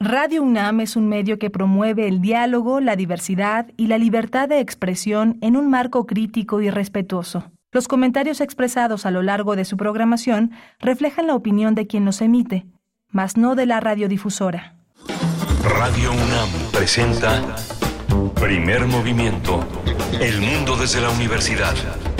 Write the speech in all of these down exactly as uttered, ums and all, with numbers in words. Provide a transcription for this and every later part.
Radio UNAM es un medio que promueve el diálogo, la diversidad y la libertad de expresión en un marco crítico y respetuoso. Los comentarios expresados a lo largo de su programación reflejan la opinión de quien los emite, mas no de la radiodifusora. Radio UNAM presenta Primer Movimiento, El Mundo desde la Universidad.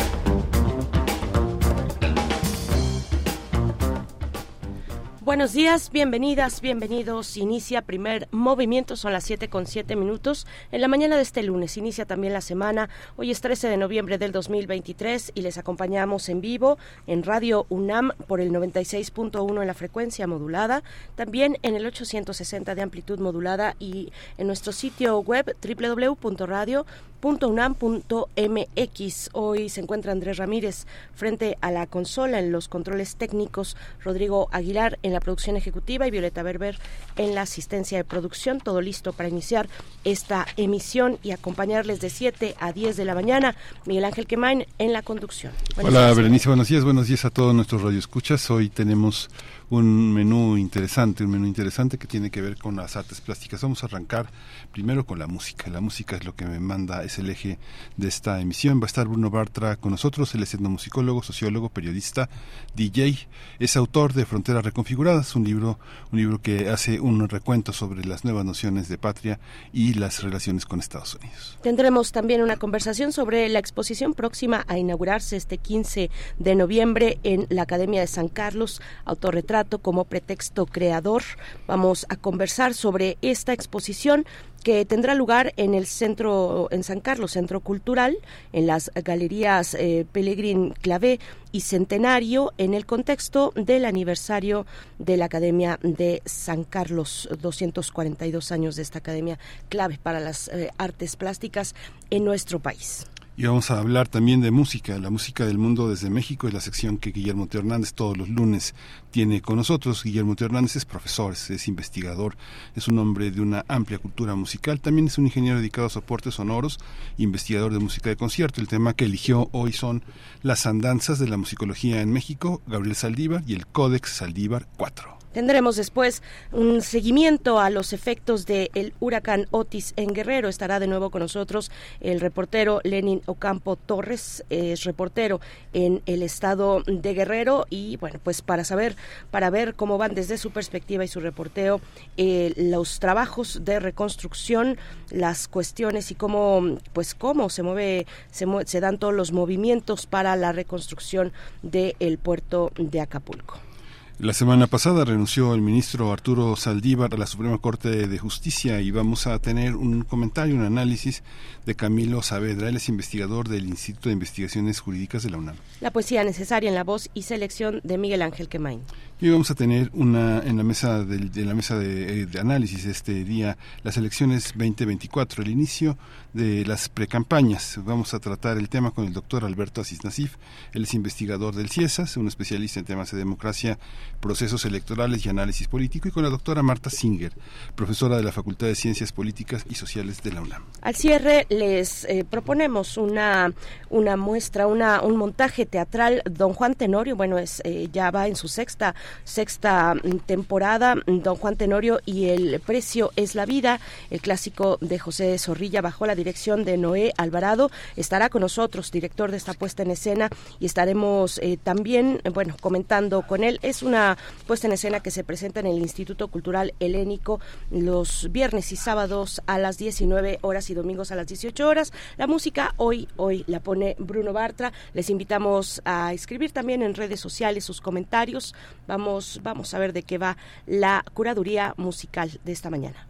Buenos días, bienvenidas, bienvenidos. Inicia Primer Movimiento, son las siete con siete minutos. En la mañana de este lunes inicia también la semana. Hoy es trece de noviembre del dos mil veintitrés y les acompañamos en vivo en Radio UNAM por el noventa y seis punto uno en la frecuencia modulada, también en el ochocientos sesenta de amplitud modulada y en nuestro sitio web doble u doble u doble u punto radio punto unam punto m x. Hoy se encuentra Andrés Ramírez frente a la consola en los controles técnicos, Rodrigo Aguilar en la producción ejecutiva y Violeta Berber en la asistencia de producción. Todo listo para iniciar esta emisión y acompañarles de siete a diez de la mañana. Miguel Ángel Quemain en la conducción. Buenos Hola días. Berenice, buenos días, buenos días a todos nuestros radioescuchas. Hoy tenemos un menú interesante, un menú interesante que tiene que ver con las artes plásticas. Vamos a arrancar primero con la música. La música es lo que me manda, es el eje de esta emisión. Va a estar Bruno Bartra con nosotros. Él es etnomusicólogo, sociólogo, periodista, D J. Es autor de Fronteras Reconfiguradas, un libro, un libro que hace un recuento sobre las nuevas nociones de patria y las relaciones con Estados Unidos. Tendremos también una conversación sobre la exposición próxima a inaugurarse este quince de noviembre en la Academia de San Carlos, Autorretrato como pretexto creador. Vamos a conversar sobre esta exposición que tendrá lugar en el centro, en San Carlos, Centro Cultural, en las galerías eh, Pellegrín Clavé y Centenario, en el contexto del aniversario de la Academia de San Carlos, doscientos cuarenta y dos años de esta academia clave para las eh, artes plásticas en nuestro país. Y vamos a hablar también de música, la música del mundo desde México, es la sección que Guillermo Teo Hernández todos los lunes tiene con nosotros. Guillermo Teo Hernández es profesor, es, es investigador, es un hombre de una amplia cultura musical, también es un ingeniero dedicado a soportes sonoros, investigador de música de concierto. El tema que eligió hoy son las andanzas de la musicología en México, Gabriel Saldívar y el Códex Saldívar cuatro. Tendremos después un seguimiento a los efectos del huracán Otis en Guerrero. Estará de nuevo con nosotros el reportero Lenin Ocampo Torres, es reportero en el estado de Guerrero y bueno, pues para saber, para ver cómo van desde su perspectiva y su reporteo eh, los trabajos de reconstrucción, las cuestiones y cómo, pues cómo se mueve, se, mue- se dan todos los movimientos para la reconstrucción del puerto de Acapulco. La semana pasada renunció el ministro Arturo Saldívar a la Suprema Corte de Justicia y vamos a tener un comentario, un análisis de Camilo Saavedra. Él es investigador del Instituto de Investigaciones Jurídicas de la UNAM. La poesía necesaria en la voz y selección de Miguel Ángel Quemain. Y vamos a tener una en la mesa de, de la mesa de, de análisis este día las elecciones veinte veinticuatro, el inicio de las precampañas. Vamos a tratar el tema con el doctor Alberto Asís Nasif. Él es investigador del CIESAS, un especialista en temas de democracia, procesos electorales y análisis político, y con la doctora Marta Singer, profesora de la Facultad de Ciencias Políticas y Sociales de la UNAM. Al cierre les eh, proponemos una una muestra, una un montaje teatral. Don Juan Tenorio, bueno, es eh, ya va en su sexta sexta temporada, Don Juan Tenorio y el precio es la vida, el clásico de José Zorrilla bajo la dirección de Noé Alvarado. Estará con nosotros, director de esta puesta en escena, y estaremos eh, también, bueno, comentando con él. Es una puesta en escena que se presenta en el Instituto Cultural Helénico los viernes y sábados a las diecinueve horas y domingos a las dieciocho horas. La música hoy, hoy la pone Bruno Bartra. Les invitamos a escribir también en redes sociales sus comentarios. Vamos, vamos a ver de qué va la curaduría musical de esta mañana.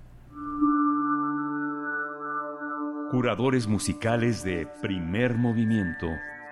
Curadores musicales de Primer Movimiento.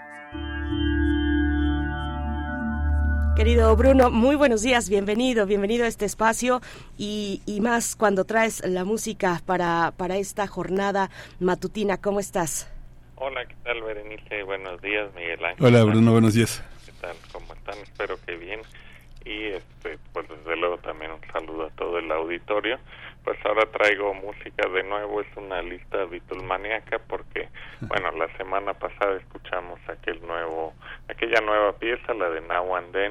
Querido Bruno, muy buenos días, bienvenido, bienvenido a este espacio y, y más cuando traes la música para, para esta jornada matutina. ¿Cómo estás? Hola, ¿qué tal, Berenice? Buenos días, Miguel Ángel. Hola, Bruno, buenos días. ¿Qué tal? ¿Cómo están? Espero que bien. Y este, pues desde luego también un saludo a todo el auditorio. Pues ahora traigo música de nuevo, es una lista beatlemaniaca porque, bueno, la semana pasada escuchamos aquel nuevo, aquella nueva pieza, la de Now and Then,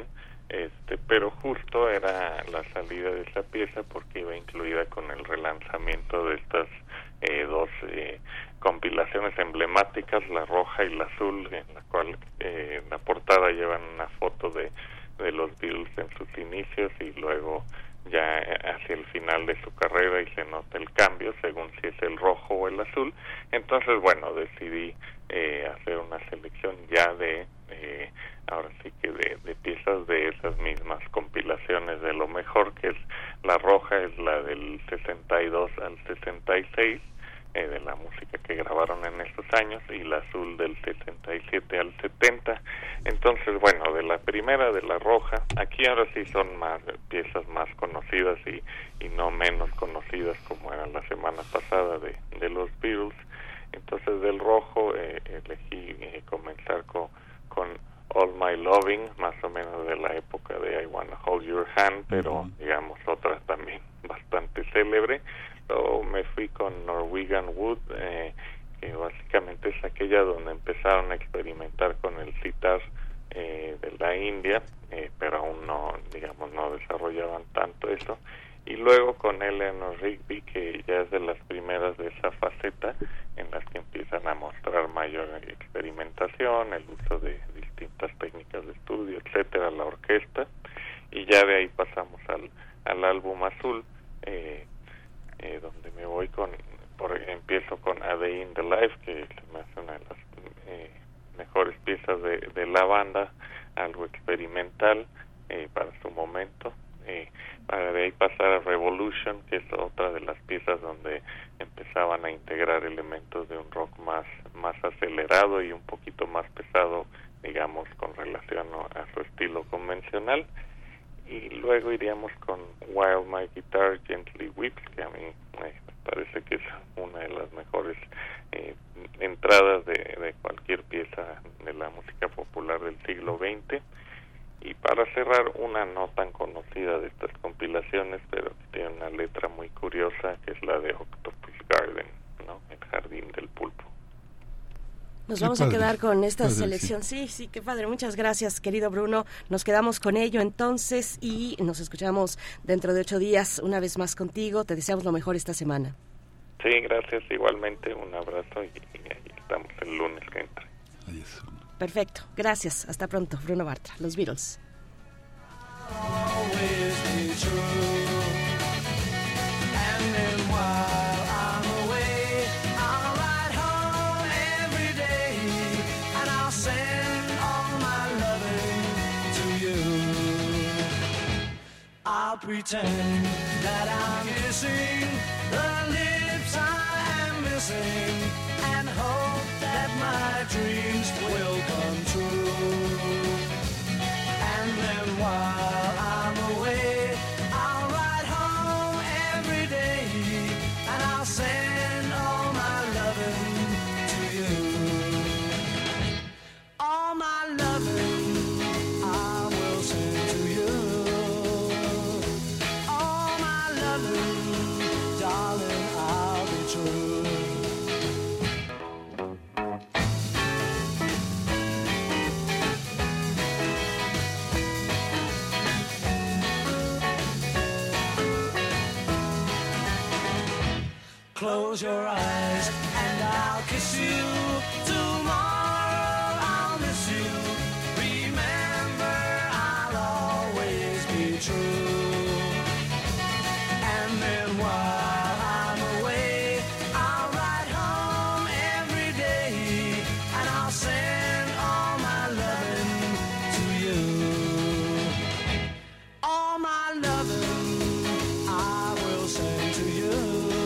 este pero justo era la salida de esa pieza porque iba incluida con el relanzamiento de estas eh, dos eh, compilaciones emblemáticas, la roja y la azul, en la cual eh, en la portada llevan una foto de, de los Beatles en sus inicios y luego ya hacia el final de su carrera, y se nota el cambio según si es el rojo o el azul. Entonces, bueno, decidí eh, hacer una selección ya de eh, ahora sí que de, de piezas de esas mismas compilaciones de lo mejor, que es la roja, es la del sesenta y dos al sesenta y seis, eh, de la música que grabaron en esos años, y la azul del sesenta y siete al setenta. Entonces, bueno, de la primera, de la roja, aquí ahora sí son más piezas más conocidas y, y no menos conocidas como eran la semana pasada de, de los Beatles. Entonces, del rojo eh, elegí eh, comenzar con, con All My Loving, más o menos de la época de I Wanna Hold Your Hand, pero uh-huh. digamos otra también bastante célebre. Luego me fui con Norwegian Wood, eh, que básicamente es aquella donde empezaron a experimentar con el sitar eh, de la India, eh, pero aún no, digamos, no desarrollaban tanto eso. Y luego con Eleanor Rigby, que ya es de las primeras de esa faceta en las que empiezan a mostrar mayor experimentación, el uso de distintas técnicas de estudio, etcétera, la orquesta. Y ya de ahí pasamos al, al álbum azul, eh, eh, donde me voy con, por, empiezo con A Day in the Life, que se me hace una de las eh, mejores piezas de, de la banda, algo experimental eh, para su momento. Eh, para de ahí pasar a Revolution, que es otra de las piezas donde empezaban a integrar elementos de un rock más, más acelerado y un poquito más pesado, digamos, con relación a su estilo convencional. Y luego iríamos con While My Guitar Gently Weeps, que a mí me parece que es una de las mejores eh, entradas de, de cualquier pieza de la música popular del siglo veinte. Y para cerrar, una no tan conocida de estas compilaciones, pero que tiene una letra muy curiosa, que es la de Octopus Garden, ¿no? El jardín del pulpo. Nos vamos a quedar con esta padre, selección. Sí. sí, sí, qué padre. Muchas gracias, querido Bruno. Nos quedamos con ello entonces y nos escuchamos dentro de ocho días una vez más contigo. Te deseamos lo mejor esta semana. Sí, gracias. Igualmente, un abrazo y, y ahí estamos el lunes que entra. Adiós. Perfecto, gracias. Hasta pronto, Bruno Bartra, los Beatles. I'll pretend that I'm kissing the lips I am missing and hope that my dreams will come true. And then while I'm away, I'll ride home every day and I'll send all my loving to you. All my loving I will send to you. All my loving, darling, I'll be true. Close your eyes and I'll kiss you. Tomorrow I'll miss you. Remember, I'll always be true. And then while I'm away, I'll ride home every day and I'll send all my loving to you. All my loving I will send to you.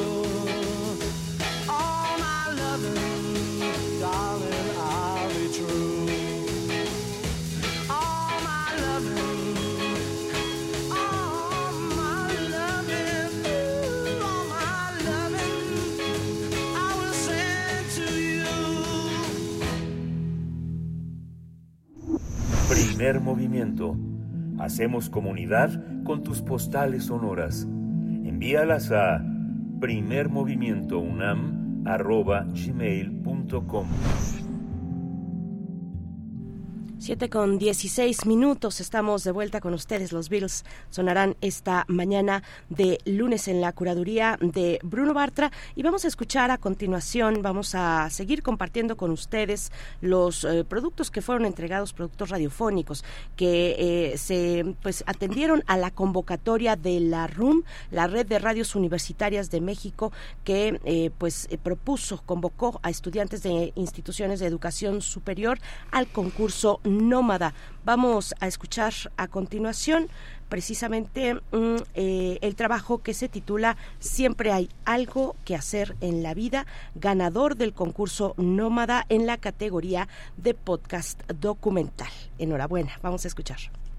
Primer movimiento. Hacemos comunidad con tus postales sonoras. Envíalas a primer movimiento unam arroba gmail punto com. Siete con dieciséis minutos, estamos de vuelta con ustedes. Los Beatles sonarán esta mañana de lunes en la curaduría de Bruno Bartra, y vamos a escuchar a continuación, vamos a seguir compartiendo con ustedes los eh, productos que fueron entregados, productos radiofónicos que eh, se pues atendieron a la convocatoria de la R U M, la Red de Radios Universitarias de México, que eh, pues eh, propuso, convocó a estudiantes de instituciones de educación superior al concurso Nómada. Vamos a escuchar a continuación precisamente mm, eh, el trabajo que se titula Siempre hay algo que hacer en la vida, ganador del concurso Nómada en la categoría de podcast documental. Enhorabuena, vamos a escuchar.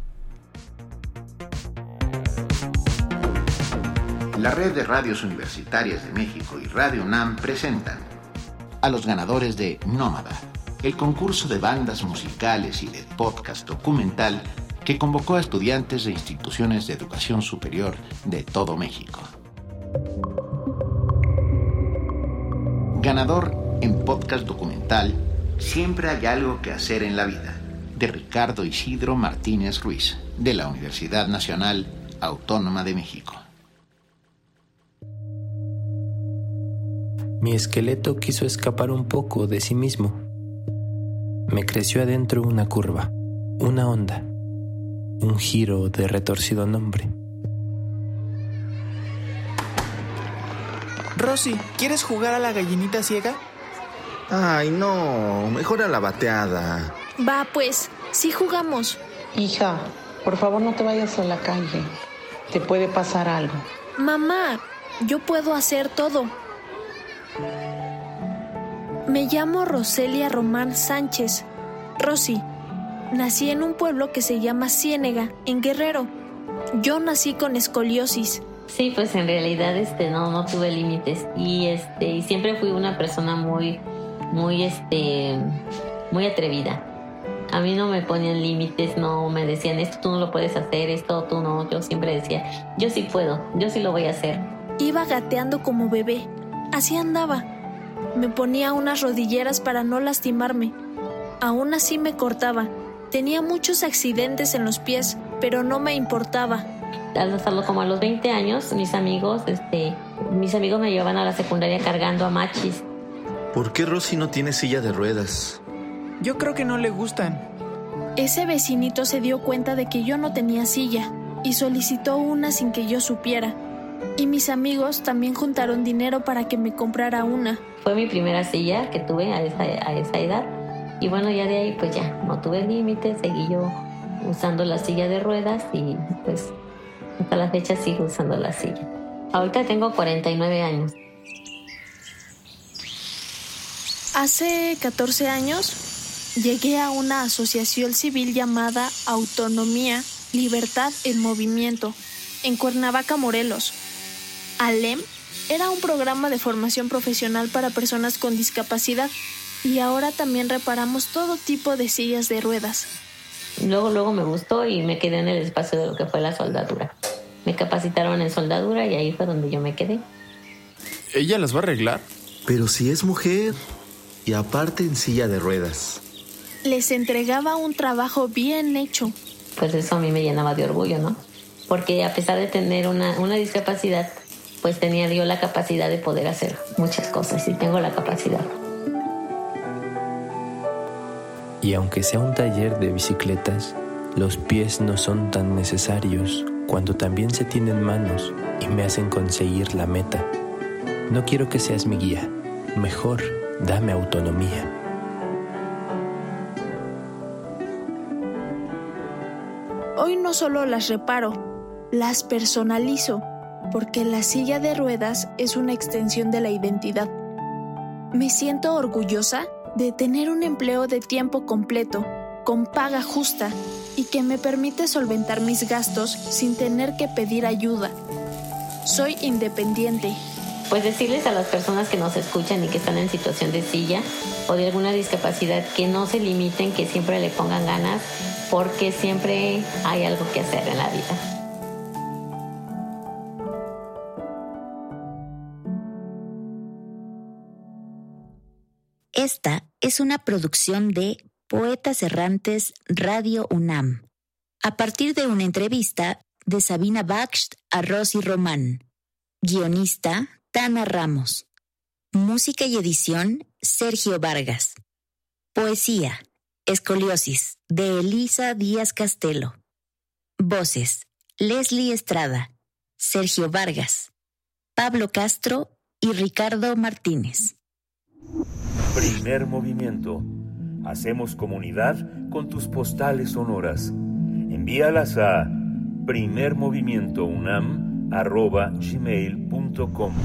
La Red de Radios Universitarias de México y Radio UNAM presentan a los ganadores de Nómada, el concurso de bandas musicales y de podcast documental que convocó a estudiantes de instituciones de educación superior de todo México. Ganador en podcast documental Siempre hay algo que hacer en la vida, de Ricardo Isidro Martínez Ruiz, de la Universidad Nacional Autónoma de México. Mi esqueleto quiso escapar un poco de sí mismo. Me creció adentro una curva, una onda, un giro de retorcido nombre. Rosy, ¿quieres jugar a la gallinita ciega? Ay, no, mejor a la bateada. Va, pues, sí jugamos. Hija, por favor no te vayas a la calle. Te puede pasar algo. Mamá, yo puedo hacer todo. Me llamo Roselia Román Sánchez. Rosy, nací en un pueblo que se llama Ciénega, en Guerrero. Yo nací con escoliosis. Sí, pues en realidad este no no tuve límites y este y siempre fui una persona muy muy este muy atrevida. A mí no me ponían límites, no me decían esto tú no lo puedes hacer, esto tú no. Yo siempre decía, yo sí puedo, yo sí lo voy a hacer. Iba gateando como bebé, así andaba. Me ponía unas rodilleras para no lastimarme. Aún así me cortaba. Tenía muchos accidentes en los pies, pero no me importaba. Hasta como a los veinte años, mis amigos, este, mis amigos me llevaban a la secundaria cargando a machis. ¿Por qué Rosy no tiene silla de ruedas? Yo creo que no le gustan. Ese vecinito se dio cuenta de que yo no tenía silla y solicitó una sin que yo supiera. Y mis amigos también juntaron dinero para que me comprara una. Fue mi primera silla que tuve a esa, a esa edad. Y bueno, ya de ahí pues ya no tuve límites, seguí yo usando la silla de ruedas y pues hasta la fecha sigo usando la silla. Ahorita tengo cuarenta y nueve años. Hace catorce años llegué a una asociación civil llamada Autonomía, Libertad en Movimiento, en Cuernavaca, Morelos. ALEM era un programa de formación profesional para personas con discapacidad y ahora también reparamos todo tipo de sillas de ruedas. Luego, luego me gustó y me quedé en el espacio de lo que fue la soldadura. Me capacitaron en soldadura y ahí fue donde yo me quedé. ¿Ella las va a arreglar? Pero si es mujer, y aparte en silla de ruedas. Les entregaba un trabajo bien hecho. Pues eso a mí me llenaba de orgullo, ¿no? Porque a pesar de tener una, una discapacidad, pues tenía yo la capacidad de poder hacer muchas cosas y tengo la capacidad. Y aunque sea un taller de bicicletas, los pies no son tan necesarios cuando también se tienen manos y me hacen conseguir la meta. No quiero que seas mi guía, mejor dame autonomía. Hoy no solo las reparo, las personalizo, porque la silla de ruedas es una extensión de la identidad. Me siento orgullosa de tener un empleo de tiempo completo, con paga justa, y que me permite solventar mis gastos sin tener que pedir ayuda. Soy independiente. Pues decirles a las personas que nos escuchan y que están en situación de silla o de alguna discapacidad que no se limiten, que siempre le pongan ganas, porque siempre hay algo que hacer en la vida. Esta es una producción de Poetas Errantes Radio UNAM, a partir de una entrevista de Sabina Bakst a Rosy Román. Guionista, Tana Ramos. Música y edición, Sergio Vargas. Poesía, Escoliosis, de Elisa Díaz Castelo. Voces, Leslie Estrada, Sergio Vargas, Pablo Castro y Ricardo Martínez. Primer movimiento. Hacemos comunidad con tus postales sonoras. Envíalas a primermovimientounam arroba gmail punto com.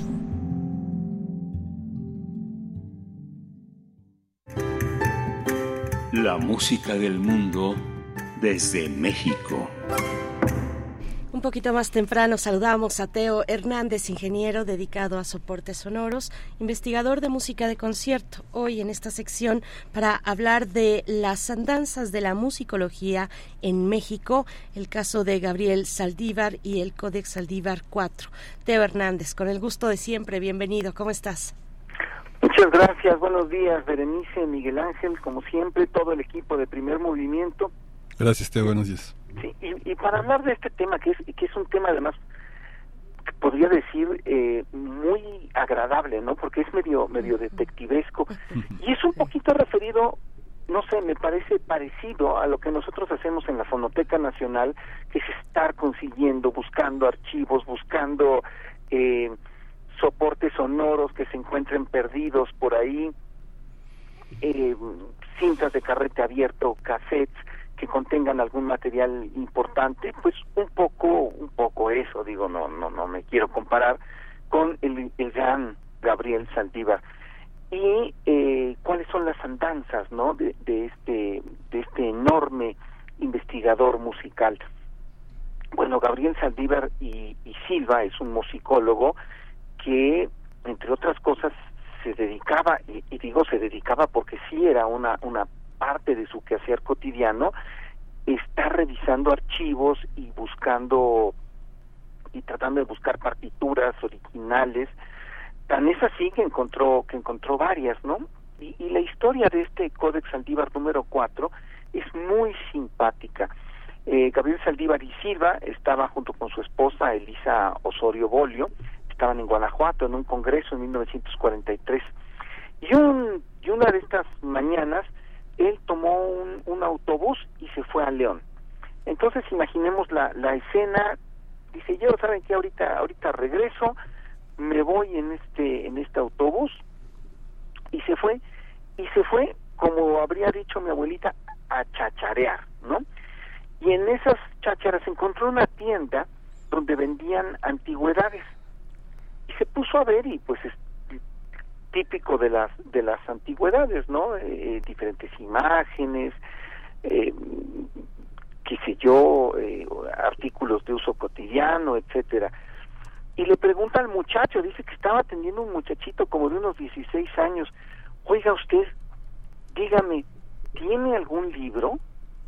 La música del mundo desde México. Un poquito más temprano saludamos a Teo Hernández, ingeniero dedicado a soportes sonoros, investigador de música de concierto, hoy en esta sección para hablar de las andanzas de la musicología en México, el caso de Gabriel Saldívar y el Códex Saldívar cuatro. Teo Hernández, con el gusto de siempre, bienvenido, ¿cómo estás? Muchas gracias, buenos días, Berenice, Miguel Ángel, como siempre, todo el equipo de Primer Movimiento. Gracias, Teo, buenos días. Sí, y, y para hablar de este tema, que es que es un tema además, podría decir, eh, muy agradable, ¿no? Porque es medio medio detectivesco, y es un poquito referido, no sé, me parece parecido a lo que nosotros hacemos en la Fonoteca Nacional, que es estar consiguiendo, buscando archivos, buscando eh, soportes sonoros que se encuentren perdidos por ahí, eh, cintas de carrete abierto, cassettes que contengan algún material importante, pues un poco, un poco eso, digo, no, no, no me quiero comparar con el, el gran Gabriel Saldívar. Y eh, cuáles son las andanzas, ¿no? De, de este, de este enorme investigador musical. Bueno, Gabriel Saldívar y, y Silva es un musicólogo que, entre otras cosas, se dedicaba, y, y digo se dedicaba porque sí era una, una parte de su quehacer cotidiano, está revisando archivos y buscando y tratando de buscar partituras originales. Tan es así que encontró que encontró varias, ¿no? Y, y la historia de este Códex Saldívar número cuatro es muy simpática. Eh, Gabriel Saldívar y Silva estaba junto con su esposa Elisa Osorio Bolio, estaban en Guanajuato en un congreso en mil novecientos cuarenta y tres. Y un y una de estas mañanas él tomó un, un autobús y se fue a León. Entonces imaginemos la, la escena. Dice, yo, ¿saben qué? Ahorita, ahorita regreso, me voy en este, en este autobús, y se fue, y se fue, como habría dicho mi abuelita, a chacharear, ¿no? Y en esas chácharas encontró una tienda donde vendían antigüedades, y se puso a ver, y pues es típico de las de las antigüedades, ¿no? Eh, diferentes imágenes, eh, qué sé yo, eh, artículos de uso cotidiano, etcétera. Y le pregunta al muchacho, dice que estaba atendiendo un muchachito como de unos dieciséis años, oiga usted, dígame, ¿tiene algún libro?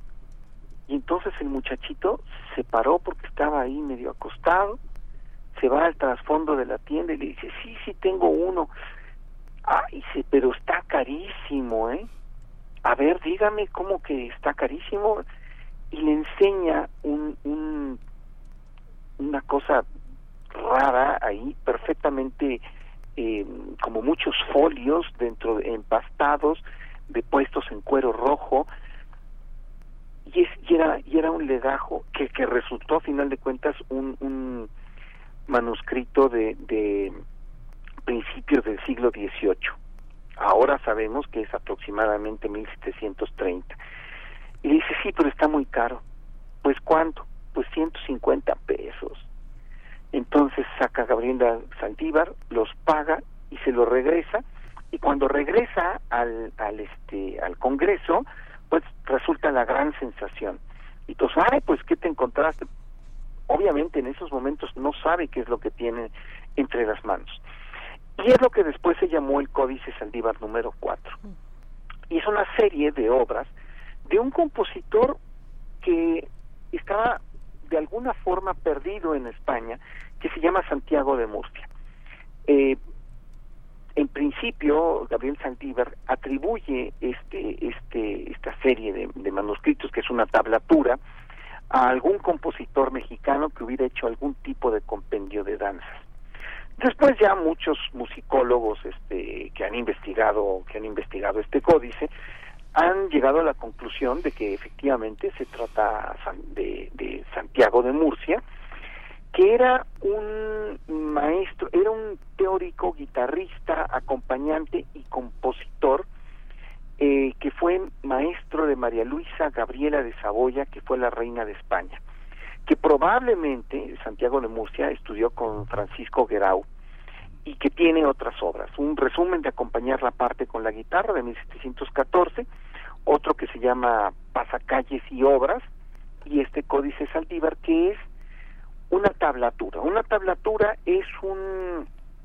Y entonces el muchachito se paró porque estaba ahí medio acostado, se va al trasfondo de la tienda y le dice, sí, sí tengo uno. Ah, dice, pero está carísimo, ¿eh? A ver, dígame cómo que está carísimo. Y le enseña un, un una cosa rara ahí, perfectamente eh, como muchos folios dentro de, empastados, de puestos en cuero rojo, y, es, y, era, y era un legajo que, que resultó a final de cuentas un, un manuscrito de, de principios del siglo dieciocho. Ahora sabemos que es aproximadamente mil setecientos treinta. Y dice, sí, pero está muy caro. Pues ¿cuánto? Pues ciento cincuenta pesos. Entonces saca Gabriela Saldívar, los paga y se los regresa, y cuando regresa al, al este al Congreso, pues resulta la gran sensación. Y entonces, ay, pues ¿qué te encontraste? Obviamente en esos momentos no sabe qué es lo que tiene entre las manos. Y es lo que después se llamó el Códice Saldívar número cuatro. Y es una serie de obras de un compositor que estaba de alguna forma perdido en España, que se llama Santiago de Murcia. Eh, en principio, Gabriel Saldívar atribuye este, este, esta serie de, de manuscritos, que es una tablatura, a algún compositor mexicano que hubiera hecho algún tipo de compendio de danzas. Después ya muchos musicólogos este, que han investigado, que han investigado este códice, han llegado a la conclusión de que efectivamente se trata de, de Santiago de Murcia, que era un maestro, era un teórico, guitarrista, acompañante y compositor, eh, que fue maestro de María Luisa Gabriela de Saboya, que fue la reina de España, que probablemente Santiago de Murcia estudió con Francisco Guerau, y que tiene otras obras, un resumen de Acompañar la parte con la guitarra de mil setecientos catorce, otro que se llama Pasacalles y obras, y este Códice Saldívar, que es una tablatura. Una tablatura es un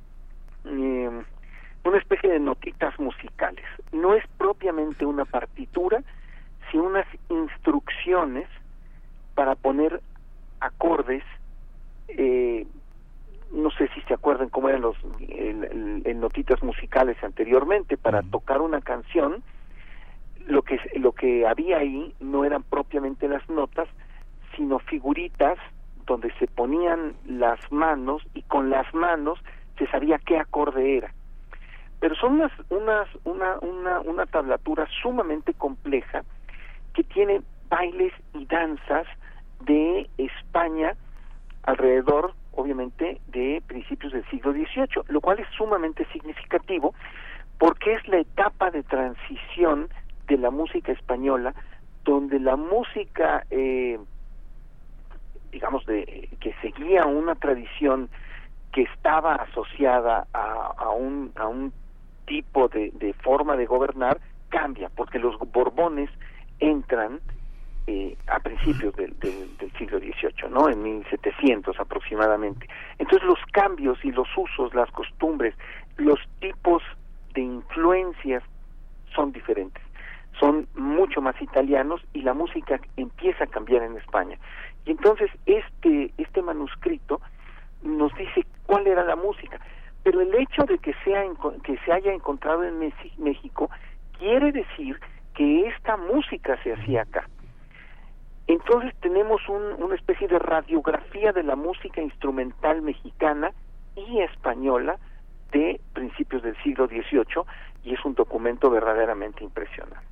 eh, una especie de notitas musicales. No es propiamente una partitura, sino unas instrucciones para poner acordes. Eh, no sé si se acuerdan cómo eran los el, el, el notitas musicales anteriormente. Para uh-huh. tocar una canción, lo que lo que había ahí no eran propiamente las notas, sino figuritas donde se ponían las manos, y con las manos se sabía qué acorde era. Pero son unas, unas, una, una, una tablatura sumamente compleja, que tiene bailes y danzas de España alrededor, obviamente, de principios del siglo dieciocho, lo cual es sumamente significativo, porque es la etapa de transición de la música española, donde la música eh, digamos, de que seguía una tradición que estaba asociada a, a un a un tipo de, de forma de gobernar, cambia, porque los Borbones entran eh, a principios del, del, del siglo dieciocho, ¿no? En mil setecientos aproximadamente. Entonces los cambios y los usos, las costumbres, los tipos de influencias son diferentes, son mucho más italianos, y la música empieza a cambiar en España. Y entonces este este manuscrito nos dice cuál era la música, pero el hecho de que sea que se haya encontrado en México quiere decir que esta música se hacía acá. Entonces tenemos un, una especie de radiografía de la música instrumental mexicana y española de principios del siglo dieciocho, y es un documento verdaderamente impresionante.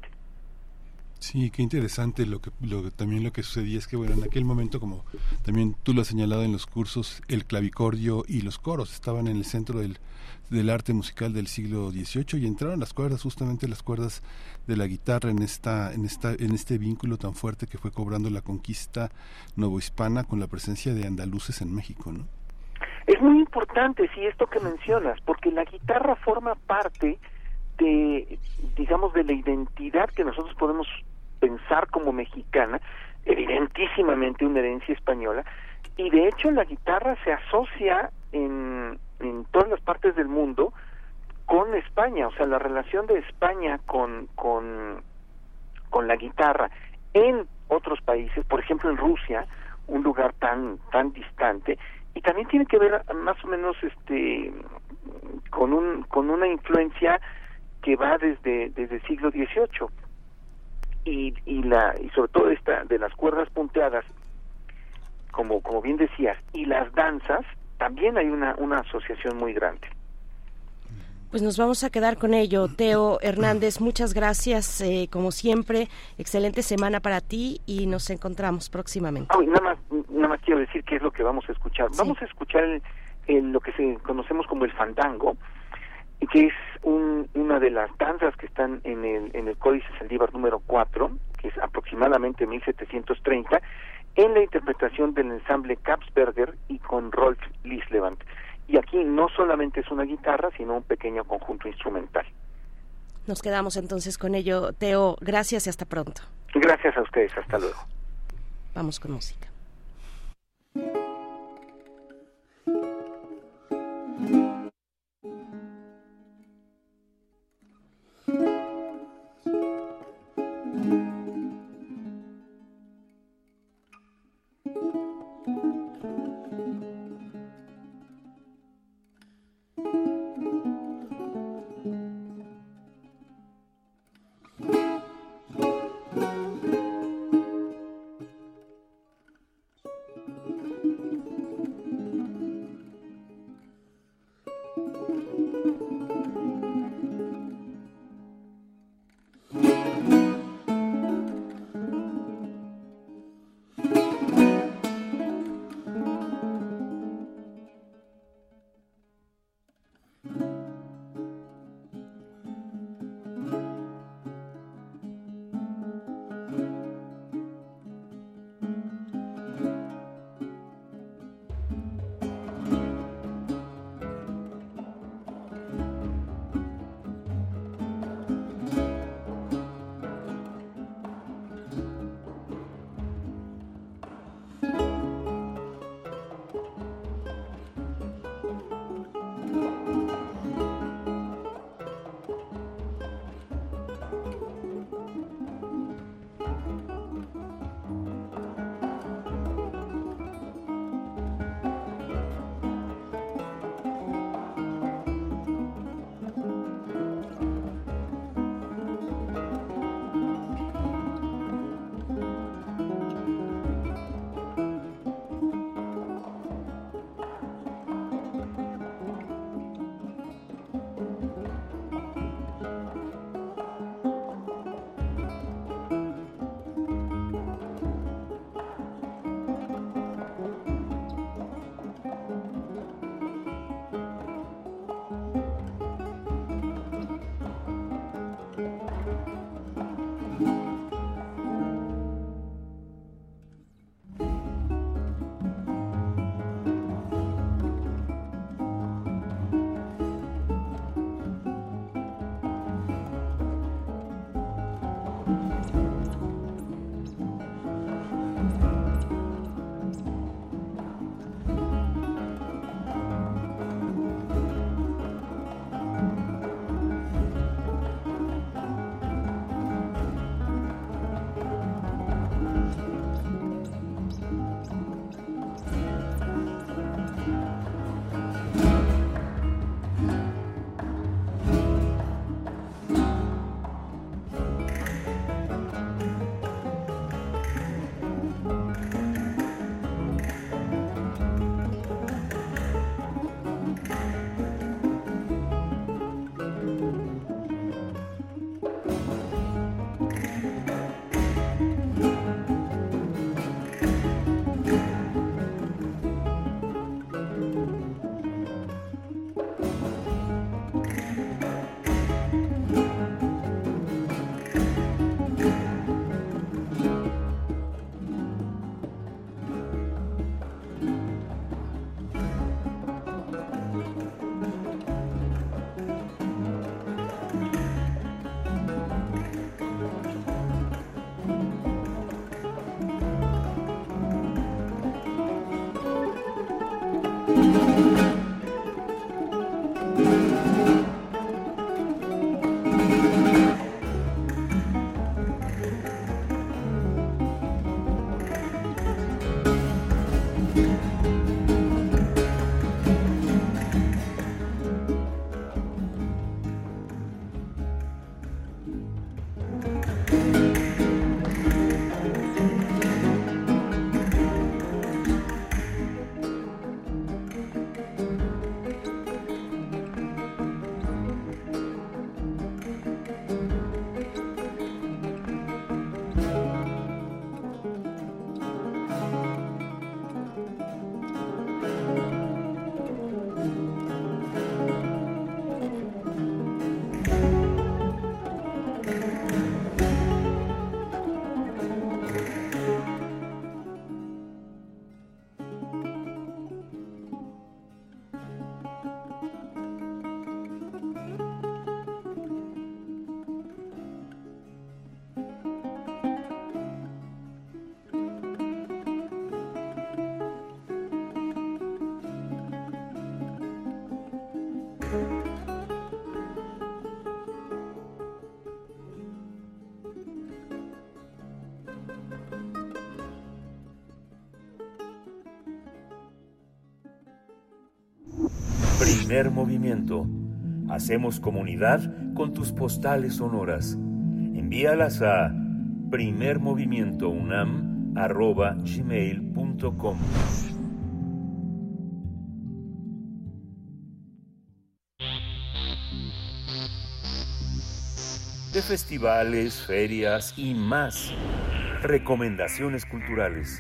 Sí, qué interesante. Lo que, lo, también lo que sucedía es que, bueno, en aquel momento, como también tú lo has señalado en los cursos, el clavicordio y los coros estaban en el centro del, del arte musical del siglo dieciocho, y entraron las cuerdas, justamente las cuerdas de la guitarra, en esta, en esta, en este vínculo tan fuerte que fue cobrando la conquista novohispana con la presencia de andaluces en México, ¿no? Es muy importante, sí, esto que mencionas, porque la guitarra forma parte de, digamos, de la identidad que nosotros podemos pensar como mexicana, evidentísimamente una herencia española, y de hecho la guitarra se asocia en, en todas las partes del mundo con España. O sea, la relación de España con, con, con la guitarra en otros países, por ejemplo en Rusia, un lugar tan, tan distante, y también tiene que ver más o menos este con un, con una influencia que va desde, desde el siglo dieciocho. Y, y la y sobre todo esta de las cuerdas punteadas, como como bien decías, y las danzas, también hay una una asociación muy grande. Pues nos vamos a quedar con ello. Teo Hernández, muchas gracias, eh, como siempre, excelente semana para ti, y nos encontramos próximamente. Oh, y nada más nada más quiero decir qué es lo que vamos a escuchar. Sí. Vamos a escuchar el, el, lo que se conocemos como el fandango, que es un, una de las danzas que están en el en el Códice Saldívar número cuatro, que es aproximadamente mil setecientos treinta, en la interpretación del ensamble Kapsberger y con Rolf Lislevant. Y aquí no solamente es una guitarra, sino un pequeño conjunto instrumental. Nos quedamos entonces con ello. Teo, gracias y hasta pronto. Gracias a ustedes, hasta luego. Vamos con música. Primer movimiento. Hacemos comunidad con tus postales sonoras. Envíalas a primermovimientounam arroba gmail punto com. de festivales, ferias y más. Recomendaciones culturales.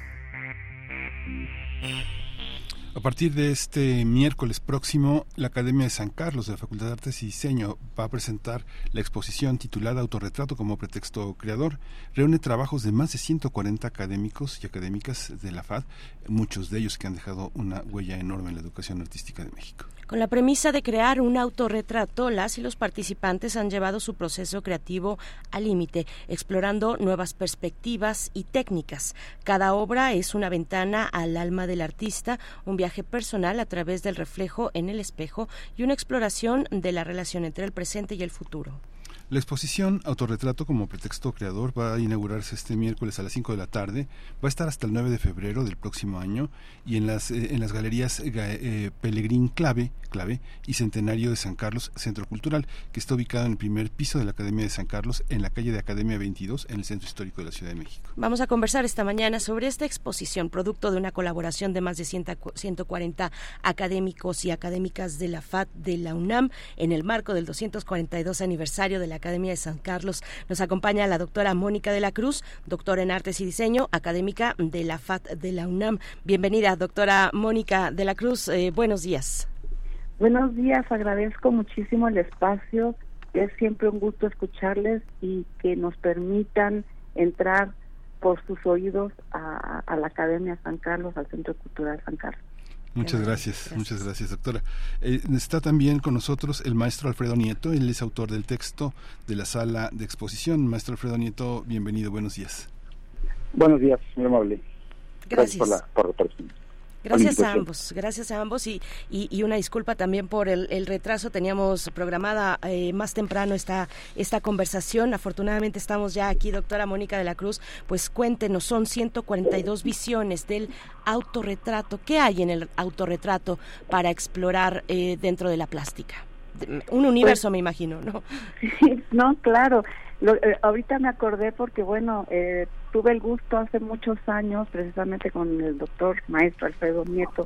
A partir de este miércoles próximo, la Academia de San Carlos de la Facultad de Artes y Diseño va a presentar la exposición titulada Autorretrato como pretexto creador. Reúne trabajos de más de ciento cuarenta académicos y académicas de la F A D, muchos de ellos que han dejado una huella enorme en la educación artística de México. Con la premisa de crear un autorretrato, las y los participantes han llevado su proceso creativo al límite, explorando nuevas perspectivas y técnicas. Cada obra es una ventana al alma del artista, un viaje personal a través del reflejo en el espejo y una exploración de la relación entre el presente y el futuro. La exposición Autorretrato como pretexto creador va a inaugurarse este miércoles a las cinco de la tarde, va a estar hasta el nueve de febrero del próximo año y en las eh, en las galerías eh, Pelegrín Clave, Clave y Centenario de San Carlos Centro Cultural, que está ubicado en el primer piso de la Academia de San Carlos, en la calle de Academia veintidós, en el Centro Histórico de la Ciudad de México. Vamos a conversar esta mañana sobre esta exposición, producto de una colaboración de más de ciento cuarenta académicos y académicas de la F A D de la UNAM, en el marco del doscientos cuarenta y dos aniversario de la Academia de San Carlos. Nos acompaña la doctora Mónica de la Cruz, doctora en Artes y Diseño, académica de la F A D de la UNAM. Bienvenida, doctora Mónica de la Cruz. Eh, buenos días. Buenos días, agradezco muchísimo el espacio. Es siempre un gusto escucharles y que nos permitan entrar por sus oídos a, a la Academia San Carlos, al Centro Cultural San Carlos. Muchas gracias, gracias, muchas gracias, doctora. Eh, está también con nosotros el maestro Alfredo Nieto, él es autor del texto de la sala de exposición. Maestro Alfredo Nieto, bienvenido, buenos días. Buenos días, muy amable. Gracias. Gracias por la, por la participación. Gracias a ambos, gracias a ambos y, y, y una disculpa también por el, el retraso. Teníamos programada eh, más temprano esta, esta conversación. Afortunadamente estamos ya aquí, doctora Mónica de la Cruz. Pues cuéntenos, son ciento cuarenta y dos visiones del autorretrato. ¿Qué hay en el autorretrato para explorar eh, dentro de la plástica? Un universo, pues, me imagino, ¿no? Sí, no, claro. Lo, eh, ahorita me acordé porque, bueno, eh, tuve el gusto hace muchos años, precisamente con el doctor maestro Alfredo Nieto,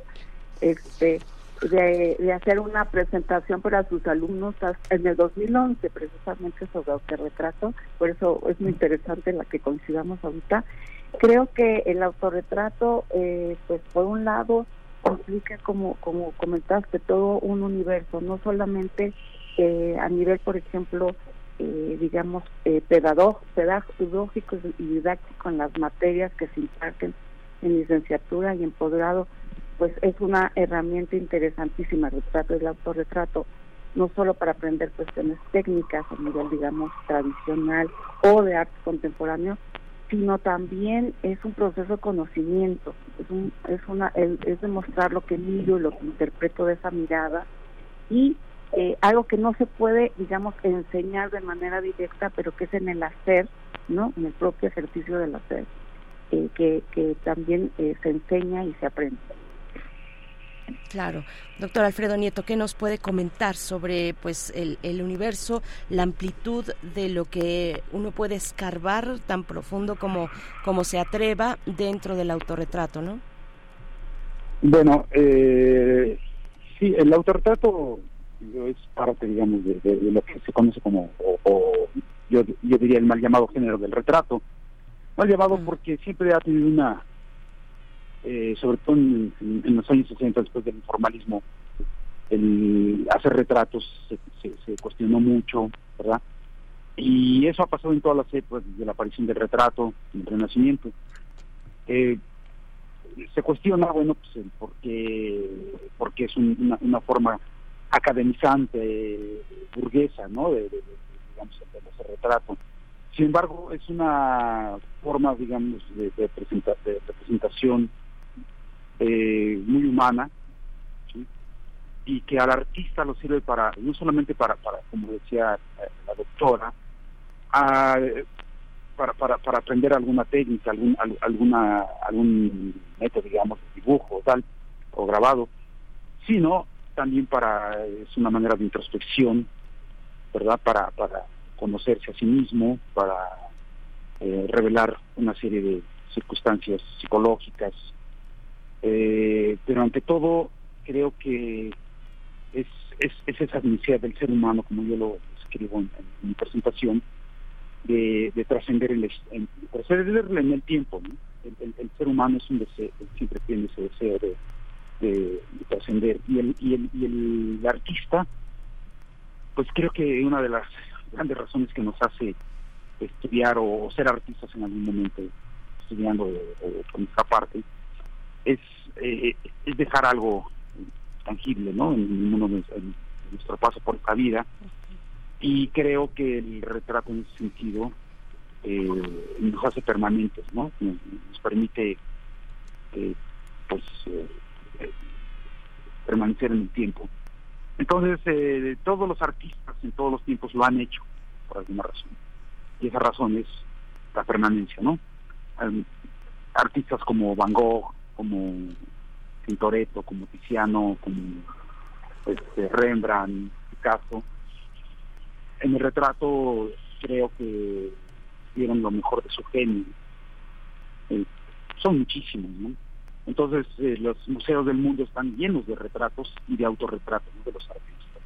este, de, de hacer una presentación para sus alumnos en el dos mil once, precisamente sobre autorretrato. Por eso es muy interesante la que coincidamos ahorita. Creo que el autorretrato, eh, pues por un lado, implica, como como comentaste, todo un universo, no solamente eh, a nivel, por ejemplo, eh, digamos, eh, pedagógico, pedagógico y didáctico en las materias que se imparten en licenciatura y en posgrado, pues es una herramienta interesantísima el retrato, el autorretrato, no solo para aprender cuestiones técnicas a nivel, digamos, tradicional o de arte contemporáneo, sino también es un proceso de conocimiento, es un, es una es, es demostrar lo que miro, lo que interpreto de esa mirada y eh, algo que no se puede, digamos, enseñar de manera directa, pero que es en el hacer, ¿no? En el propio ejercicio del hacer, eh, que, que también eh, se enseña y se aprende. Claro. Doctor Alfredo Nieto, ¿qué nos puede comentar sobre pues el, el universo, la amplitud de lo que uno puede escarbar tan profundo como, como se atreva dentro del autorretrato, ¿no? Bueno, eh, sí, el autorretrato es parte, digamos, de, de, de lo que se conoce como, o, o yo, yo diría el mal llamado género del retrato. Mal llamado mm. porque siempre ha tenido una... Eh, sobre todo en, en, en los años sesenta, después del informalismo, el hacer retratos se, se, se cuestionó mucho, ¿verdad? Y eso ha pasado en todas las épocas, desde la aparición del retrato, el Renacimiento. Eh, se cuestiona, bueno, pues el por qué, porque es un, una, una forma academizante, eh, burguesa, ¿no? De, de, de, digamos, de hacer retrato. Sin embargo, es una forma, digamos, de, de, presenta, de representación eh, muy humana, ¿sí? Y que al artista lo sirve para, no solamente para, para como decía la doctora, a, para, para, para aprender alguna técnica, algún, alguna, algún método, digamos, de dibujo, tal, o grabado, sino también para, es una manera de introspección, ¿verdad? Para, para conocerse a sí mismo, para eh, revelar una serie de circunstancias psicológicas, eh, pero ante todo creo que es, es, es esa necesidad del ser humano, como yo lo escribo en, en mi presentación, de, de trascender en, en, trascender en el tiempo, ¿no? El, el, el ser humano es un deseo, siempre tiene ese deseo de, de, de trascender, y el, y, el, y el artista, pues creo que una de las grandes razones que nos hace estudiar o ser artistas en algún momento, estudiando o, o por nuestra parte, es, eh, es dejar algo tangible, ¿no? En, uno, en, en nuestro paso por esta vida, y creo que el retrato en ese sentido eh, nos hace permanentes, ¿no? Nos, nos permite eh, pues eh, eh, permanecer en el tiempo. Entonces eh, todos los artistas en todos los tiempos lo han hecho por alguna razón, y esa razón es la permanencia, ¿no? Um, artistas como Van Gogh, como Tintoretto, como Tiziano, como este, Rembrandt, Picasso, en el retrato creo que dieron lo mejor de su genio. Eh, son muchísimos, ¿no? Entonces eh, los museos del mundo están llenos de retratos y de autorretratos, ¿no?, de los artistas.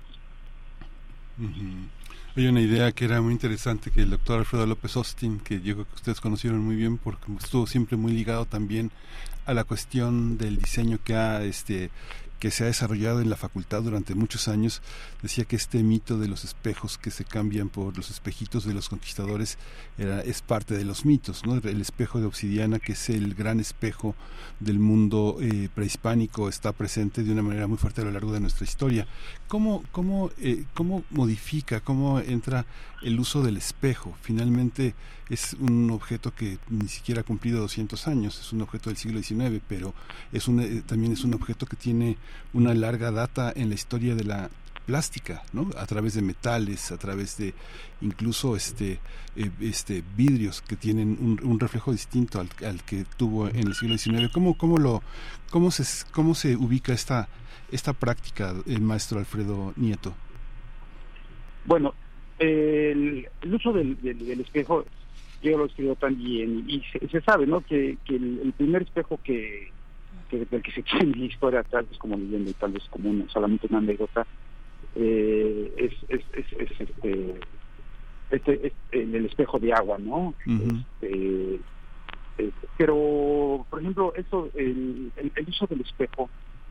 Uh-huh. Hay una idea que era muy interesante, que el doctor Alfredo López Austin, que yo creo que ustedes conocieron muy bien porque estuvo siempre muy ligado también a la cuestión del diseño que ha este que se ha desarrollado en la facultad durante muchos años, decía que este mito de los espejos que se cambian por los espejitos de los conquistadores era, es parte de los mitos, ¿no? El espejo de obsidiana, que es el gran espejo del mundo eh, prehispánico, está presente de una manera muy fuerte a lo largo de nuestra historia. ¿Cómo, cómo, eh, cómo modifica, cómo entra el uso del espejo? Finalmente es un objeto que ni siquiera ha cumplido doscientos años, es un objeto del siglo diecinueve, pero es un, eh, también es un objeto que tiene una larga data en la historia de la plástica, ¿no? A través de metales, a través de incluso este eh, este vidrios que tienen un, un reflejo distinto al, al que tuvo en el siglo diecinueve. ¿Cómo cómo lo cómo se cómo se ubica esta esta práctica, el maestro Alfredo Nieto? Bueno, el, el uso del, del, del espejo, yo lo escribo también, y se, se sabe, ¿no?, que, que el, el primer espejo que que del que se tiene la historia, tal vez como leyenda y tal vez como una, solamente una anécdota, eh, es, es, es, es este, este es el espejo de agua, ¿no? Uh-huh. Este, eh, pero, por ejemplo, eso, el, el, el uso del espejo,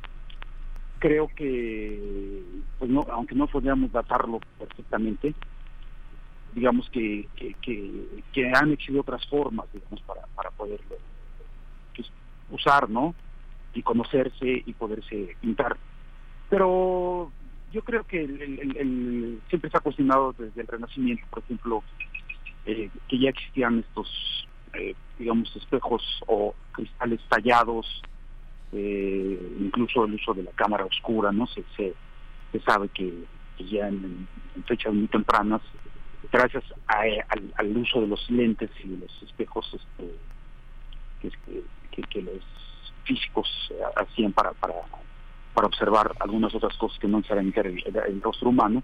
creo que, pues no, aunque no podríamos datarlo perfectamente, digamos que, que, que, que han existido otras formas, digamos, para, para poderlo pues, usar, ¿no?, y conocerse y poderse pintar. Pero yo creo que el, el, el, el, siempre se ha cuestionado desde el Renacimiento, por ejemplo, eh, que ya existían estos, eh, digamos, espejos o cristales tallados, eh, incluso el uso de la cámara oscura, ¿no? Se, se, se sabe que, que ya en, en fechas muy tempranas, gracias a, al, al uso de los lentes y de los espejos este, que, que, que los físicos hacían para, para para observar algunas otras cosas que no necesariamente era el, el, el rostro humano,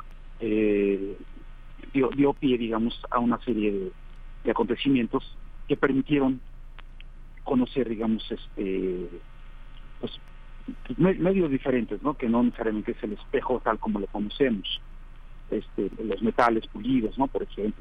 eh, dio, dio pie, digamos, a una serie de, de acontecimientos que permitieron conocer, digamos, este pues me, medios diferentes, ¿no?, que no necesariamente es el espejo tal como lo conocemos, este los metales pulidos, ¿no?, por ejemplo,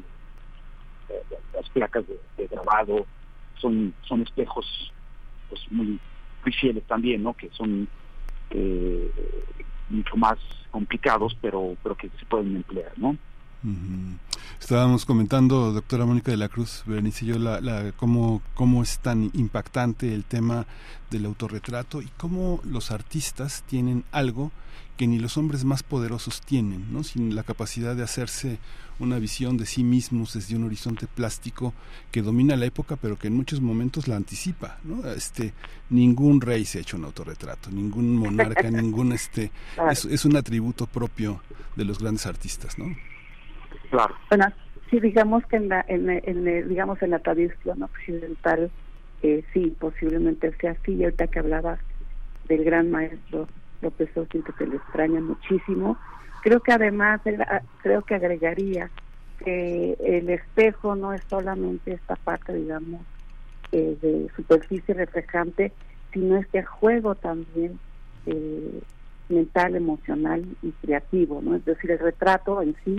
las placas de, de grabado son son espejos pues muy, muy fieles también, ¿no?, que son eh, mucho más complicados, pero pero que se pueden emplear, ¿no? Uh-huh. Estábamos comentando, doctora Mónica de la Cruz, Berenice y yo, la, la, cómo, cómo es tan impactante el tema del autorretrato y cómo los artistas tienen algo que ni los hombres más poderosos tienen, ¿no?, sin la capacidad de hacerse una visión de sí mismos desde un horizonte plástico que domina la época, pero que en muchos momentos la anticipa, ¿no? Este, ningún rey se ha hecho un autorretrato, ningún monarca, ningún este, es, es un atributo propio de los grandes artistas, ¿no? Claro. Bueno, sí, digamos que en la, en, en, digamos en la tradición occidental, eh, sí, posiblemente sea así. Y ahorita que hablabas del gran maestro López Austin, que se le extraña muchísimo, creo que además, creo que agregaría que el espejo no es solamente esta parte, digamos, eh, de superficie reflejante, sino este juego también eh, mental, emocional y creativo, ¿no? Es decir, el retrato en sí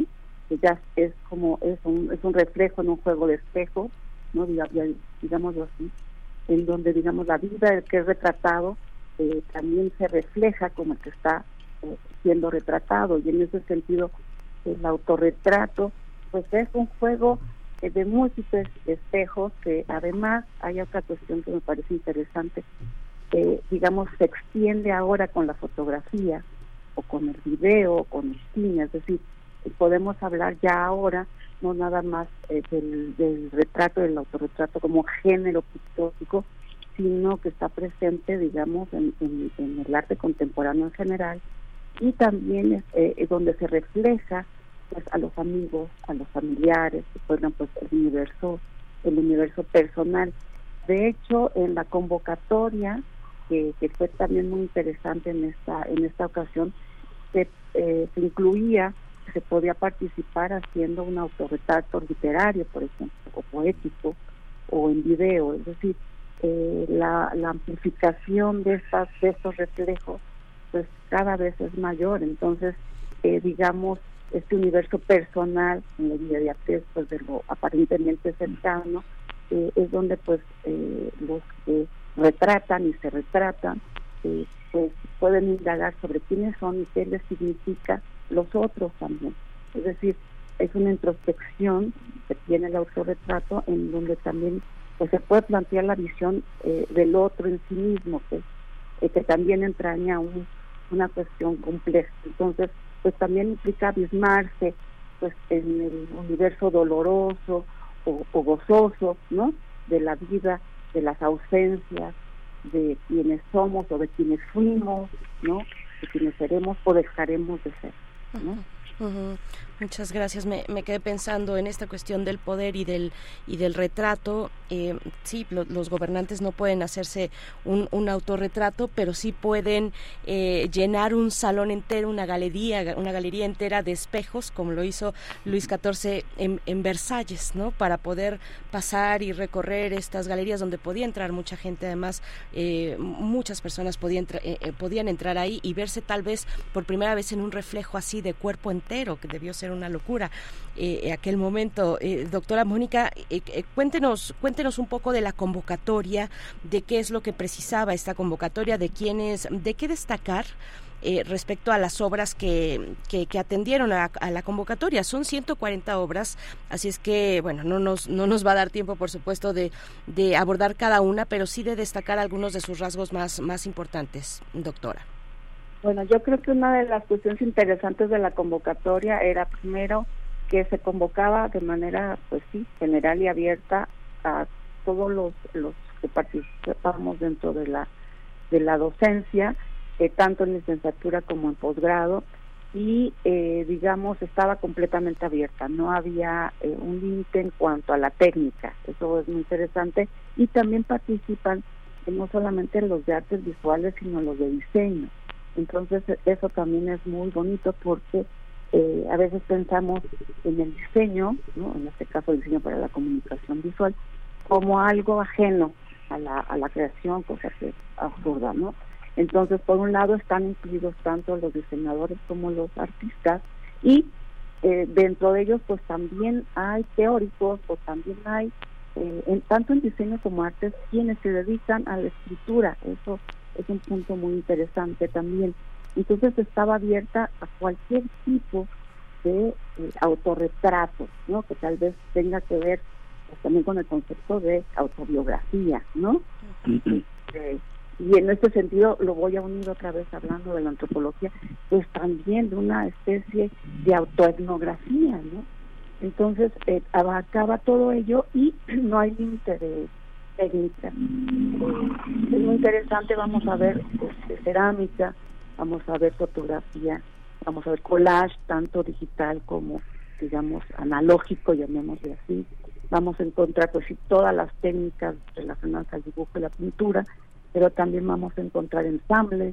que ya es como es un, es un reflejo en un juego de espejo, ¿no? Digámoslo así, en donde, digamos, la vida del que es retratado eh, también se refleja como el que está eh, siendo retratado, y en ese sentido el autorretrato pues es un juego eh, de múltiples espejos, que además hay otra cuestión que me parece interesante, eh, digamos, se extiende ahora con la fotografía o con el video o con el cine, es decir, eh, podemos hablar ya ahora no nada más eh, del, del retrato, del autorretrato como género pictórico, sino que está presente, digamos, en, en, en el arte contemporáneo en general, y también es eh, donde se refleja pues a los amigos, a los familiares, que fueron pues el universo, el universo personal. De hecho, en la convocatoria, que, que fue también muy interesante en esta, en esta ocasión, se, eh, se incluía que se podía participar haciendo un autorretrato literario, por ejemplo, o poético, o en video, es decir, eh, la, la amplificación de estas, de estos reflejos pues cada vez es mayor. Entonces eh, digamos, este universo personal en la inmediatez pues de lo aparentemente cercano eh, es donde pues eh, los que retratan y se retratan eh, pues pueden indagar sobre quiénes son y qué les significa los otros también. Es decir, es una introspección que tiene el autorretrato, en donde también pues se puede plantear la visión eh, del otro en sí mismo, que, eh, que también entraña un, una cuestión compleja. Entonces pues también implica abismarse pues en el universo doloroso o, o gozoso, ¿no?, de la vida, de las ausencias, de quienes somos o de quienes fuimos, ¿no?, de quienes seremos o dejaremos de ser, ¿no? Uh-huh. Muchas gracias. Me, me quedé pensando en esta cuestión del poder y del y del retrato. Eh, sí, lo, los gobernantes no pueden hacerse un, un autorretrato, pero sí pueden eh, llenar un salón entero, una galería, una galería entera de espejos, como lo hizo Luis catorce en, en Versalles, ¿no? Para poder pasar y recorrer estas galerías donde podía entrar mucha gente. Además, eh, muchas personas podían eh, podían entrar ahí y verse tal vez por primera vez en un reflejo así de cuerpo entero, que debió ser una locura eh, aquel momento. Eh, doctora Mónica, eh, eh, cuéntenos, cuéntenos un poco de la convocatoria, de qué es lo que precisaba esta convocatoria, de quiénes, de qué destacar eh, respecto a las obras que, que, que atendieron a, a la convocatoria. Son ciento cuarenta obras, así es que, bueno, no nos, no nos va a dar tiempo, por supuesto, de, de abordar cada una, pero sí de destacar algunos de sus rasgos más, más importantes, doctora. Bueno, yo creo que una de las cuestiones interesantes de la convocatoria era, primero, que se convocaba de manera, pues sí, general y abierta a todos los, los que participamos dentro de la de la docencia, eh, tanto en licenciatura como en posgrado, y, eh, digamos, estaba completamente abierta. No había eh, un límite en cuanto a la técnica. Eso es muy interesante. Y también participan eh, no solamente los de artes visuales, sino los de diseño. Entonces eso también es muy bonito, porque eh, a veces pensamos en el diseño, ¿no?, en este caso el diseño para la comunicación visual, como algo ajeno a la, a la creación, cosa que es absurda, ¿no? Entonces, por un lado están incluidos tanto los diseñadores como los artistas, y eh, dentro de ellos pues también hay teóricos, o también hay eh, en, tanto en diseño como artes, quienes se dedican a la escritura. Eso es un punto muy interesante también. Entonces estaba abierta a cualquier tipo de eh, autorretrato, ¿no?, que tal vez tenga que ver pues, también con el concepto de autobiografía, ¿no? Uh-huh. eh, y en este sentido lo voy a unir otra vez, hablando de la antropología, pues también de una especie de autoetnografía, ¿no? Entonces eh, abarcaba todo ello y no hay límite de técnica. Eh, es muy interesante. Vamos a ver este, cerámica, vamos a ver fotografía, vamos a ver collage, tanto digital como, digamos, analógico, llamémosle así. Vamos a encontrar pues sí, todas las técnicas relacionadas al dibujo y la pintura, pero también vamos a encontrar ensambles,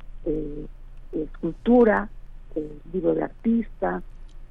eh, escultura, eh, libro de artista.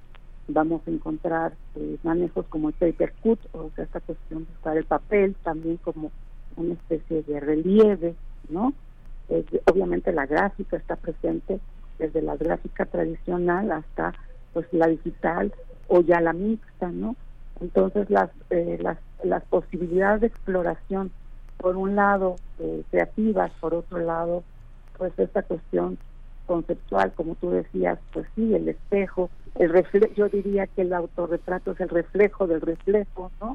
Vamos a encontrar eh, manejos como el paper cut, o sea, esta cuestión de usar el papel también como una especie de relieve, ¿no? Eh, obviamente la gráfica está presente, desde la gráfica tradicional hasta pues la digital, o ya la mixta, ¿no? Entonces las eh, las las posibilidades de exploración, por un lado eh, creativas, por otro lado pues esta cuestión conceptual, como tú decías, pues sí, el espejo, el refle- yo diría que el autorretrato es el reflejo del reflejo, ¿no?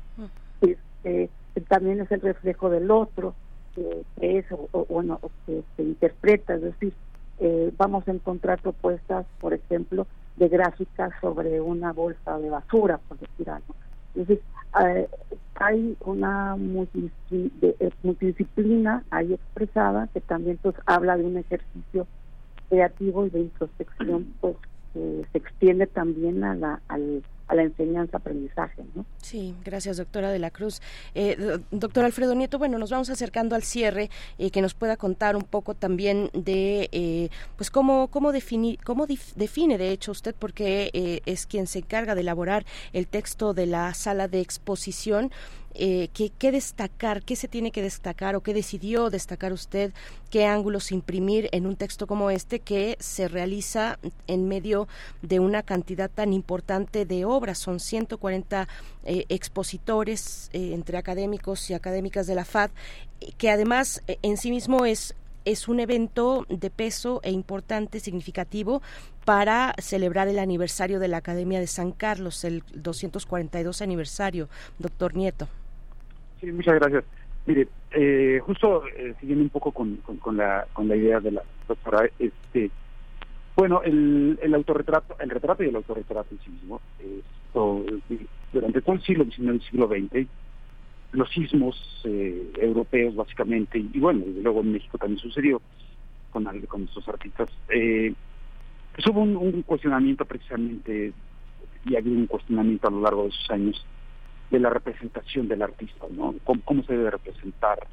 Este, también es el reflejo del otro, eh, que es o, o bueno o que se interpreta, es decir, eh, vamos a encontrar propuestas, por ejemplo, de gráficas sobre una bolsa de basura, por decir algo. Es decir, eh, hay una multidisciplina, de, eh, multidisciplina ahí expresada que también pues habla de un ejercicio creativo y de introspección, pues que se extiende también a la al, a la enseñanza-aprendizaje, ¿no? Sí, gracias, doctora de la Cruz. Eh, do, doctor Alfredo Nieto, bueno, nos vamos acercando al cierre, eh, que nos pueda contar un poco también de, eh, pues, cómo cómo, defini, cómo dif, define, de hecho, usted, porque eh, es quien se encarga de elaborar el texto de la sala de exposición. Eh, ¿qué, ¿Qué destacar? ¿Qué se tiene que destacar o qué decidió destacar usted? ¿Qué ángulos imprimir en un texto como este que se realiza en medio de una cantidad tan importante de obras? Son ciento cuarenta eh, expositores eh, entre académicos y académicas de la F A D, que además eh, en sí mismo es es un evento de peso e importante, significativo, para celebrar el aniversario de la Academia de San Carlos, el doscientos cuarenta y dos aniversario, doctor Nieto. Sí, muchas gracias. Mire, eh, justo eh, siguiendo un poco con, con, con la con la idea de la doctora, este, bueno, el, el autorretrato, el retrato y el autorretrato en sí mismo, esto, durante todo el siglo diecinueve y el siglo veinte, los sismos eh, europeos básicamente, y bueno, desde luego en México también sucedió con, con estos artistas, eh, pues hubo un, un cuestionamiento precisamente, y ha habido un cuestionamiento a lo largo de esos años, de la representación del artista, ¿no? ¿Cómo, cómo se debe representar?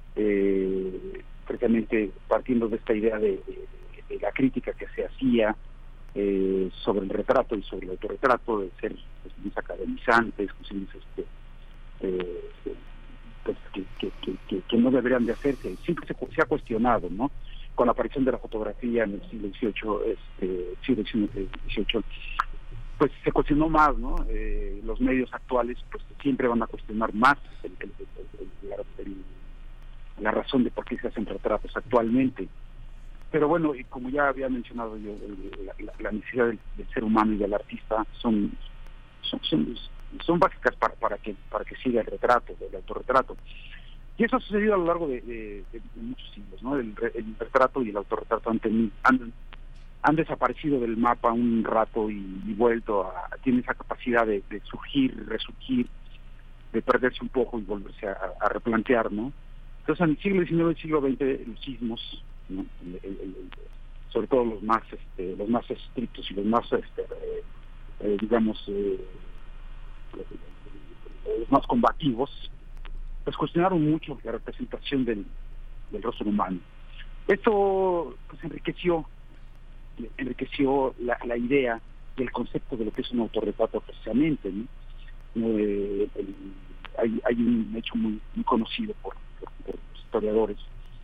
Eh, precisamente partiendo de esta idea de, de, de la crítica que se hacía eh, sobre el retrato y sobre el autorretrato, de ser cuestiones academizantes, cuestiones este, eh, pues, que, que, que, que, que no deberían de hacerse. Siempre se, se ha cuestionado, ¿no? Con la aparición de la fotografía en el siglo dieciocho, este, siglo dieciocho, pues se cuestionó más, ¿no? Eh, los medios actuales pues siempre van a cuestionar más el, el, el, el, el, la razón de por qué se hacen retratos actualmente. Pero bueno, y como ya había mencionado yo, el, la, la necesidad del, del ser humano y del artista son son, son, son básicas para, para que para que siga el retrato, el autorretrato. Y eso ha sucedido a lo largo de, de, de, de muchos siglos, ¿no? El, el retrato y el autorretrato han, tenido, han han desaparecido del mapa un rato y, y vuelto a, tienen esa capacidad de, de surgir, resurgir, de perderse un poco y volverse a, a replantear, ¿no? Entonces, en el siglo diecinueve y el siglo veinte, los sismos, ¿no? el, el, el, sobre todo los más este, los más estrictos y los más, este, eh, eh, digamos, eh, los más combativos, pues cuestionaron mucho la representación del, del rostro humano. Esto pues enriqueció enriqueció la, la idea y el concepto de lo que es un autorretrato precisamente, ¿no? Eh, el, hay, hay un hecho muy, muy conocido por, por, por los historiadores,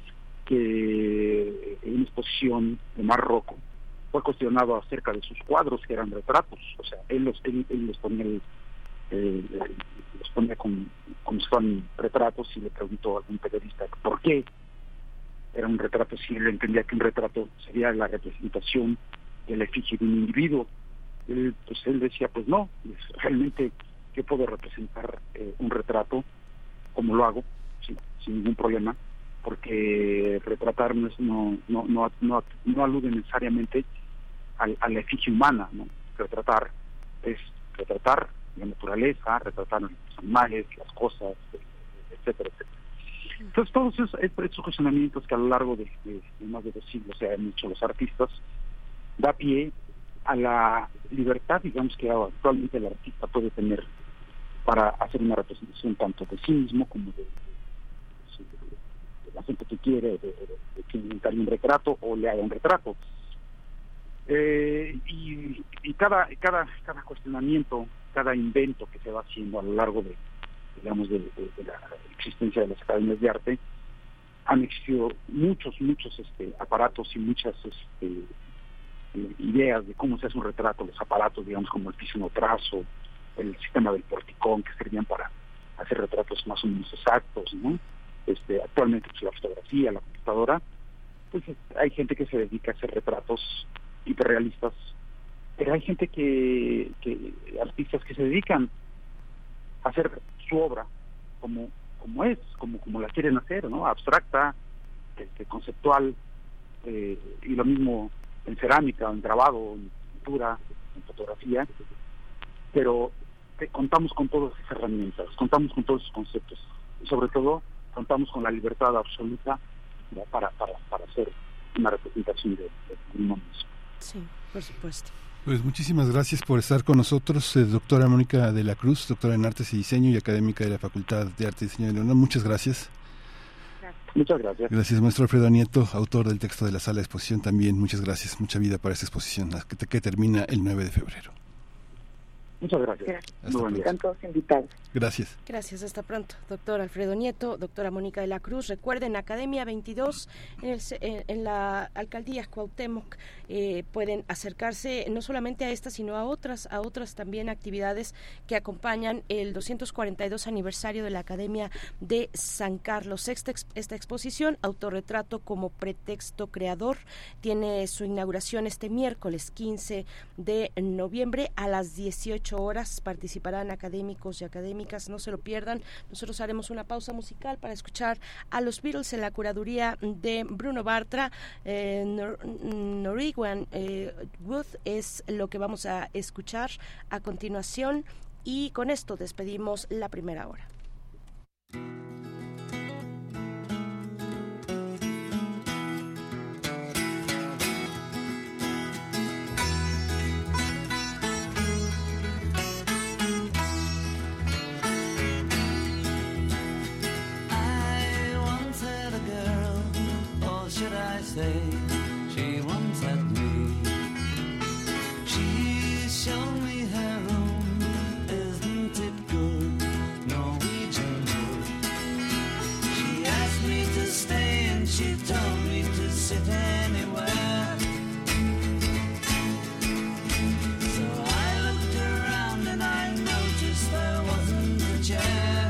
que en una exposición de Marroco fue cuestionado acerca de sus cuadros, que eran retratos. O sea, él los, él, él los ponía, el, eh, los ponía como, como si fueran retratos, y le preguntó a algún periodista por qué era un retrato, si él entendía que un retrato sería la representación del efigie de un individuo. Él, pues él decía, pues no, pues, realmente yo puedo representar eh, un retrato como lo hago, sin, sin ningún problema, porque retratar no, es, no, no, no, no, no alude necesariamente al, a la efigie humana, ¿no? Retratar es retratar la naturaleza, retratar los animales, las cosas, etcétera, etcétera. Entonces, todos esos, esos cuestionamientos que a lo largo de, de, de más de dos siglos se han hecho los artistas, da pie a la libertad, digamos, que actualmente el artista puede tener para hacer una representación tanto de sí mismo como de, de, de, de la gente que quiere, de, de, de que inventar un retrato o le haga un retrato. Eh, y y cada, cada, cada cuestionamiento, cada invento que se va haciendo a lo largo de digamos, de, de, de la existencia de las academias de arte, han existido muchos, muchos este, aparatos y muchas este, eh, ideas de cómo se hace un retrato, los aparatos, digamos, como el pisinotrazo, el sistema del porticón, que servían para hacer retratos más o menos exactos, ¿no? Este, actualmente pues, la fotografía, la computadora, pues hay gente que se dedica a hacer retratos hiperrealistas, pero hay gente que, que artistas que se dedican a hacer su obra como como es, como como la quieren hacer, ¿no? Abstracta, este, conceptual, eh, y lo mismo en cerámica, en grabado, en pintura, en fotografía, pero eh, contamos con todas esas herramientas, contamos con todos esos conceptos, y sobre todo contamos con la libertad absoluta, ¿no? para, para, para hacer una representación de, de uno mismo. Sí, por supuesto. Pues muchísimas gracias por estar con nosotros, eh, doctora Mónica de la Cruz, doctora en Artes y Diseño y académica de la Facultad de Arte y Diseño de la UNAM. Muchas gracias. Muchas gracias. Gracias, maestro Alfredo Nieto, autor del texto de la sala de exposición también. Muchas gracias. Mucha vida para esta exposición que, que termina el nueve de febrero. Muchas gracias. Gracias. Están todos invitados. Gracias. Gracias, hasta pronto. Doctor Alfredo Nieto, doctora Mónica de la Cruz. Recuerden, Academia veintidós, en, el, en, en la Alcaldía Cuauhtémoc, eh, pueden acercarse no solamente a esta, sino a otras, a otras también actividades que acompañan el doscientos cuarenta y dos aniversario de la Academia de San Carlos. Esta, esta exposición, Autorretrato como pretexto creador, tiene su inauguración este miércoles quince de noviembre a las dieciocho horas. Participarán académicos y académicas, no se lo pierdan. Nosotros haremos una pausa musical para escuchar a los Beatles en la curaduría de Bruno Bartra. eh, Nor- Norwegian eh, Wood es lo que vamos a escuchar a continuación, y con esto despedimos la primera hora. Should I say she once had me? She showed me her room, isn't it good? Norwegian wood. She asked me to stay and she told me to sit anywhere. So I looked around and I noticed there wasn't a chair.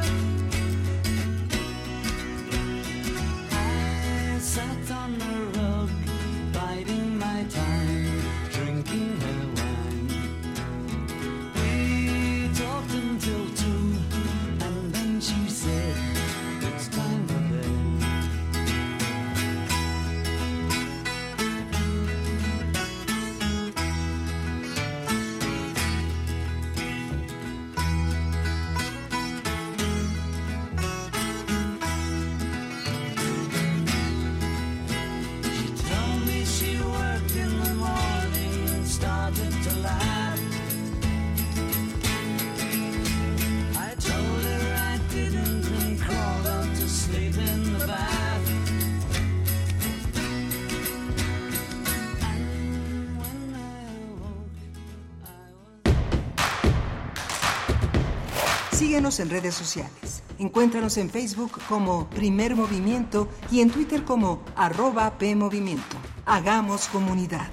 Sat on the rug, biding my time, drinking her wine. We talked until two, and then she said, it's time for bed. Síguenos en redes sociales. Encuéntranos en Facebook como Primer Movimiento y en Twitter como arroba PMovimiento. Hagamos comunidad.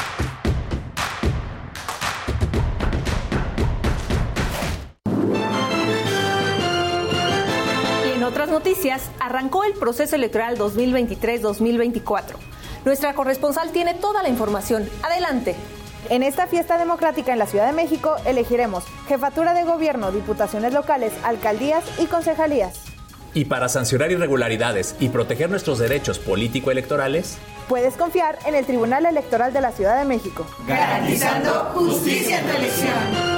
Y en otras noticias, arrancó el proceso electoral dos mil veintitrés dos mil veinticuatro. Nuestra corresponsal tiene toda la información. Adelante. En esta fiesta democrática en la Ciudad de México elegiremos jefatura de gobierno, diputaciones locales, alcaldías y concejalías. Y para sancionar irregularidades y proteger nuestros derechos político-electorales, puedes confiar en el Tribunal Electoral de la Ciudad de México. Garantizando justicia en tu elección.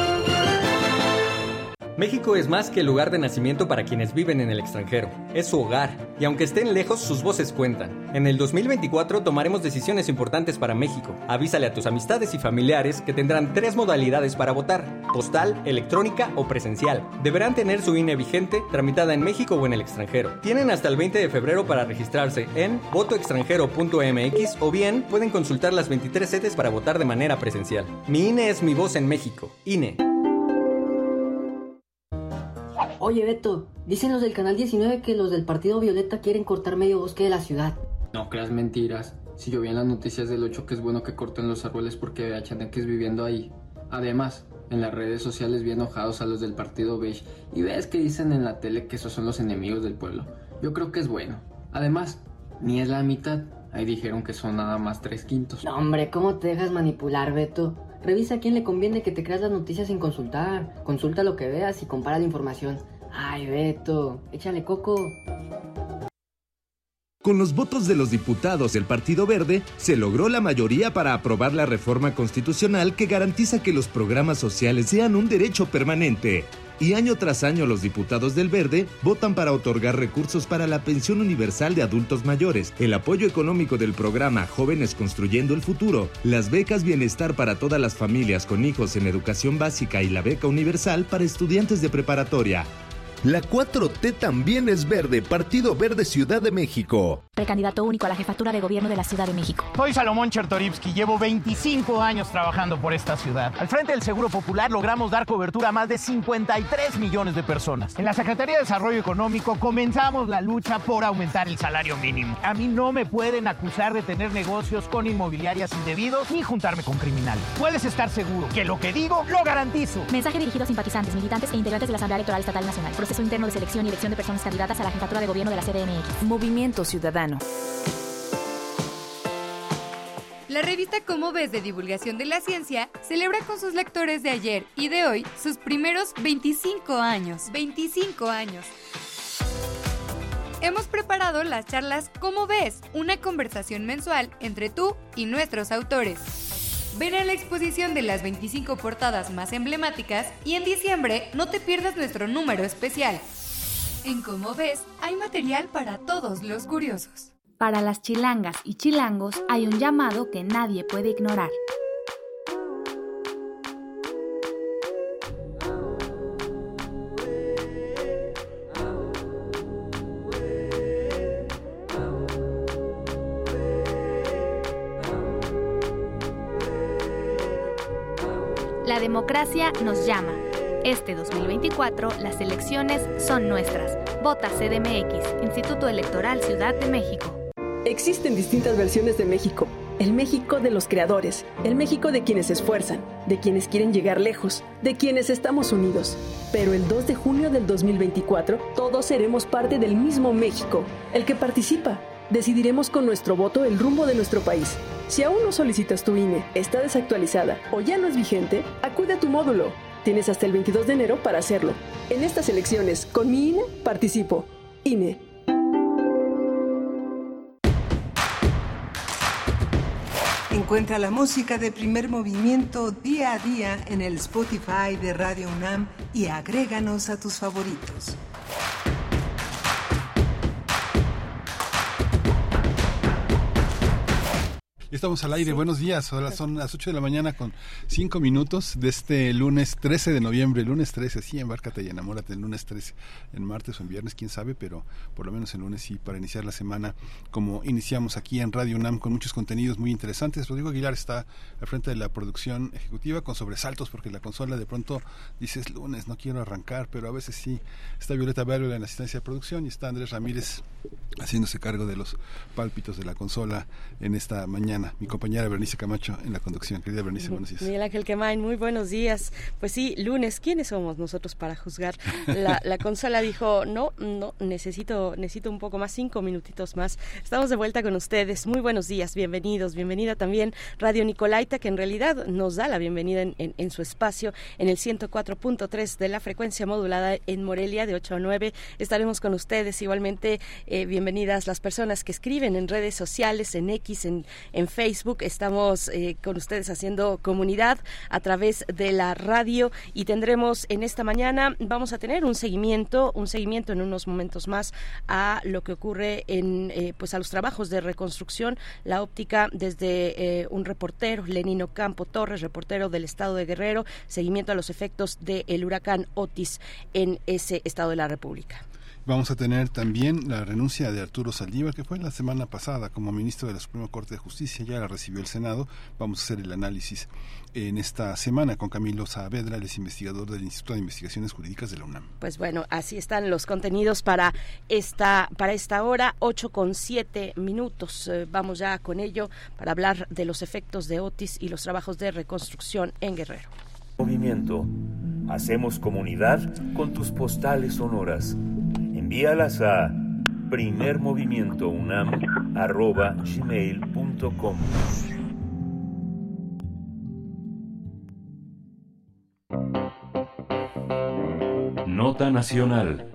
México es más que el lugar de nacimiento para quienes viven en el extranjero. Es su hogar, y aunque estén lejos, sus voces cuentan. En el dos mil veinticuatro tomaremos decisiones importantes para México. Avísale a tus amistades y familiares que tendrán tres modalidades para votar: postal, electrónica o presencial. Deberán tener su I N E vigente, tramitada en México o en el extranjero. Tienen hasta el veinte de febrero para registrarse en voto extranjero punto m x o bien pueden consultar las veintitrés sedes para votar de manera presencial. Mi I N E es mi voz en México. I N E. Oye, Beto, dicen los del Canal diecinueve que los del Partido Violeta quieren cortar medio bosque de la ciudad. No creas mentiras. Si yo vi en las noticias del ocho que es bueno que corten los árboles porque vea chaneques viviendo ahí. Además, en las redes sociales vi enojados a los del partido beige y ves que dicen en la tele que esos son los enemigos del pueblo. Yo creo que es bueno. Además, ni es la mitad. Ahí dijeron que son nada más tres quintos. No, hombre, ¿cómo te dejas manipular, Beto? Revisa a quién le conviene que te creas las noticias sin consultar. Consulta lo que veas y compara la información. Ay, Beto, échale coco. Con los votos de los diputados del Partido Verde, se logró la mayoría para aprobar la reforma constitucional que garantiza que los programas sociales sean un derecho permanente. Y año tras año los diputados del Verde votan para otorgar recursos para la pensión universal de adultos mayores, el apoyo económico del programa Jóvenes Construyendo el Futuro, las becas bienestar para todas las familias con hijos en educación básica y la beca universal para estudiantes de preparatoria. La cuatro T también es verde, Partido Verde Ciudad de México. Precandidato único a la jefatura de gobierno de la Ciudad de México. Soy Salomón Chertorivsky, llevo veinticinco años trabajando por esta ciudad. Al frente del Seguro Popular logramos dar cobertura a más de cincuenta y tres millones de personas. En la Secretaría de Desarrollo Económico comenzamos la lucha por aumentar el salario mínimo. A mí no me pueden acusar de tener negocios con inmobiliarias indebidos ni juntarme con criminales. Puedes estar seguro que lo que digo lo garantizo. Mensaje dirigido a simpatizantes, militantes e integrantes de la Asamblea Electoral Estatal Nacional. Proceso interno de selección y elección de personas candidatas a la jefatura de gobierno de la C D M X. Movimiento Ciudadano. La revista Cómo Ves de Divulgación de la Ciencia celebra con sus lectores de ayer y de hoy sus primeros veinticinco años. veinticinco años. Hemos preparado las charlas Cómo Ves, una conversación mensual entre tú y nuestros autores. Ven a la exposición de las veinticinco portadas más emblemáticas y en diciembre no te pierdas nuestro número especial. En Cómo Ves hay material para todos los curiosos. Para las chilangas y chilangos hay un llamado que nadie puede ignorar. La democracia nos llama. Este dos mil veinticuatro, las elecciones son nuestras. Vota C D M X, Instituto Electoral Ciudad de México. Existen distintas versiones de México. El México de los creadores, el México de quienes se esfuerzan, de quienes quieren llegar lejos, de quienes estamos unidos. Pero el dos de junio del dos mil veinticuatro, todos seremos parte del mismo México, el que participa. Decidiremos con nuestro voto el rumbo de nuestro país. Si aún no solicitas tu I N E, está desactualizada o ya no es vigente, acude a tu módulo. Tienes hasta el veintidós de enero para hacerlo. En estas elecciones, con mi I N E, participo. I N E. Encuentra la música de Primer Movimiento día a día en el Spotify de Radio UNAM y agréganos a tus favoritos. Estamos al aire, buenos días, ahora son las ocho de la mañana con cinco minutos de este lunes trece de noviembre, lunes trece, sí, embárcate y enamórate el lunes trece, en martes o en viernes, quién sabe, pero por lo menos el lunes sí, para iniciar la semana, como iniciamos aquí en Radio UNAM con muchos contenidos muy interesantes. Rodrigo Aguilar está al frente de la producción ejecutiva con sobresaltos, porque la consola de pronto dices lunes, no quiero arrancar, pero a veces sí. Está Violeta Válvula en la asistencia de producción y está Andrés Ramírez haciéndose cargo de los pálpitos de la consola en esta mañana. Mi compañera Bernice Camacho en la conducción. Querida Bernice, buenos días. Miguel Ángel Quemain, muy buenos días. Pues sí, lunes, ¿quiénes somos nosotros para juzgar? La, la consola dijo, no, no, necesito necesito un poco más, cinco minutitos más. Estamos de vuelta con ustedes. Muy buenos días, bienvenidos. Bienvenida también Radio Nicolaita, que en realidad nos da la bienvenida en, en, en su espacio, en el ciento cuatro punto tres de la frecuencia modulada en Morelia, de ocho a nueve. Estaremos con ustedes. Igualmente, eh, bienvenidas las personas que escriben en redes sociales, en X, en, en Facebook. Estamos eh, con ustedes haciendo comunidad a través de la radio y tendremos en esta mañana, vamos a tener un seguimiento, un seguimiento en unos momentos más a lo que ocurre en, eh, pues a los trabajos de reconstrucción, la óptica desde eh, un reportero, Lenín Ocampo Torres, reportero del estado de Guerrero, seguimiento a los efectos del huracán Otis en ese estado de la República. Vamos a tener también la renuncia de Arturo Saldívar, que fue la semana pasada como ministro de la Suprema Corte de Justicia, ya la recibió el Senado. Vamos a hacer el análisis en esta semana con Camilo Saavedra, él es investigador del Instituto de Investigaciones Jurídicas de la UNAM. Pues bueno, así están los contenidos para esta, para esta hora, ocho con siete minutos. Eh, vamos ya con ello para hablar de los efectos de Otis y los trabajos de reconstrucción en Guerrero. Movimiento. Hacemos comunidad con tus postales sonoras. Envíalas a primermovimientounam arroba gmail punto com. Nota Nacional.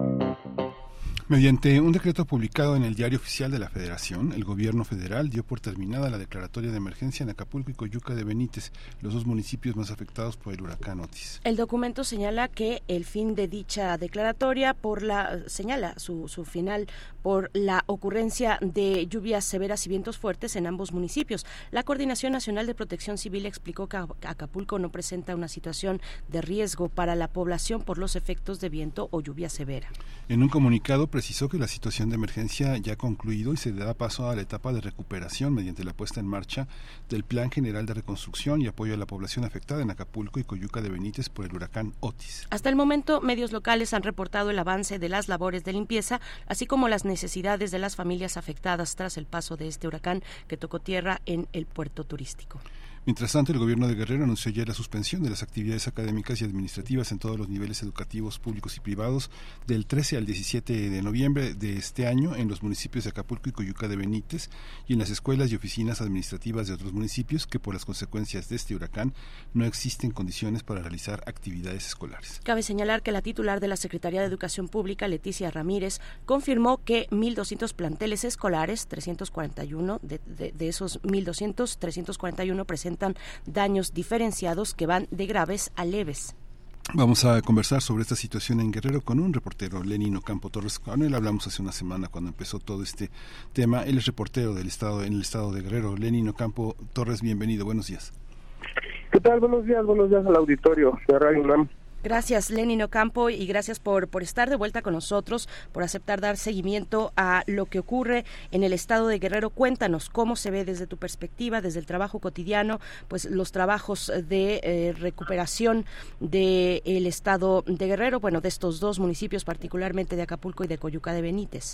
Mediante un decreto publicado en el Diario Oficial de la Federación, el gobierno federal dio por terminada la declaratoria de emergencia en Acapulco y Coyuca de Benítez, los dos municipios más afectados por el huracán Otis. El documento señala que el fin de dicha declaratoria por la señala su, su final por la ocurrencia de lluvias severas y vientos fuertes en ambos municipios. La Coordinación Nacional de Protección Civil explicó que Acapulco no presenta una situación de riesgo para la población por los efectos de viento o lluvia severa. En un comunicado precisó que la situación de emergencia ya ha concluido y se da paso a la etapa de recuperación mediante la puesta en marcha del Plan General de Reconstrucción y apoyo a la población afectada en Acapulco y Coyuca de Benítez por el huracán Otis. Hasta el momento, medios locales han reportado el avance de las labores de limpieza, así como las necesidades de las familias afectadas tras el paso de este huracán que tocó tierra en el puerto turístico. Mientras tanto, el gobierno de Guerrero anunció ya la suspensión de las actividades académicas y administrativas en todos los niveles educativos públicos y privados del trece al diecisiete de noviembre de este año en los municipios de Acapulco y Coyuca de Benítez y en las escuelas y oficinas administrativas de otros municipios que por las consecuencias de este huracán no existen condiciones para realizar actividades escolares. Cabe señalar que la titular de la Secretaría de Educación Pública, Leticia Ramírez, confirmó que mil doscientos planteles escolares, trescientos cuarenta y uno de, de, de esos mil doscientos, trescientos cuarenta y uno presentan daños diferenciados que van de graves a leves. Vamos a conversar sobre esta situación en Guerrero con un reportero, Lenin Ocampo Torres. Con él hablamos hace una semana cuando empezó todo este tema. Él es reportero del estado en el estado de Guerrero. Lenin Ocampo Torres, bienvenido. Buenos días. ¿Qué tal? Buenos días. Buenos días al auditorio de Radio UNAM. Gracias, Lenin Ocampo, y gracias por, por estar de vuelta con nosotros, por aceptar dar seguimiento a lo que ocurre en el estado de Guerrero. Cuéntanos cómo se ve desde tu perspectiva, desde el trabajo cotidiano, pues los trabajos de eh, recuperación del estado de Guerrero, bueno, de estos dos municipios, particularmente de Acapulco y de Coyuca de Benítez.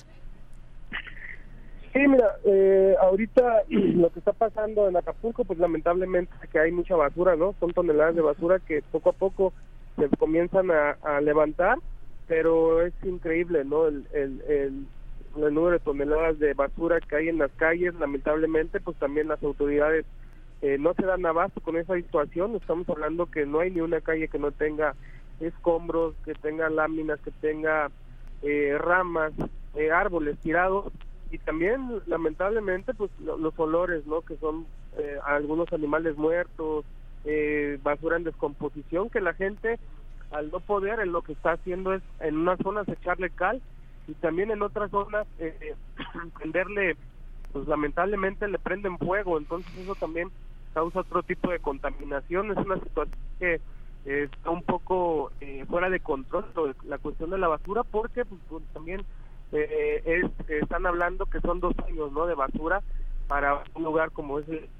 Sí, mira, eh, ahorita lo que está pasando en Acapulco, pues lamentablemente que hay mucha basura, ¿no? Son toneladas de basura que poco a poco se comienzan a, a levantar, pero es increíble, ¿no? El, el, el, el número de toneladas de basura que hay en las calles, lamentablemente, pues también las autoridades eh, no se dan abasto con esa situación. Estamos hablando que no hay ni una calle que no tenga escombros, que tenga láminas, que tenga eh, ramas, eh, árboles tirados, y también, lamentablemente, pues lo, los olores, ¿no? Que son eh, algunos animales muertos, Eh, basura en descomposición, que la gente al no poder en lo que está haciendo es en unas zonas echarle cal y también en otras zonas eh, prenderle, pues lamentablemente le prenden fuego, entonces eso también causa otro tipo de contaminación. Es una situación que eh, está un poco eh, fuera de control la cuestión de la basura, porque pues, pues también eh, es, están hablando que son dos años, ¿no?, de basura para un lugar como es el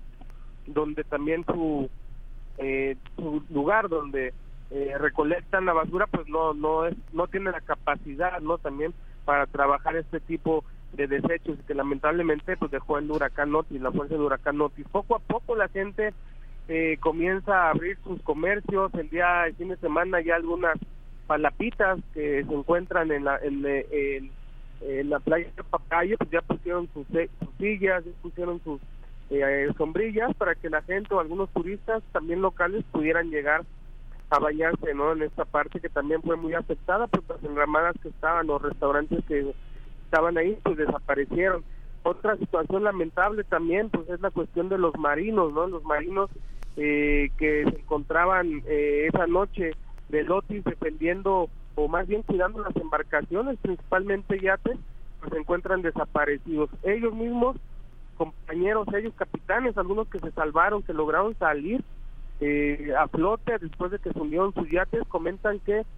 donde también su eh, su lugar donde eh, recolectan la basura, pues no no es no tiene la capacidad, no también para trabajar este tipo de desechos que lamentablemente pues dejó el huracán Otis, la fuerza del huracán Otis. Poco a poco la gente eh, comienza a abrir sus comercios. El día el fin de semana ya algunas palapitas que se encuentran en la en, en, en la playa de Papayo, pues ya pusieron sus, sus sillas, ya pusieron sus Eh, sombrillas para que la gente o algunos turistas también locales pudieran llegar a bañarse, ¿no?, en esta parte que también fue muy afectada, pues las enramadas que estaban, los restaurantes que estaban ahí, pues desaparecieron. Otra situación lamentable también, pues es la cuestión de los marinos, ¿no? Los marinos eh, que se encontraban eh, esa noche del Otis defendiendo, o más bien cuidando las embarcaciones, principalmente yates, pues se encuentran desaparecidos. Ellos mismos, compañeros, ellos capitanes, algunos que se salvaron, que lograron salir eh, a flote después de que se hundieron sus yates, comentan que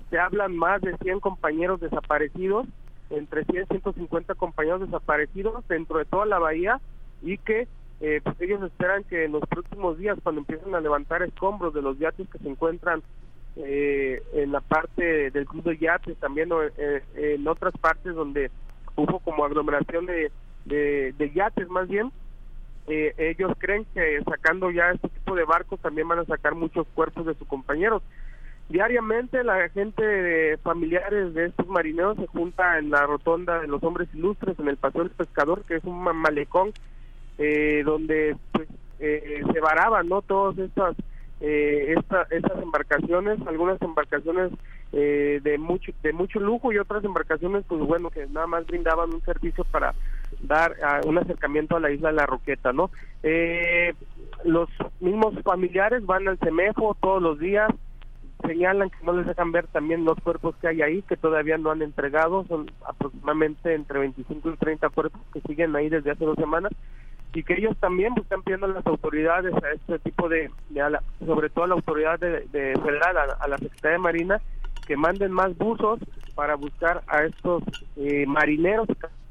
se hablan más de cien compañeros desaparecidos, entre cien y ciento cincuenta compañeros desaparecidos dentro de toda la bahía, y que eh, pues ellos esperan que en los próximos días, cuando empiecen a levantar escombros de los yates que se encuentran eh, en la parte del club de yates, también eh, en otras partes donde hubo como aglomeración de, de, de yates más bien, eh, ellos creen que sacando ya este tipo de barcos también van a sacar muchos cuerpos de sus compañeros. Diariamente la gente de familiares de estos marineros se junta en la rotonda de los hombres ilustres, en el Paseo del Pescador, que es un malecón eh, donde pues eh, se varaban, ¿no?, todas estas eh, esta, estas embarcaciones, algunas embarcaciones eh, de mucho de mucho lujo y otras embarcaciones pues bueno que nada más brindaban un servicio para dar uh, un acercamiento a la isla de la Roqueta, ¿no? Eh, los mismos familiares van al CEMEFO todos los días, señalan que no les dejan ver también los cuerpos que hay ahí, que todavía no han entregado, son aproximadamente entre veinticinco y treinta cuerpos que siguen ahí desde hace dos semanas, y que ellos también pues, están pidiendo a las autoridades, a este tipo de, de a la, sobre todo a la autoridad de, de federal, a, a la Secretaría de Marina, que manden más buzos para buscar a estos eh, marineros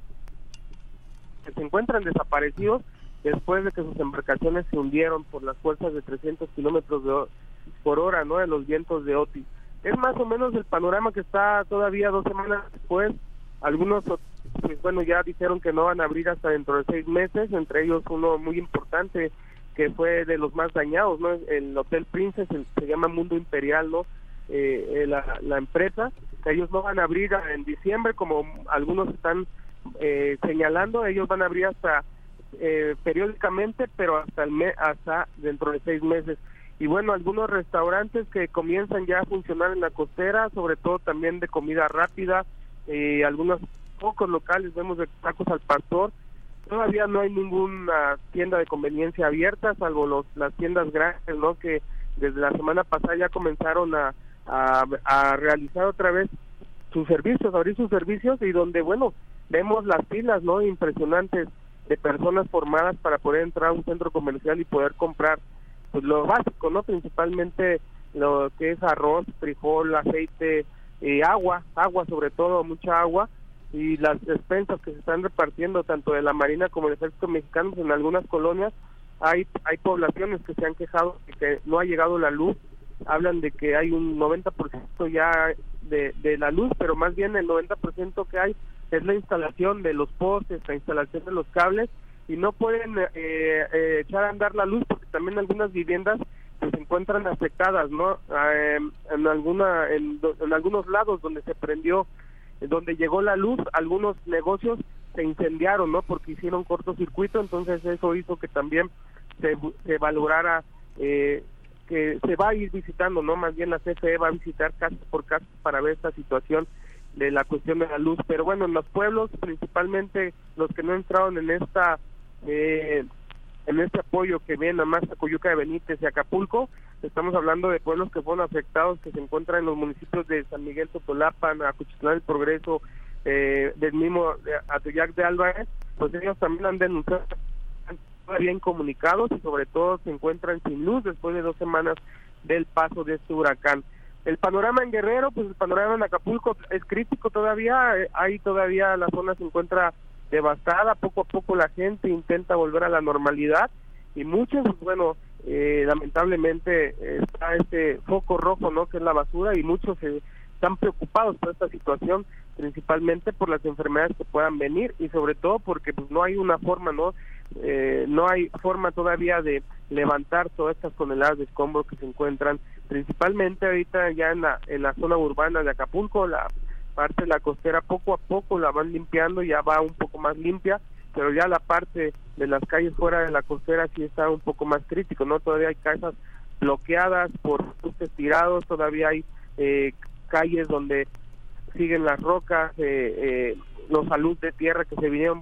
que se encuentran desaparecidos después de que sus embarcaciones se hundieron por las fuerzas de trescientos kilómetros de por hora, ¿no?, de los vientos de Otis. Es más o menos el panorama que está todavía dos semanas después. Algunos, pues bueno, ya dijeron que no van a abrir hasta dentro de seis meses, entre ellos uno muy importante que fue de los más dañados, ¿no?, el Hotel Princess, el, se llama Mundo Imperial, ¿no?, eh, eh, la, la empresa, que ellos no van a abrir en diciembre, como algunos están eh, señalando, ellos van a abrir hasta eh, periódicamente, pero hasta el mes, hasta dentro de seis meses. Y bueno, algunos restaurantes que comienzan ya a funcionar en la costera, sobre todo también de comida rápida, eh, algunos pocos locales, vemos de tacos al pastor. Todavía no hay ninguna tienda de conveniencia abierta, salvo los las tiendas grandes, ¿no?, que desde la semana pasada ya comenzaron a, a, a realizar otra vez sus servicios, abrir sus servicios, y donde, bueno, vemos las filas, ¿no?, impresionantes de personas formadas para poder entrar a un centro comercial y poder comprar pues lo básico, ¿no?, principalmente lo que es arroz, frijol, aceite, eh, agua, agua sobre todo, mucha agua, y las despensas que se están repartiendo tanto de la Marina como del Ejército Mexicano en algunas colonias. Hay hay poblaciones que se han quejado de que no ha llegado la luz, hablan de que hay un noventa por ciento ya de, de la luz, pero más bien el noventa por ciento que hay es la instalación de los postes, la instalación de los cables, y no pueden eh, eh, echar a andar la luz porque también algunas viviendas pues, se encuentran afectadas, ¿no? Eh, en alguna en, en algunos lados donde se prendió, donde llegó la luz, algunos negocios se incendiaron, ¿no?, porque hicieron cortocircuito. Entonces eso hizo que también se, se valorara eh, que se va a ir visitando, ¿no?, más bien la C F E va a visitar casa por casa para ver esta situación de la cuestión de la luz. Pero bueno, en los pueblos, principalmente los que no entraron en esta Eh, en este apoyo que viene a más a Coyuca de Benítez y Acapulco, estamos hablando de pueblos que fueron afectados, que se encuentran en los municipios de San Miguel Totolapan, Acuchitlán del Progreso, eh, del mismo de Atoyac de Álvarez, pues ellos también han denunciado, están todavía incomunicados y sobre todo se encuentran sin luz después de dos semanas del paso de este huracán. El panorama en Guerrero, pues el panorama en Acapulco es crítico todavía, eh, ahí todavía la zona se encuentra devastada, poco a poco la gente intenta volver a la normalidad y muchos, pues, bueno, eh, lamentablemente eh, está este foco rojo, ¿no?, que es la basura, y muchos eh, están preocupados por esta situación, principalmente por las enfermedades que puedan venir y sobre todo porque pues no hay una forma, no eh, no hay forma todavía de levantar todas estas toneladas de escombros que se encuentran principalmente ahorita ya en la en la zona urbana de Acapulco. La parte de la costera poco a poco la van limpiando, ya va un poco más limpia, pero ya la parte de las calles fuera de la costera sí está un poco más crítico, ¿no? Todavía hay casas bloqueadas por postes tirados, todavía hay eh, calles donde siguen las rocas, eh, eh, los alud de tierra que se vinieron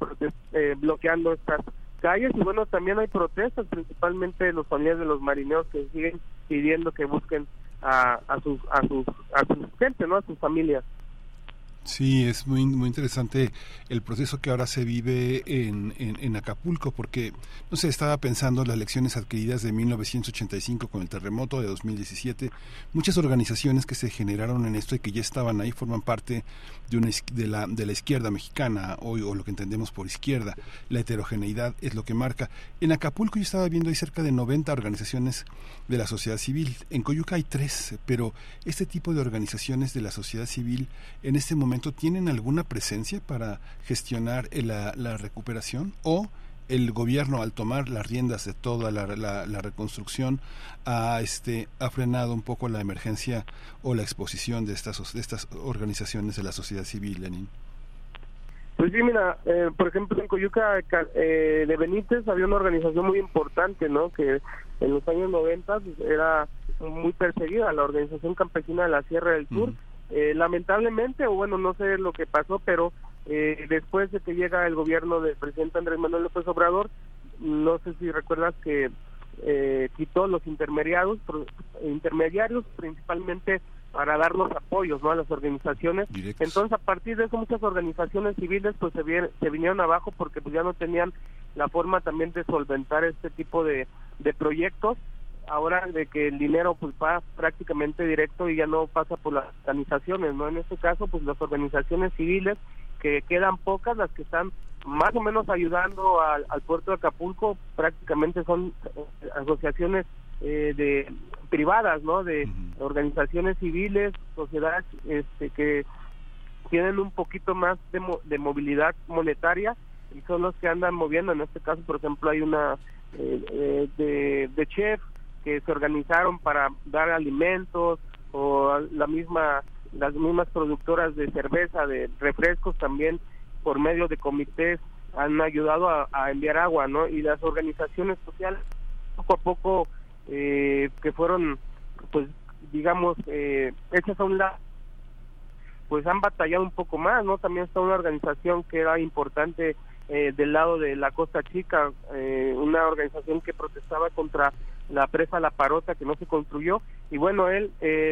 eh, bloqueando estas calles, y bueno, también hay protestas, principalmente los familiares de los marineros que siguen pidiendo que busquen a, a sus a sus a su gente, ¿no?, a sus familias. Sí, es muy muy interesante el proceso que ahora se vive en, en, en Acapulco, porque, no sé, estaba pensando en las lecciones adquiridas de mil novecientos ochenta y cinco con el terremoto de dos mil diecisiete. Muchas organizaciones que se generaron en esto y que ya estaban ahí forman parte de una de la de la izquierda mexicana, hoy, o lo que entendemos por izquierda. La heterogeneidad es lo que marca. En Acapulco yo estaba viendo hay cerca de noventa organizaciones de la sociedad civil. En Coyuca hay tres, pero este tipo de organizaciones de la sociedad civil en este momento ¿tienen alguna presencia para gestionar la, la recuperación? ¿O el gobierno, al tomar las riendas de toda la, la, la reconstrucción, ha, este, ha frenado un poco la emergencia o la exposición de estas, de estas organizaciones de la sociedad civil, Lenin? Pues sí, mira, eh, por ejemplo, en Coyuca eh, de Benítez había una organización muy importante, ¿no? Que en los años noventa pues, era muy perseguida, la Organización Campesina de la Sierra del Sur. Mm. Eh, lamentablemente, o bueno, no sé lo que pasó, pero eh, después de que llega el gobierno del presidente Andrés Manuel López Obrador, no sé si recuerdas que eh, quitó los intermediarios, intermediarios principalmente para dar los apoyos, ¿no?, a las organizaciones. Directos. Entonces, a partir de eso, muchas organizaciones civiles pues se, vier, se vinieron abajo porque pues ya no tenían la forma también de solventar este tipo de, de proyectos. Ahora de que el dinero pues va prácticamente directo y ya no pasa por las organizaciones, ¿no? En este caso, pues las organizaciones civiles, que quedan pocas, las que están más o menos ayudando al, al puerto de Acapulco, prácticamente son eh, asociaciones eh, de privadas, ¿no? De uh-huh. organizaciones civiles, sociedades este, que tienen un poquito más de, mo- de movilidad monetaria y son los que andan moviendo. En este caso, por ejemplo, hay una eh, eh, de, de chef que se organizaron para dar alimentos, o la misma las mismas productoras de cerveza, de refrescos también, por medio de comités han ayudado a, a enviar agua, ¿no? Y las organizaciones sociales poco a poco eh, que fueron, pues digamos, eh, hechas a un lado, pues han batallado un poco más, ¿no? También está una organización que era importante eh, del lado de la Costa Chica, eh, una organización que protestaba contra la presa La Parota que no se construyó, y bueno, él,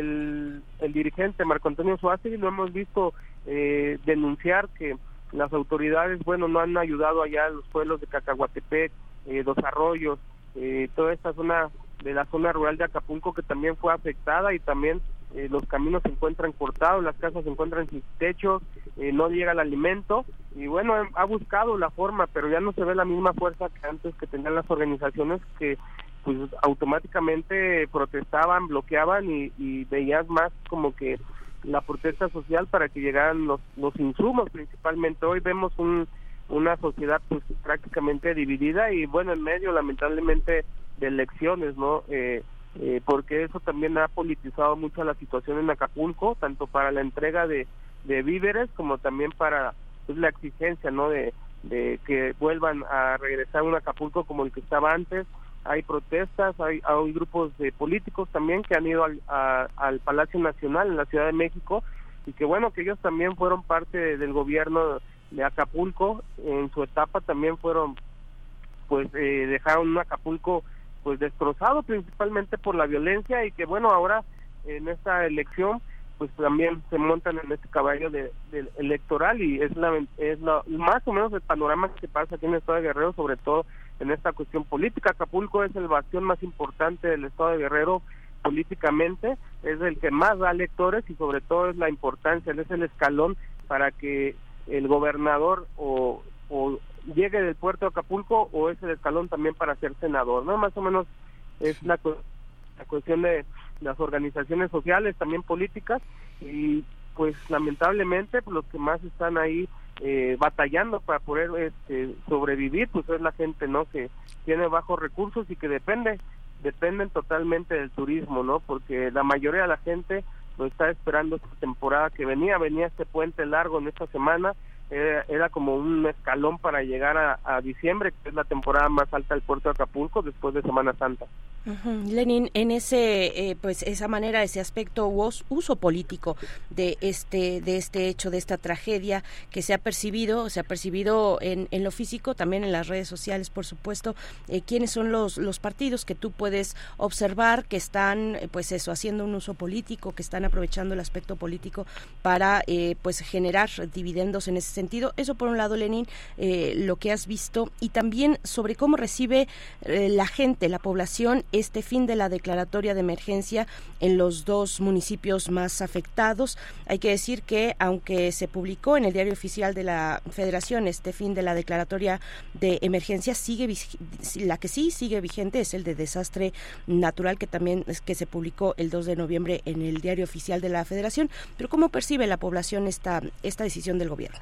el, el dirigente Marco Antonio Suárez, lo hemos visto eh, denunciar que las autoridades, bueno, no han ayudado allá a los pueblos de Cacahuatepec, eh, Dos Arroyos, eh, toda esta zona de la zona rural de Acapulco que también fue afectada, y también eh, los caminos se encuentran cortados, las casas se encuentran sin techo, eh, no llega el alimento, y bueno, ha buscado la forma, pero ya no se ve la misma fuerza que antes que tenían las organizaciones, que pues automáticamente protestaban, bloqueaban y, y veías más como que la protesta social para que llegaran los, los insumos principalmente. Hoy vemos un, una sociedad pues prácticamente dividida y bueno, en medio lamentablemente de elecciones, ¿no? Eh, eh, porque eso también ha politizado mucho la situación en Acapulco, tanto para la entrega de, de víveres como también para pues, la exigencia, ¿no? De, de que vuelvan a regresar a un Acapulco como el que estaba antes. Hay protestas, hay, hay grupos de políticos también que han ido al, a, al Palacio Nacional en la Ciudad de México, y que bueno, que ellos también fueron parte de, del gobierno de Acapulco, en su etapa también fueron, pues eh, dejaron un Acapulco pues destrozado principalmente por la violencia, y que bueno, ahora en esta elección pues también se montan en este caballo de, de electoral, y es la es la, más o menos el panorama que pasa aquí en el estado de Guerrero, sobre todo en esta cuestión política. Acapulco es el bastión más importante del estado de Guerrero políticamente, es el que más da electores, y sobre todo es la importancia, es el escalón para que el gobernador o, o llegue del puerto de Acapulco, o es el escalón también para ser senador, ¿no? Más o menos es la, la cuestión de las organizaciones sociales, también políticas, y pues lamentablemente pues, los que más están ahí eh, batallando para poder este, sobrevivir, pues es la gente, ¿no? Que tiene bajos recursos y que depende, dependen totalmente del turismo, ¿no? Porque la mayoría de la gente lo está esperando esta temporada que venía, venía este puente largo en esta semana, era, era como un escalón para llegar a, a diciembre, que es la temporada más alta del puerto de Acapulco después de Semana Santa. Uh-huh. Lenin, en ese eh, pues esa manera, ese aspecto u uso político de este de este hecho, de esta tragedia que se ha percibido, se ha percibido en, en lo físico, también en las redes sociales, por supuesto, eh, quiénes son los los partidos que tú puedes observar que están eh, pues eso, haciendo un uso político, que están aprovechando el aspecto político para eh, pues generar dividendos en ese sentido. Eso por un lado, Lenin, eh, lo que has visto, y también sobre cómo recibe eh, la gente, la población, este fin de la declaratoria de emergencia en los dos municipios más afectados. Hay que decir que aunque se publicó en el Diario Oficial de la Federación este fin de la declaratoria de emergencia, sigue la que sí sigue vigente es el de desastre natural, que también es que se publicó el dos de noviembre en el Diario Oficial de la Federación. Pero ¿cómo percibe la población esta esta decisión del gobierno?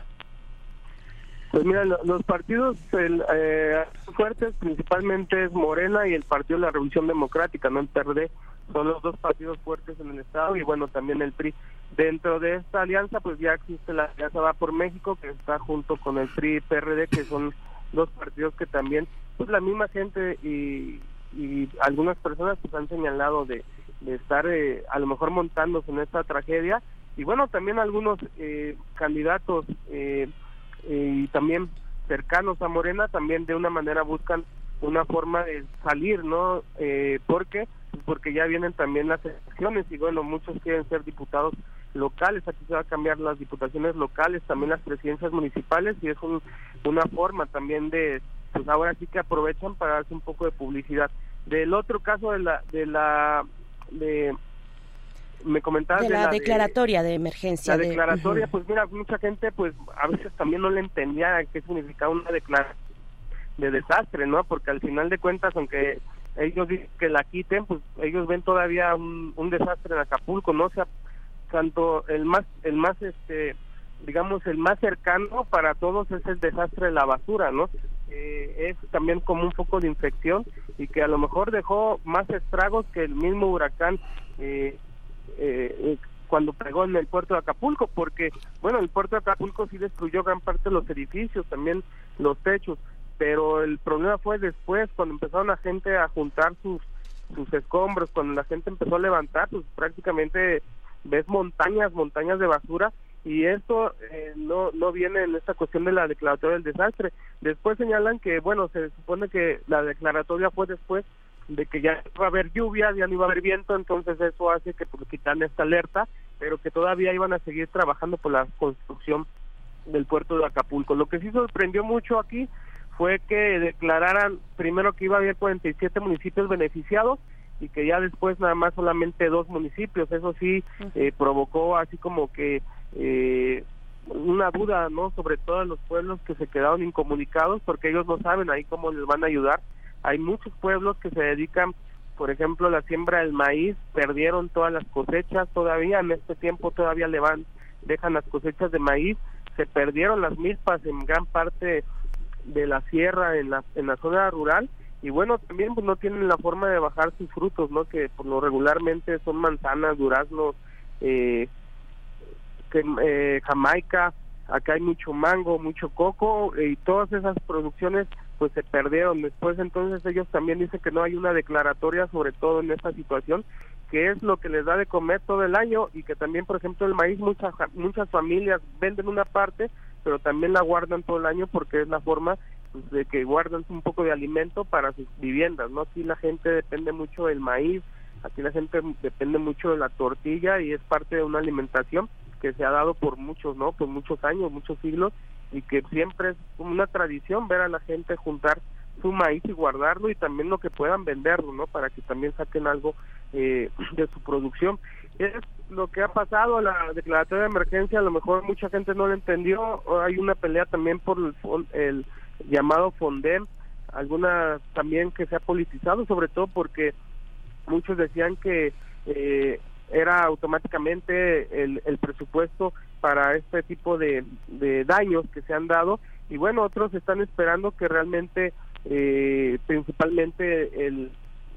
Pues mira, los partidos el, eh, fuertes principalmente es Morena y el Partido de la Revolución Democrática, no el P R D, son los dos partidos fuertes en el estado, y bueno, también el P R I. Dentro de esta alianza pues ya existe la Alianza Va por México, que está junto con el P R I y P R D, que son dos partidos que también pues la misma gente y, y algunas personas pues han señalado de, de estar eh, a lo mejor montándose en esta tragedia, y bueno, también algunos eh, candidatos eh, y también cercanos a Morena también de una manera buscan una forma de salir, ¿no? Eh, ¿Por qué? Porque ya vienen también las elecciones y bueno, muchos quieren ser diputados locales, aquí se va a cambiar las diputaciones locales, también las presidencias municipales, y es un, una forma también de, pues ahora sí que aprovechan para darse un poco de publicidad. Del otro caso de la, de la, de... me comentabas de la, de la declaratoria de, de emergencia. La de, declaratoria, uh-huh. Pues mira, mucha gente pues a veces también no le entendía qué significaba una declaración de desastre, ¿no? Porque al final de cuentas, aunque ellos dicen que la quiten, pues ellos ven todavía un, un desastre en Acapulco, ¿no? O sea, tanto el más, el más, este, digamos, el más cercano para todos es el desastre de la basura, ¿no? Eh, es también como un foco de infección y que a lo mejor dejó más estragos que el mismo huracán eh, Eh, cuando pegó en el puerto de Acapulco, porque bueno, el puerto de Acapulco sí destruyó gran parte de los edificios, también los techos, pero el problema fue después, cuando empezaron la gente a juntar sus sus escombros, cuando la gente empezó a levantar, pues prácticamente ves montañas, montañas de basura, y esto eh, no no viene en esta cuestión de la declaratoria del desastre. Después señalan que, bueno, se supone que la declaratoria fue después de que ya no iba a haber lluvia, ya no iba a haber viento, entonces eso hace que pues, quitan esta alerta, pero que todavía iban a seguir trabajando por la construcción del puerto de Acapulco. Lo que sí sorprendió mucho aquí fue que declararan primero que iba a haber cuarenta y siete municipios beneficiados y que ya después nada más solamente dos municipios. Eso sí eh, provocó así como que eh, una duda, ¿no? Sobre todo en los pueblos que se quedaron incomunicados, porque ellos no saben ahí cómo les van a ayudar. Hay muchos pueblos que se dedican, por ejemplo, a la siembra del maíz, perdieron todas las cosechas, todavía en este tiempo todavía le van, dejan las cosechas de maíz, se perdieron las milpas en gran parte de la sierra, en la en la zona rural, y bueno, también pues no tienen la forma de bajar sus frutos, ¿no? Que por lo regularmente son manzanas, duraznos, eh, que, eh, jamaica, acá hay mucho mango, mucho coco, y todas esas producciones pues se perdieron. Después entonces ellos también dicen que no hay una declaratoria, sobre todo en esta situación, que es lo que les da de comer todo el año, y que también, por ejemplo, el maíz, muchas muchas familias venden una parte, pero también la guardan todo el año porque es la forma pues, de que guardan un poco de alimento para sus viviendas, ¿no? Aquí la gente depende mucho del maíz, aquí la gente depende mucho de la tortilla, y es parte de una alimentación que se ha dado por muchos, ¿no? Por muchos años, muchos siglos, y que siempre es como una tradición ver a la gente juntar su maíz y guardarlo, y también lo que puedan venderlo, ¿no? Para que también saquen algo eh, de su producción. Es lo que ha pasado, la declaratoria de emergencia, a lo mejor mucha gente no lo entendió, hay una pelea también por el, el llamado Fondem, alguna también que se ha politizado, sobre todo porque muchos decían que eh, era automáticamente el, el presupuesto para este tipo de, de daños que se han dado, y bueno, otros están esperando que realmente eh, principalmente el,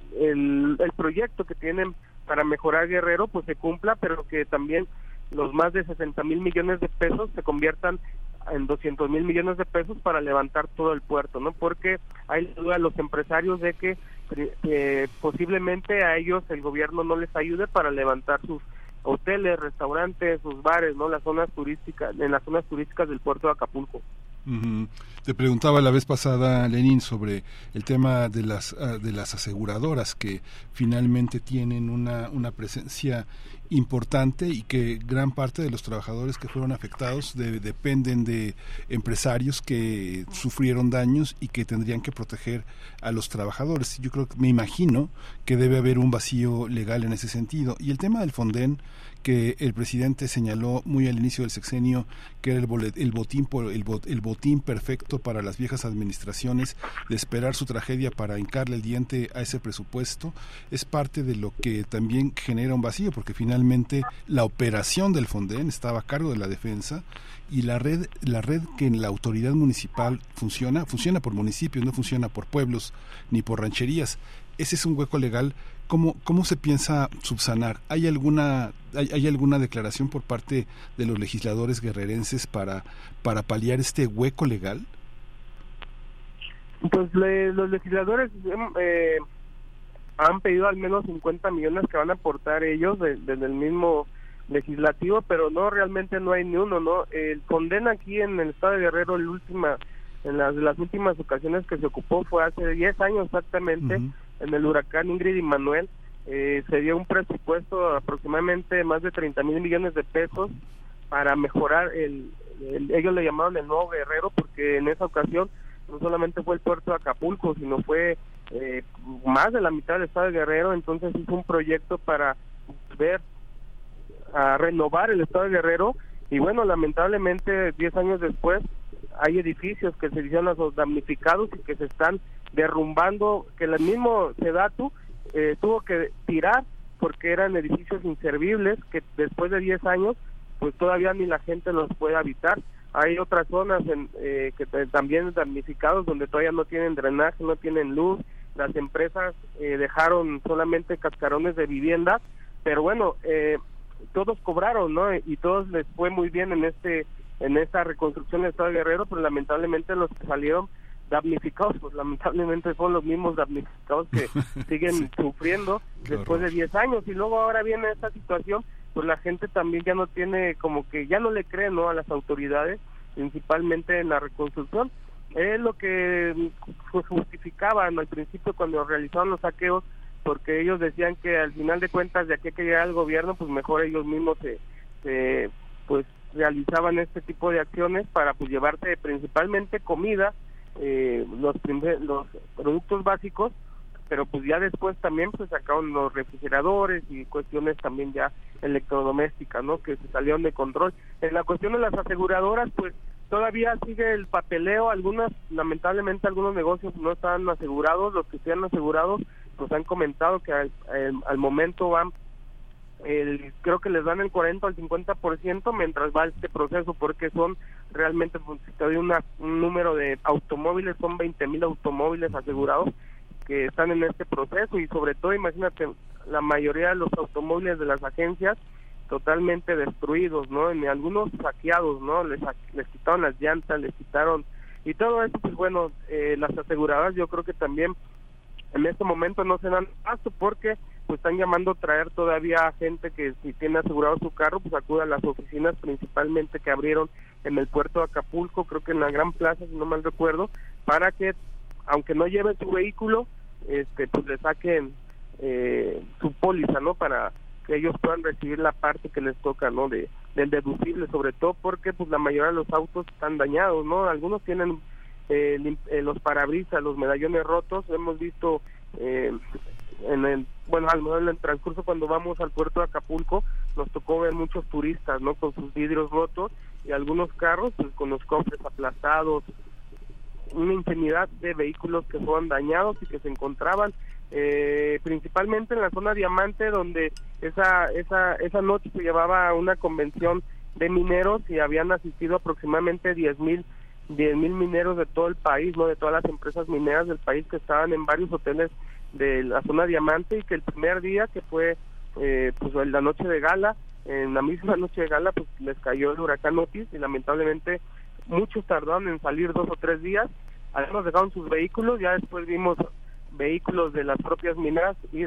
el el proyecto que tienen para mejorar Guerrero pues se cumpla, pero que también los más de sesenta mil millones de pesos se conviertan en doscientos mil millones de pesos para levantar todo el puerto, ¿no? Porque hay duda a los empresarios de que eh, posiblemente a ellos el gobierno no les ayude para levantar sus hoteles, restaurantes, sus bares, ¿no? Las zonas turísticas, en las zonas turísticas del puerto de Acapulco. Uh-huh. Te preguntaba la vez pasada, Lenín, sobre el tema de las uh, de las aseguradoras que finalmente tienen una una presencia importante y que gran parte de los trabajadores que fueron afectados de, dependen de empresarios que sufrieron daños y que tendrían que proteger a los trabajadores. Yo creo que me imagino que debe haber un vacío legal en ese sentido. Y el tema del Fonden, que el presidente señaló muy al inicio del sexenio que era el, bolet, el botín por, el, bot, el botín perfecto para las viejas administraciones de esperar su tragedia para hincarle el diente a ese presupuesto, es parte de lo que también genera un vacío, porque finalmente la operación del Fonden estaba a cargo de la defensa y la red la red que en la autoridad municipal funciona, funciona por municipios, no funciona por pueblos ni por rancherías. Ese es un hueco legal. ¿Cómo, cómo se piensa subsanar? ¿Hay alguna hay, hay alguna declaración por parte de los legisladores guerrerenses para para paliar este hueco legal? Pues le, los legisladores eh, han pedido al menos cincuenta millones que van a aportar ellos de, desde el mismo legislativo, pero no, realmente no hay ni uno, ¿no? El Fonden aquí en el estado de Guerrero, el última, en las, las últimas ocasiones que se ocupó fue hace diez años exactamente. Uh-huh. En el huracán Ingrid y Manuel, eh, se dio un presupuesto aproximadamente más de treinta mil millones de pesos para mejorar el, el, ellos le llamaron el nuevo Guerrero, porque en esa ocasión no solamente fue el puerto de Acapulco, sino fue eh, más de la mitad del estado de Guerrero. Entonces hizo un proyecto para ver a renovar el estado de Guerrero, y bueno, lamentablemente diez años después hay edificios que se hicieron a los damnificados y que se están derrumbando, que el mismo SEDATU eh, tuvo que tirar porque eran edificios inservibles que después de diez años pues todavía ni la gente los puede habitar. Hay otras zonas en, eh, que t- también damnificados donde todavía no tienen drenaje, no tienen luz, las empresas eh, dejaron solamente cascarones de vivienda, pero bueno, eh, todos cobraron, ¿no? Y todos les fue muy bien en este en esta reconstrucción del estado de Guerrero, pero lamentablemente los que salieron damnificados, pues lamentablemente son los mismos damnificados que siguen sí. sufriendo después de diez años, y luego ahora viene esta situación, pues la gente también ya no tiene, como que ya no le cree, ¿no?, a las autoridades, principalmente en la reconstrucción. Es lo que pues, justificaban al principio cuando realizaban los saqueos, porque ellos decían que al final de cuentas, de aquí que llegara el gobierno, pues mejor ellos mismos se, se pues realizaban este tipo de acciones para pues llevarse principalmente comida, Eh, los primer, los productos básicos, pero pues ya después también pues sacaron los refrigeradores y cuestiones también ya electrodomésticas, ¿no?, que se salieron de control. En la cuestión de las aseguradoras, pues todavía sigue el papeleo. Algunas, lamentablemente algunos negocios no están asegurados. Los que están asegurados pues han comentado que al, al, al momento van El, creo que les dan el cuarenta al cincuenta por ciento mientras va este proceso, porque son realmente, pues, si te doy una, un número de automóviles, son veinte mil automóviles asegurados que están en este proceso, y sobre todo, imagínate, la mayoría de los automóviles de las agencias totalmente destruidos, ¿no?, en algunos saqueados, ¿no?, les, les quitaron las llantas, les quitaron, y todo eso, pues bueno, eh, las aseguradoras yo creo que también en este momento no se dan paso, porque pues están llamando a traer todavía gente que si tiene asegurado su carro, pues acude a las oficinas principalmente que abrieron en el puerto de Acapulco, creo que en la Gran Plaza, si no mal recuerdo, para que, aunque no lleven su vehículo, este pues le saquen eh, su póliza, ¿no?, para que ellos puedan recibir la parte que les toca, ¿no?, de del deducible, sobre todo porque pues la mayoría de los autos están dañados, ¿no? Algunos tienen eh, eh, los parabrisas, los medallones rotos. Hemos visto eh, en el, bueno, al menos en el transcurso cuando vamos al puerto de Acapulco, nos tocó ver muchos turistas, ¿no?, con sus vidrios rotos, y algunos carros pues con los cofres aplastados, una infinidad de vehículos que fueron dañados y que se encontraban eh, principalmente en la zona Diamante, donde esa esa esa noche se llevaba una convención de mineros y habían asistido aproximadamente diez mil mineros de todo el país, no de todas las empresas mineras del país, que estaban en varios hoteles de la zona Diamante, y que el primer día, que fue eh, pues la noche de gala, en la misma noche de gala pues les cayó el huracán Otis, y lamentablemente muchos tardaron en salir dos o tres días, algunos dejaron sus vehículos, ya después vimos vehículos de las propias mineras ir,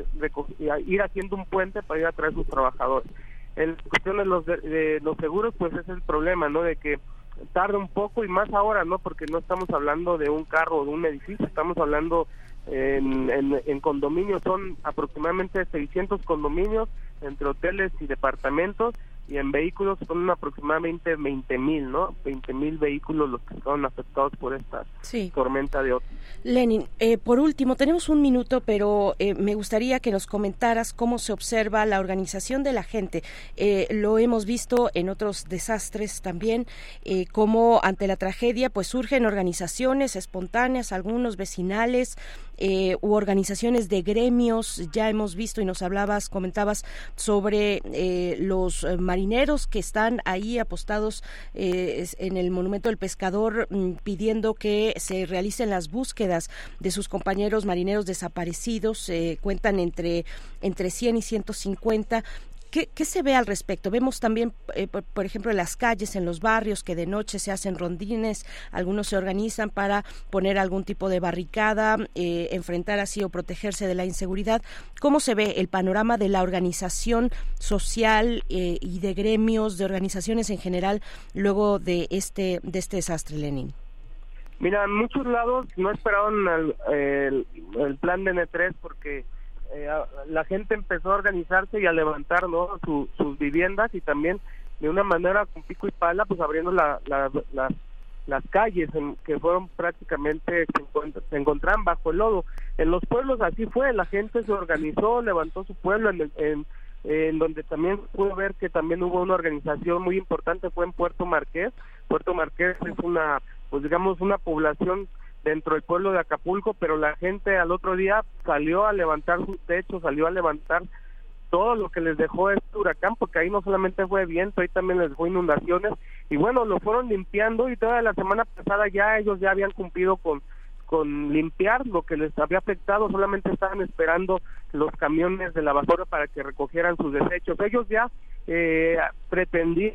ir haciendo un puente para ir a traer sus trabajadores. En cuestión de los, de, de los seguros, pues ese es el problema, ¿no? De que tarda un poco, y más ahora, ¿no? Porque no estamos hablando de un carro o de un edificio, estamos hablando en, en, en condominios, son aproximadamente seiscientos condominios entre hoteles y departamentos, y en vehículos son aproximadamente veinte mil, ¿no? veinte mil vehículos los que fueron afectados por esta sí. tormenta de Otis. Lenin, eh, por último, tenemos un minuto, pero eh, me gustaría que nos comentaras cómo se observa la organización de la gente. Eh, lo hemos visto en otros desastres también, eh, cómo ante la tragedia pues surgen organizaciones espontáneas, algunos vecinales, eh, u organizaciones de gremios. Ya hemos visto y nos hablabas, comentabas sobre eh, los eh, marineros que están ahí apostados eh, en el Monumento del Pescador, mm, pidiendo que se realicen las búsquedas de sus compañeros marineros desaparecidos. Eh, cuentan entre, entre cien y ciento cincuenta. ¿Qué, ¿Qué se ve al respecto? Vemos también, eh, por, por ejemplo, en las calles, en los barrios, que de noche se hacen rondines, algunos se organizan para poner algún tipo de barricada, eh, enfrentar así o protegerse de la inseguridad. ¿Cómo se ve el panorama de la organización social eh, y de gremios, de organizaciones en general, luego de este, de este desastre, Lenin? Mira, en muchos lados no esperaron el, el, el plan de N tres porque Eh, la gente empezó a organizarse y a levantar, ¿no? Su, sus viviendas, y también de una manera con pico y pala, pues abriendo la, la, la, las calles en, que fueron prácticamente, se, encuentran, se encontraban bajo el lodo. En los pueblos así fue, la gente se organizó, levantó su pueblo, en, en, en donde también pude ver que también hubo una organización muy importante, fue en Puerto Marqués. Puerto Marqués es una, pues digamos, una población dentro del pueblo de Acapulco, pero la gente al otro día salió a levantar sus techos, salió a levantar todo lo que les dejó este huracán, porque ahí no solamente fue viento, ahí también les dejó inundaciones, y bueno, lo fueron limpiando, y toda la semana pasada ya ellos ya habían cumplido con con limpiar lo que les había afectado, solamente estaban esperando los camiones de la basura para que recogieran sus desechos. Ellos ya eh, pretendían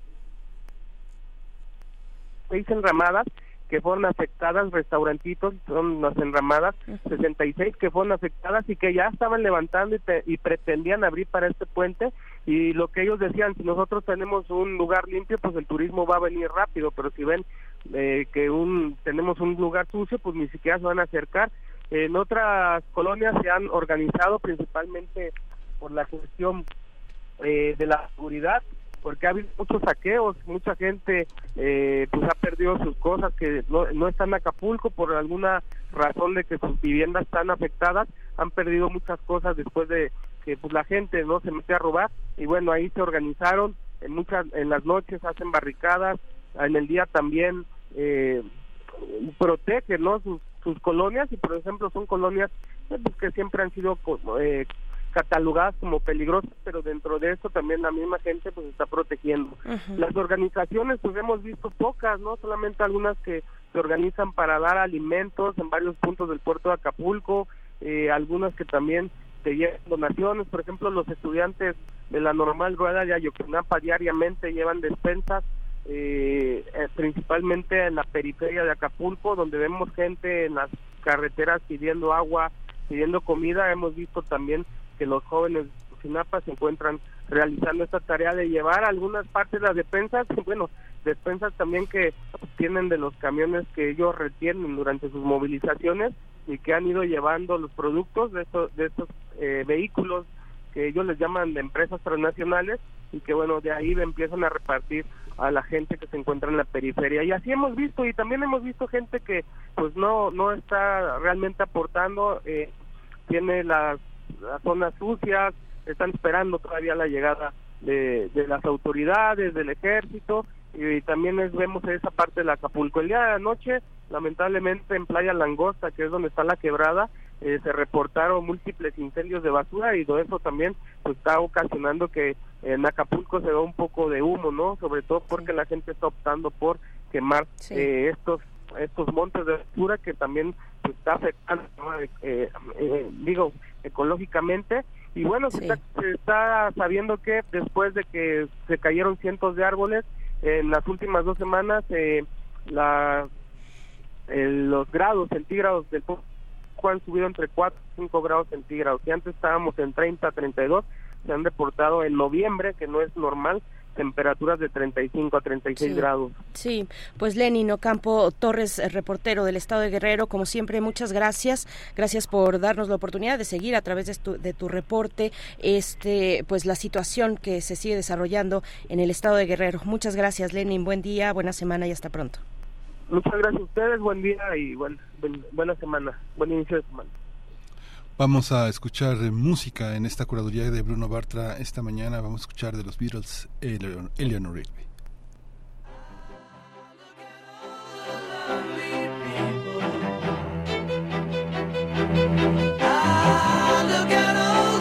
seis enramadas que fueron afectadas, restaurantitos, son las enramadas, sesenta y seis que fueron afectadas y que ya estaban levantando y, te, y pretendían abrir para este puente, y lo que ellos decían, si nosotros tenemos un lugar limpio, pues el turismo va a venir rápido, pero si ven eh, que un tenemos un lugar sucio, pues ni siquiera se van a acercar. En otras colonias se han organizado principalmente por la cuestión eh, de la seguridad, porque ha habido muchos saqueos, mucha gente eh, pues ha perdido sus cosas que no, no están en Acapulco por alguna razón de que sus viviendas están afectadas, han perdido muchas cosas después de que pues la gente no se mete a robar, y bueno, ahí se organizaron, en muchas en las noches hacen barricadas, en el día también eh, protegen, ¿no? sus, sus colonias, y por ejemplo son colonias pues, que siempre han sido eh, catalogadas como peligrosas, pero dentro de esto también la misma gente pues está protegiendo. Uh-huh. Las organizaciones pues hemos visto pocas, no solamente algunas que se organizan para dar alimentos en varios puntos del puerto de Acapulco, eh, algunas que también te llevan donaciones, por ejemplo los estudiantes de la Normal Rueda de Ayotzinapa diariamente llevan despensas, eh, eh, principalmente en la periferia de Acapulco, donde vemos gente en las carreteras pidiendo agua, pidiendo comida. Hemos visto también que los jóvenes de Sinapa se encuentran realizando esta tarea de llevar algunas partes de las despensas, bueno, despensas también que tienen de los camiones que ellos retienen durante sus movilizaciones, y que han ido llevando los productos de estos, de estos eh, vehículos que ellos les llaman de empresas transnacionales, y que bueno, de ahí empiezan a repartir a la gente que se encuentra en la periferia. Y así hemos visto, y también hemos visto gente que pues no no está realmente aportando, eh, tiene las las zonas sucias, están esperando todavía la llegada de, de las autoridades, del ejército, y, y también es, vemos esa parte de Acapulco. El día de la noche, lamentablemente en Playa Langosta, que es donde está la quebrada, eh, se reportaron múltiples incendios de basura, y todo eso también pues está ocasionando que en Acapulco se vea un poco de humo, ¿no? Sobre todo porque la gente está optando por quemar sí. eh, estos estos montes de basura, que también pues, está afectando, ¿no? eh, eh, digo, ecológicamente. Y bueno, sí. se, está, se está sabiendo que después de que se cayeron cientos de árboles en las últimas dos semanas, eh, la el, los grados centígrados del público han subido entre cuatro y cinco grados centígrados. Si antes estábamos en treinta, treinta y dos, se han reportado en noviembre, que no es normal, temperaturas de treinta y cinco a treinta y seis Sí. grados. Sí, pues Lenin Ocampo Torres, eh, reportero del Estado de Guerrero, como siempre, muchas gracias. Gracias por darnos la oportunidad de seguir a través de tu, de tu reporte este pues la situación que se sigue desarrollando en el Estado de Guerrero. Muchas gracias, Lenin. Buen día, buena semana y hasta pronto. Muchas gracias a ustedes, buen día y buen, buen- buena semana, buen inicio de semana. Vamos a escuchar eh, música en esta curaduría de Bruno Bartra esta mañana. Vamos a escuchar de los Beatles Eleanor, Eleanor Rigby. Ah, look at all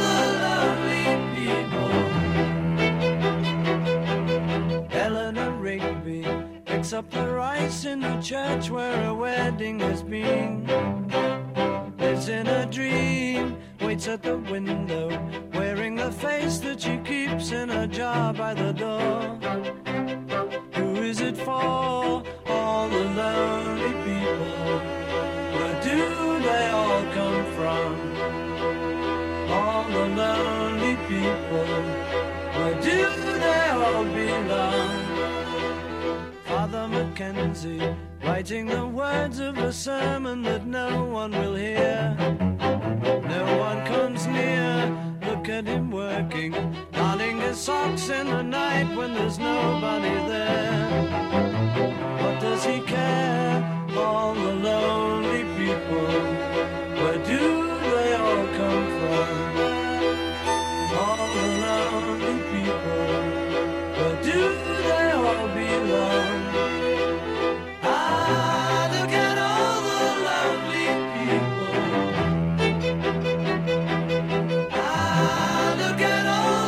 the lovely people. Eleanor Rigby picks up the rice in the church where a wedding has been. Lives in a dream, waits at the window, wearing the face that she keeps in a jar by the door. Who is it for? All the lonely people. Where do they all come from? All the lonely people. Where do they all belong? Father Mackenzie, writing the words of a sermon that no one will hear. No one comes near. Look at him working, darning his socks in the night when there's nobody there. What does he care? All the lonely people. Where do they all come from? All the lonely people. Where do they all belong? Ah, look at all the lonely people. Ah, look at all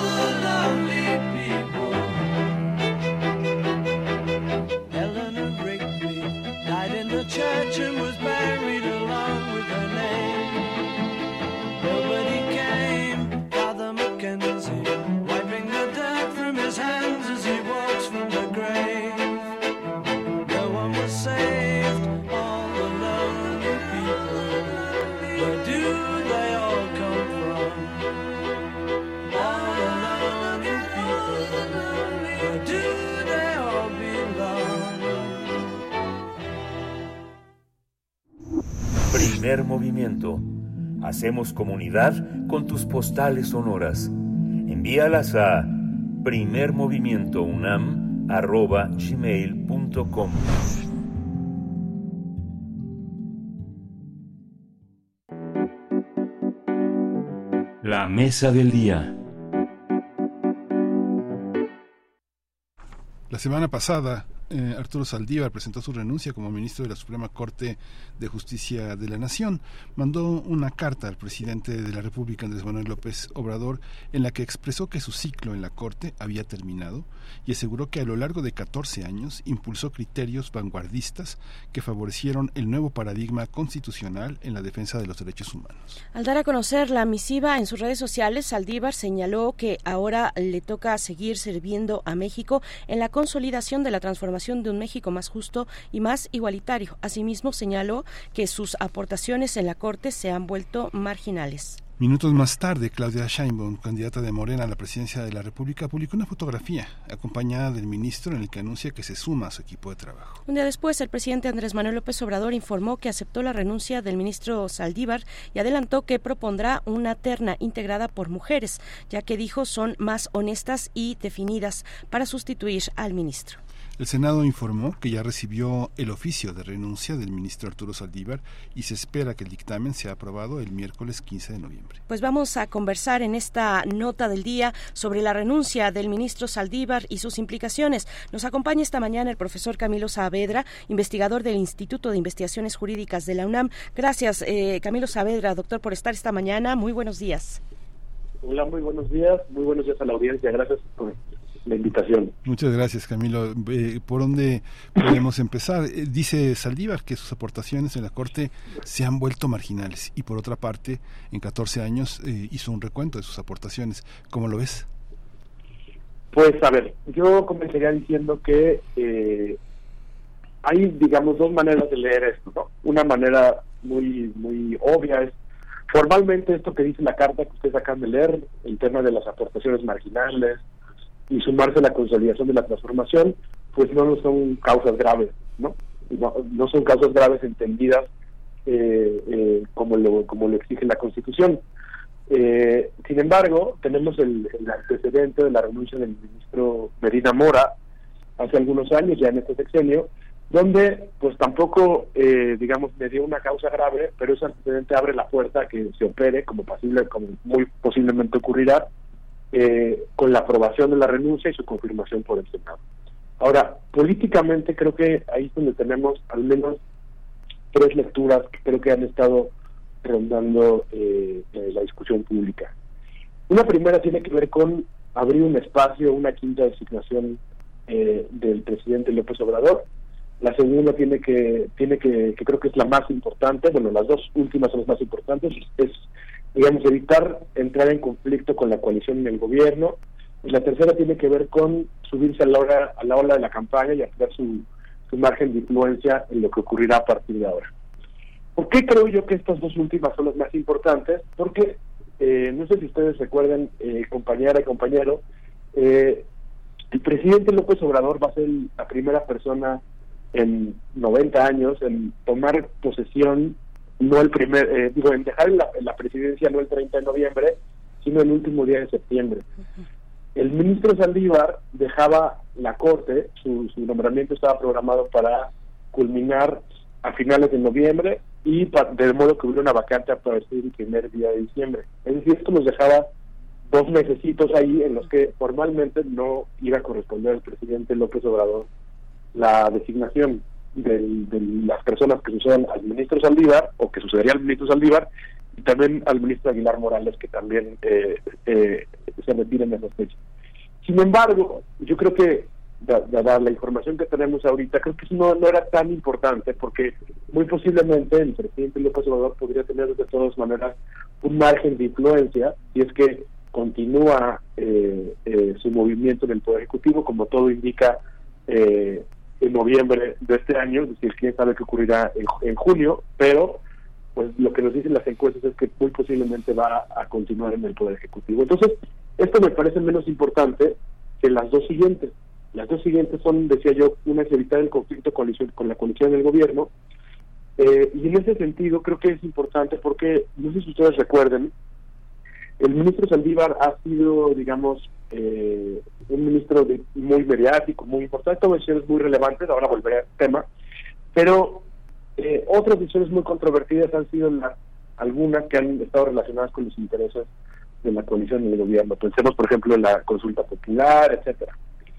the lonely people. Eleanor Rigby died in the church and was buried along with her name. Nobody came. Father Mackenzie, wiping the dirt from his hands as he walks from the grave. No one was saved. All the lonely people. Where do they all come from? All the lonely people. Where do they all belong? Primer movimiento. Hacemos comunidad con tus postales sonoras. Envíalas a primermovimientounam arroba gmail punto com. La mesa del día. La semana pasada, eh, Arturo Saldívar presentó su renuncia como ministro de la Suprema Corte de Justicia de la Nación. Mandó una carta al presidente de la República, Andrés Manuel López Obrador, en la que expresó que su ciclo en la Corte había terminado y aseguró que a lo largo de catorce años impulsó criterios vanguardistas que favorecieron el nuevo paradigma constitucional en la defensa de los derechos humanos. Al dar a conocer la misiva en sus redes sociales, Saldívar señaló que ahora le toca seguir sirviendo a México en la consolidación de la transformación de un México más justo y más igualitario. Asimismo, señaló que sus aportaciones en la Corte se han vuelto marginales. Minutos más tarde, Claudia Sheinbaum, candidata de Morena a la presidencia de la República, publicó una fotografía acompañada del ministro en el que anuncia que se suma a su equipo de trabajo. Un día después, el presidente Andrés Manuel López Obrador informó que aceptó la renuncia del ministro Saldívar y adelantó que propondrá una terna integrada por mujeres, ya que dijo son más honestas y definidas para sustituir al ministro. El Senado informó que ya recibió el oficio de renuncia del ministro Arturo Saldívar y se espera que el dictamen sea aprobado el miércoles quince de noviembre. Pues vamos a conversar en esta nota del día sobre la renuncia del ministro Saldívar y sus implicaciones. Nos acompaña esta mañana el profesor Camilo Saavedra, investigador del Instituto de Investigaciones Jurídicas de la UNAM. Gracias, eh, Camilo Saavedra, doctor, por estar esta mañana. Muy buenos días. Hola, muy buenos días. Muy buenos días a la audiencia. Gracias por la invitación. Muchas gracias, Camilo. Eh, ¿Por dónde podemos empezar? Eh, dice Saldívar que sus aportaciones en la Corte se han vuelto marginales y por otra parte, en catorce años eh, hizo un recuento de sus aportaciones. ¿Cómo lo ves? Pues a ver, yo comenzaría diciendo que eh, hay, digamos, dos maneras de leer esto, ¿no? Una manera muy muy obvia es, formalmente esto que dice la carta que ustedes acaban de leer, el tema de las aportaciones marginales y sumarse a la consolidación de la transformación, pues no, no son causas graves, ¿no? No, no son causas graves entendidas eh, eh, como lo como lo exige la Constitución. Eh, sin embargo, tenemos el, el antecedente de la renuncia del ministro Medina Mora hace algunos años, ya en este sexenio, donde pues tampoco, eh, digamos, me dio una causa grave, pero ese antecedente abre la puerta a que se opere, como posible, como muy posiblemente ocurrirá, eh, con la aprobación de la renuncia y su confirmación por el Senado. Ahora, políticamente creo que ahí es donde tenemos al menos tres lecturas que creo que han estado rondando eh, eh, la discusión pública. Una primera tiene que ver con abrir un espacio, una quinta designación eh, del presidente López Obrador. La segunda tiene que, tiene que, que creo que es la más importante, bueno, las dos últimas son las más importantes, es, digamos, evitar entrar en conflicto con la coalición en el gobierno. Y la tercera tiene que ver con subirse a la ola, a la ola de la campaña y ampliar su, su margen de influencia en lo que ocurrirá a partir de ahora. ¿Por qué creo yo que estas dos últimas son las más importantes? Porque, eh, no sé si ustedes recuerdan, eh, compañera y compañero, eh, el presidente López Obrador va a ser la primera persona en noventa años en tomar posesión, no el primer, eh, digo, en dejar la, la presidencia no el treinta de noviembre, sino el último día de septiembre. El ministro Saldívar dejaba la Corte, su, su nombramiento estaba programado para culminar a finales de noviembre y pa, de modo que hubiera una vacante a partir del primer día de diciembre. Es decir, esto nos dejaba dos mesecitos ahí en los que formalmente no iba a corresponder al presidente López Obrador la designación del, de las personas que sucedan al ministro Saldívar o que sucedería al ministro Saldívar y también al ministro Aguilar Morales, que también eh, eh, se retira en esa fecha. Sin embargo, yo creo que dada la información que tenemos ahorita, creo que eso no, no era tan importante, porque muy posiblemente el presidente López Obrador podría tener de todas maneras un margen de influencia si es que continúa eh, eh, su movimiento en el Poder Ejecutivo, como todo indica eh, en noviembre de este año, es decir, quién sabe qué ocurrirá en, en junio, pero pues lo que nos dicen las encuestas es que muy posiblemente va a continuar en el Poder Ejecutivo. Entonces, esto me parece menos importante que las dos siguientes. Las dos siguientes son, decía yo, una es evitar el conflicto con, con la coalición del gobierno, eh, y en ese sentido creo que es importante porque, no sé si ustedes recuerden, el ministro Saldívar ha sido, digamos, eh, un ministro de, muy mediático, muy importante, tomó decisiones muy relevantes, ahora volveré al tema, pero eh, otras decisiones muy controvertidas han sido la, algunas que han estado relacionadas con los intereses de la coalición y el gobierno. Pensemos, por ejemplo, en la consulta popular, etcétera.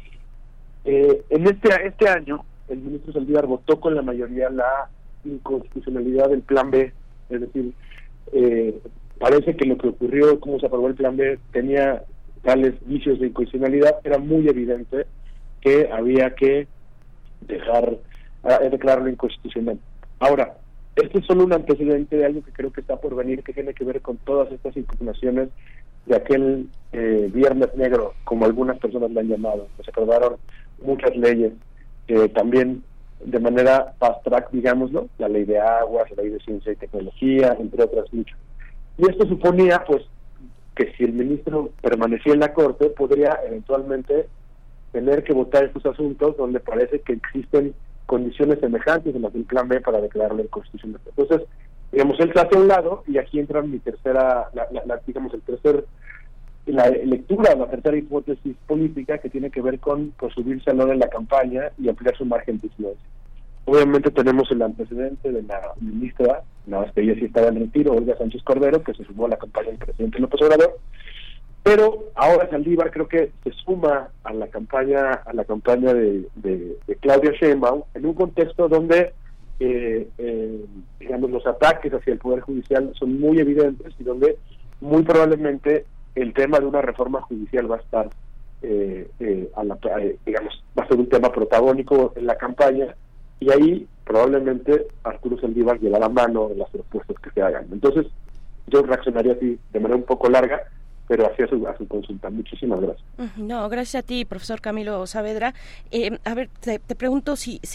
Eh, en este este año, el ministro Saldívar votó con la mayoría la inconstitucionalidad del Plan B, es decir, eh, parece que lo que ocurrió, cómo se aprobó el Plan B, tenía tales vicios de inconstitucionalidad, era muy evidente que había que dejar, eh, declararlo inconstitucional. Ahora, este es solo un antecedente de algo que creo que está por venir, que tiene que ver con todas estas impugnaciones de aquel eh, Viernes Negro, como algunas personas le han llamado. Se aprobaron muchas leyes, eh, también de manera fast track, digámoslo, la ley de aguas, la ley de ciencia y tecnología, entre otras muchas. Y esto suponía, pues, que si el ministro permanecía en la Corte, podría eventualmente tener que votar estos asuntos donde parece que existen condiciones semejantes en las del Plan B para declararlo inconstitucional. Entonces, digamos, él se hace a un lado y aquí entra mi tercera, la, la, la, digamos, el tercer, la lectura, la tercera hipótesis política que tiene que ver con pues, subirse a la hora de la campaña y ampliar su margen de influencia. Obviamente tenemos el antecedente de la ministra, nada más que ella sí estaba en retiro, Olga Sánchez Cordero, que se sumó a la campaña del presidente López Obrador, pero ahora Saldívar creo que se suma a la campaña a la campaña de, de, de Claudia Sheinbaum en un contexto donde eh, eh, digamos los ataques hacia el Poder Judicial son muy evidentes y donde muy probablemente el tema de una reforma judicial va a estar eh, eh, a la, eh, digamos va a ser un tema protagónico en la campaña y ahí probablemente Arturo Saldívar llevará mano en las propuestas que se hagan. Entonces yo reaccionaría así de manera un poco larga, pero hacia su, a su consulta. Muchísimas gracias. No, gracias a ti, profesor Camilo Saavedra. Eh, a ver, te, te pregunto si, si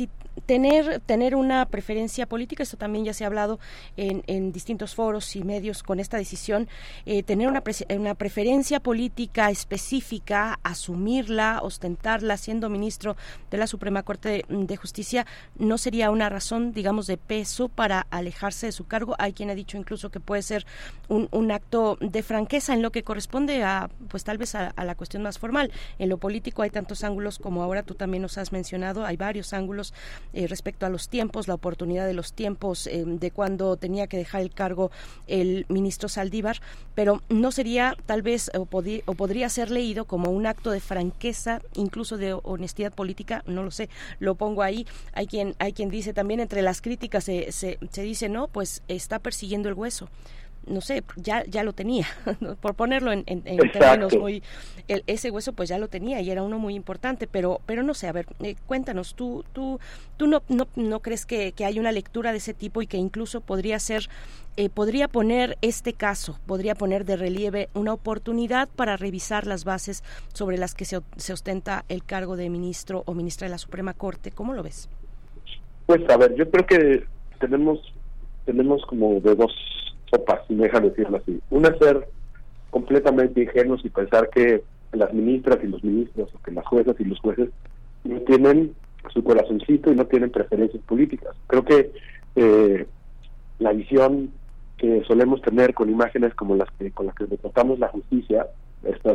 tener tener una preferencia política, esto también ya se ha hablado en, en distintos foros y medios con esta decisión, eh, tener una, pre, una preferencia política específica, asumirla, ostentarla siendo ministro de la Suprema Corte de, de Justicia, no sería una razón, digamos, de peso para alejarse de su cargo. Hay quien ha dicho incluso que puede ser un, un acto de franqueza en lo que corresponde a, pues tal vez a, a la cuestión más formal. En lo político hay tantos ángulos como ahora tú también nos has mencionado, hay varios ángulos eh, respecto a los tiempos, la oportunidad de los tiempos, eh, de cuando tenía que dejar el cargo el ministro Saldívar, pero no sería tal vez o, podi- o podría ser leído como un acto de franqueza, incluso de honestidad política, no lo sé, lo pongo ahí. Hay quien hay quien dice también, entre las críticas se, se, se dice, no, pues está persiguiendo el hueso. No sé, ya ya lo tenía, ¿no? Por ponerlo en, en, en términos muy, el, ese hueso pues ya lo tenía y era uno muy importante, pero pero no sé, a ver, eh, cuéntanos, tú tú tú no no no crees que, que hay una lectura de ese tipo y que incluso podría ser eh, podría poner este caso, podría poner de relieve una oportunidad para revisar las bases sobre las que se, se ostenta el cargo de ministro o ministra de la Suprema Corte. ¿Cómo lo ves? Pues a ver, yo creo que tenemos tenemos como de dos sopas, si me dejan decirlo así. Una es ser completamente ingenuos y pensar que las ministras y los ministros, o que las juezas y los jueces no tienen su corazoncito y no tienen preferencias políticas. Creo que eh, la visión que solemos tener con imágenes como las que con las que retratamos la justicia, estas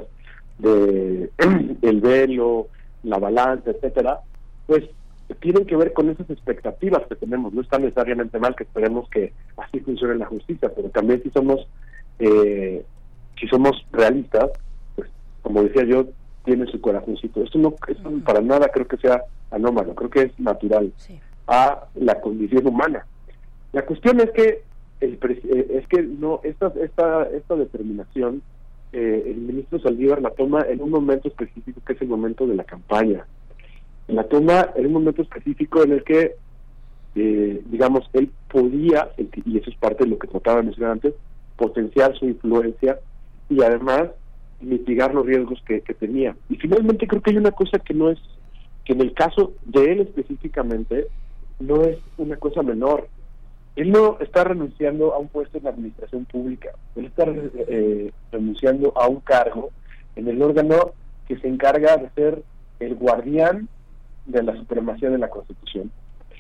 de el velo, la balanza, etcétera, pues tienen que ver con esas expectativas que tenemos. No está necesariamente mal que esperemos que así funcione la justicia, pero también si somos eh, si somos realistas, pues como decía yo, tiene su corazoncito. Esto no, esto uh-huh. para nada creo que sea anómalo, creo que es natural sí. a la condición humana. La cuestión es que el es que no esta esta esta determinación eh, el ministro Saldívar la toma en un momento específico, que es el momento de la campaña. La toma en un momento específico en el que, eh, digamos, él podía, y eso es parte de lo que trataba de mencionar antes, potenciar su influencia y además mitigar los riesgos que, que tenía. Y finalmente creo que hay una cosa que no es, que en el caso de él específicamente, no es una cosa menor. Él no está renunciando a un puesto en la administración pública, él está eh, renunciando a un cargo en el órgano que se encarga de ser el guardián de la supremacía de la Constitución.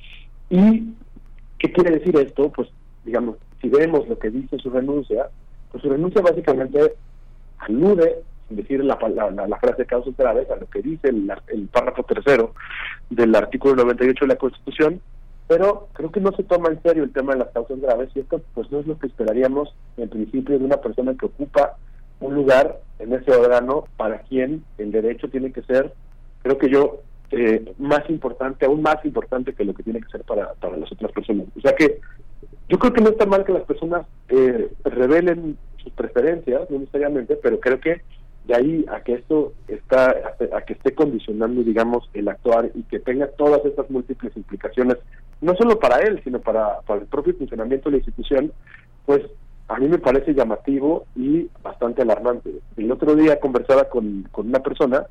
¿Y qué quiere decir esto? Pues, digamos, si vemos lo que dice su renuncia, pues su renuncia básicamente alude, sin decir la, la, la, la frase causas graves, a lo que dice el, el párrafo tercero del artículo noventa y ocho de la Constitución, pero creo que no se toma en serio el tema de las causas graves, y esto pues no es lo que esperaríamos en principio de una persona que ocupa un lugar en ese órgano para quien el derecho tiene que ser, creo que yo, Eh, más importante, aún más importante que lo que tiene que ser para, para las otras personas. O sea que yo creo que no está mal que las personas eh, revelen sus preferencias, no necesariamente, pero creo que de ahí a que esto está, a, a que esté condicionando, digamos, el actuar y que tenga todas estas múltiples implicaciones, no solo para él, sino para, para el propio funcionamiento de la institución, pues a mí me parece llamativo y bastante alarmante. El otro día conversaba con, con una persona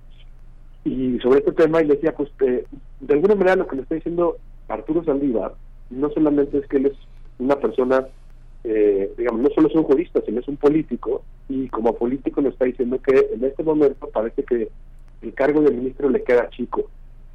y sobre este tema, y le decía, pues, eh, de alguna manera lo que le está diciendo Arturo Saldívar, no solamente es que él es una persona, eh, digamos, no solo es un jurista, sino es un político, y como político nos está diciendo que en este momento parece que el cargo de ministro le queda chico.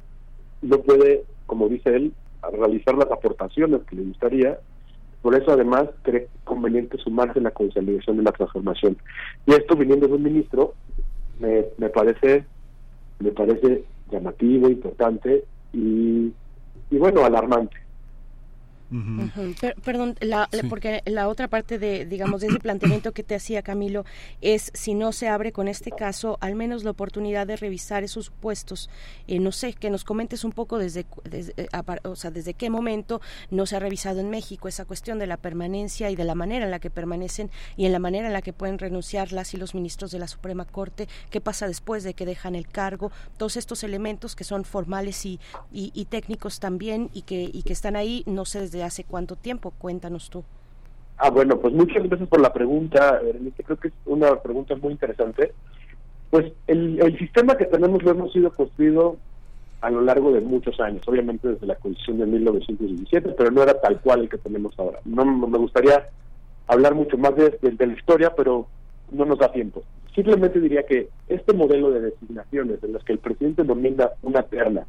No puede, como dice él, realizar las aportaciones que le gustaría, por eso además cree conveniente sumarse en la consolidación de la transformación. Y esto, viniendo de un ministro, me, me parece... me parece llamativo, importante y, y bueno, alarmante. Uh-huh. Uh-huh. Per- perdón, la, sí. porque la otra parte de, digamos, de ese planteamiento que te hacía Camilo es, si no se abre con este caso, al menos la oportunidad de revisar esos supuestos. Eh, no sé, que nos comentes un poco desde, desde, eh, o sea, desde qué momento no se ha revisado en México esa cuestión de la permanencia y de la manera en la que permanecen y en la manera en la que pueden renunciar las y los ministros de la Suprema Corte, qué pasa después de que dejan el cargo, todos estos elementos que son formales y, y, y técnicos también y que, y que están ahí, no sé desde hace cuánto tiempo, cuéntanos tú. Ah, bueno, pues muchas gracias por la pregunta, Berenice, creo que es una pregunta muy interesante. Pues el, el sistema que tenemos lo hemos ido construido a lo largo de muchos años, obviamente desde la Constitución de mil novecientos diecisiete, pero no era tal cual el que tenemos ahora. No me gustaría hablar mucho más de, de, de la historia, pero no nos da tiempo. Simplemente diría que este modelo de designaciones en las que el presidente nomina una terna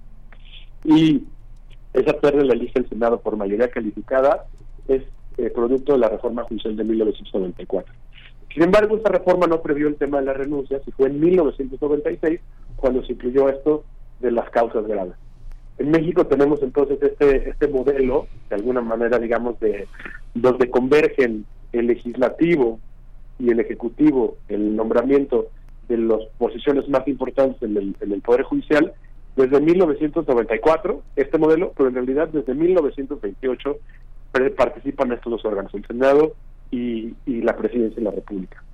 y esa terna la elige el Senado por mayoría calificada es eh, producto de la reforma judicial de mil novecientos noventa y cuatro. Sin embargo, esta reforma no previó el tema de las renuncias y fue en mil novecientos noventa y seis cuando se incluyó esto de las causas graves. En México tenemos entonces este este modelo, de alguna manera, digamos, de donde convergen el legislativo y el ejecutivo, el nombramiento de las posiciones más importantes en el, en el Poder Judicial, desde mil novecientos noventa y cuatro, este modelo, pero en realidad desde mil novecientos veintiocho participan estos dos órganos, el Senado y, y la Presidencia de la República.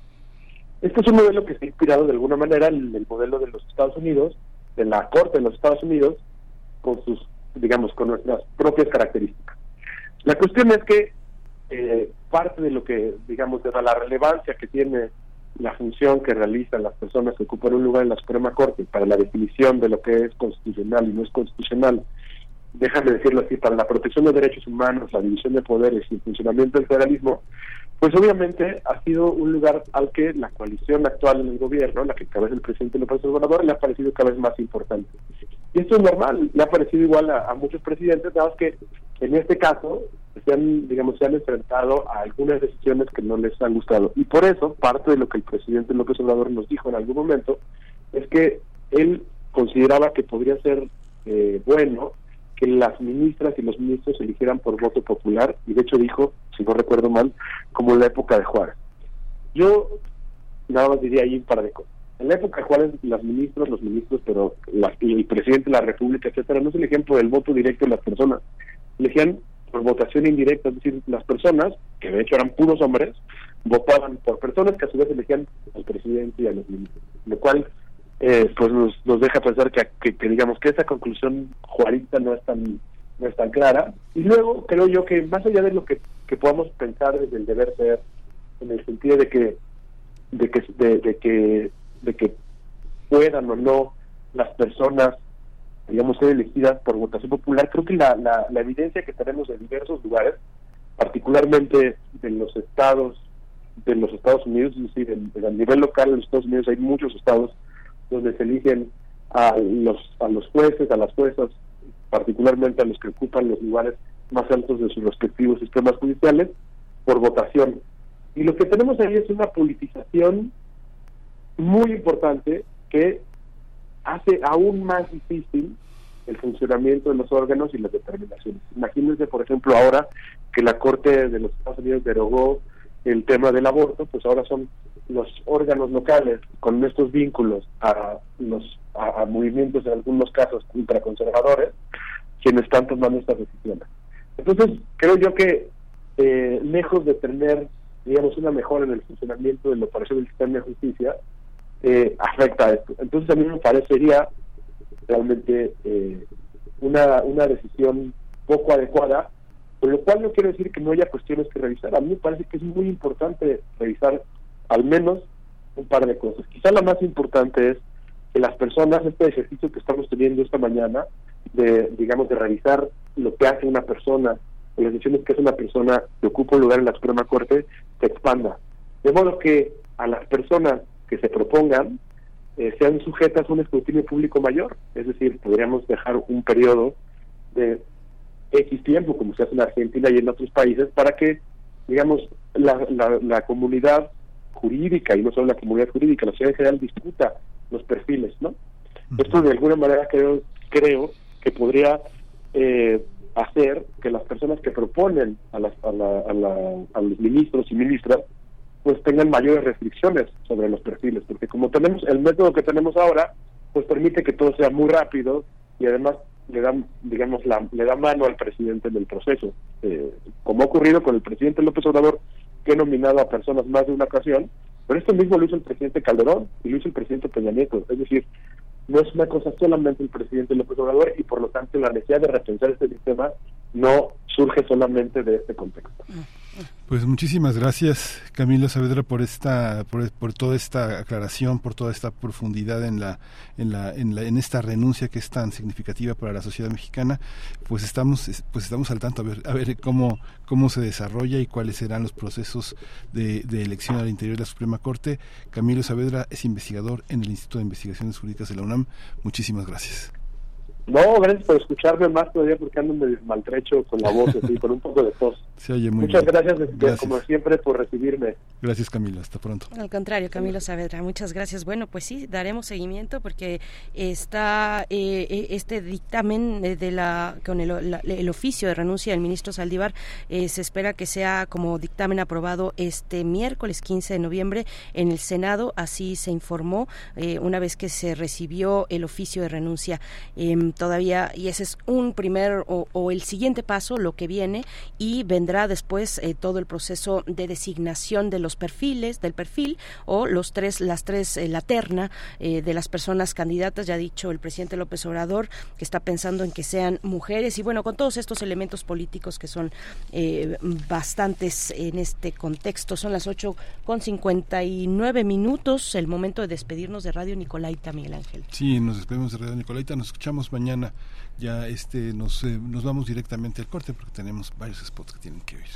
Este es un modelo que está inspirado de alguna manera en el modelo de los Estados Unidos, de la Corte de los Estados Unidos, con sus, digamos, con nuestras propias características. La cuestión es que eh, parte de lo que, digamos, de la relevancia que tiene la función que realizan las personas que ocupan un lugar en la Suprema Corte para la definición de lo que es constitucional y no es constitucional, déjame decirlo así, para la protección de derechos humanos, la división de poderes y el funcionamiento del federalismo, pues obviamente ha sido un lugar al que la coalición actual en el gobierno, la que cabeza el presidente López Obrador, le ha parecido cada vez más importante. Y esto es normal, le ha parecido igual a, a muchos presidentes, nada más que en este caso se han, digamos, se han enfrentado a algunas decisiones que no les han gustado. Y por eso, parte de lo que el presidente López Obrador nos dijo en algún momento, es que él consideraba que podría ser eh, bueno que las ministras y los ministros se eligieran por voto popular, y de hecho dijo, si no recuerdo mal, como en la época de Juárez. Yo nada más diría ahí un par de cosas. En la época de Juárez, las ministras, los ministros, pero la, el presidente de la República, etcétera, no se elegían por el voto directo de las personas, elegían por votación indirecta, es decir, las personas, que de hecho eran puros hombres, votaban por personas que a su vez elegían al presidente y a los ministros, lo cual eh, pues nos, nos deja pensar que, que, que digamos que esa conclusión juarista no es tan no es tan clara. Y luego creo yo que más allá de lo que, que podamos pensar desde el deber ser, en el sentido de que de que de, de que de que puedan o no las personas, digamos, ser elegidas por votación popular, creo que la, la, la evidencia que tenemos de diversos lugares, particularmente de los estados de los Estados Unidos, es decir, en, en, a nivel local en los Estados Unidos hay muchos estados donde se eligen a los a los jueces, a las juezas, particularmente a los que ocupan los lugares más altos de sus respectivos sistemas judiciales, por votación. Y lo que tenemos ahí es una politización muy importante que hace aún más difícil el funcionamiento de los órganos y las determinaciones. Imagínense, por ejemplo, ahora que la Corte de los Estados Unidos derogó el tema del aborto, pues ahora son los órganos locales con estos vínculos a los a, a movimientos en algunos casos ultraconservadores quienes están tomando estas decisiones. Entonces, creo yo que eh, lejos de tener, digamos, una mejora en el funcionamiento de la operación del sistema de justicia, eh, afecta a esto. Entonces, a mí me parecería realmente eh, una, una decisión poco adecuada, con lo cual no quiero decir que no haya cuestiones que revisar. A mí me parece que es muy importante revisar al menos un par de cosas. Quizá la más importante es que las personas, este ejercicio que estamos teniendo esta mañana, de, digamos, de revisar lo que hace una persona, o las decisiones que hace una persona que ocupa un lugar en la Suprema Corte, se expanda. De modo que a las personas que se propongan eh, sean sujetas a un escrutinio público mayor. Es decir, podríamos dejar un periodo de X tiempo, como se hace en Argentina y en otros países, para que, digamos, la, la, la comunidad jurídica, y no solo la comunidad jurídica, la sociedad en general discuta los perfiles, ¿no? Uh-huh. Esto de alguna manera creo creo que podría eh, hacer que las personas que proponen a, las, a, la, a, la, a los ministros y ministras pues tengan mayores restricciones sobre los perfiles, porque como tenemos el método que tenemos ahora, pues permite que todo sea muy rápido y además le da, digamos, la, le da mano al presidente en el proceso, eh, como ha ocurrido con el presidente López Obrador, que ha nominado a personas más de una ocasión, pero esto mismo lo hizo el presidente Calderón y lo hizo el presidente Peña Nieto. Es decir, no es una cosa solamente el presidente López Obrador, y por lo tanto la necesidad de repensar este sistema no surge solamente de este contexto. Pues muchísimas gracias, Camilo Saavedra, por esta, por, por toda esta aclaración, por toda esta profundidad en la, en la, en la, en esta renuncia que es tan significativa para la sociedad mexicana. Pues estamos, pues estamos al tanto a ver, a ver cómo, cómo se desarrolla y cuáles serán los procesos de, de elección al interior de la Suprema Corte. Camilo Saavedra es investigador en el Instituto de Investigaciones Jurídicas de la UNAM. Muchísimas gracias. No, gracias por escucharme más todavía porque ando medio maltrecho con la voz, así, con un poco de tos. Se oye muy Muchas bien. gracias, Gracias. como siempre, por recibirme. Gracias, Camilo. Hasta pronto. Al contrario, Camilo Saavedra, muchas gracias. Bueno, pues sí, daremos seguimiento porque está eh, este dictamen de la con el, la, el oficio de renuncia del ministro Saldívar. Eh, se espera que sea como dictamen aprobado este miércoles quince de noviembre en el Senado. Así se informó eh, una vez que se recibió el oficio de renuncia. Eh, todavía, y ese es un primer o, o el siguiente paso, lo que viene, y vendrá después eh, todo el proceso de designación de los perfiles, del perfil, o los tres, las tres, eh, la terna eh, de las personas candidatas. Ya ha dicho el presidente López Obrador que está pensando en que sean mujeres, y bueno, con todos estos elementos políticos que son eh, bastantes en este contexto. Son las ocho con cincuenta y nueve minutos, el momento de despedirnos de Radio Nicolaita, Miguel Ángel. Sí, nos despedimos de Radio Nicolaita, nos escuchamos mañana. Ya este nos eh, nos vamos directamente al corte porque tenemos varios spots que tienen que oír.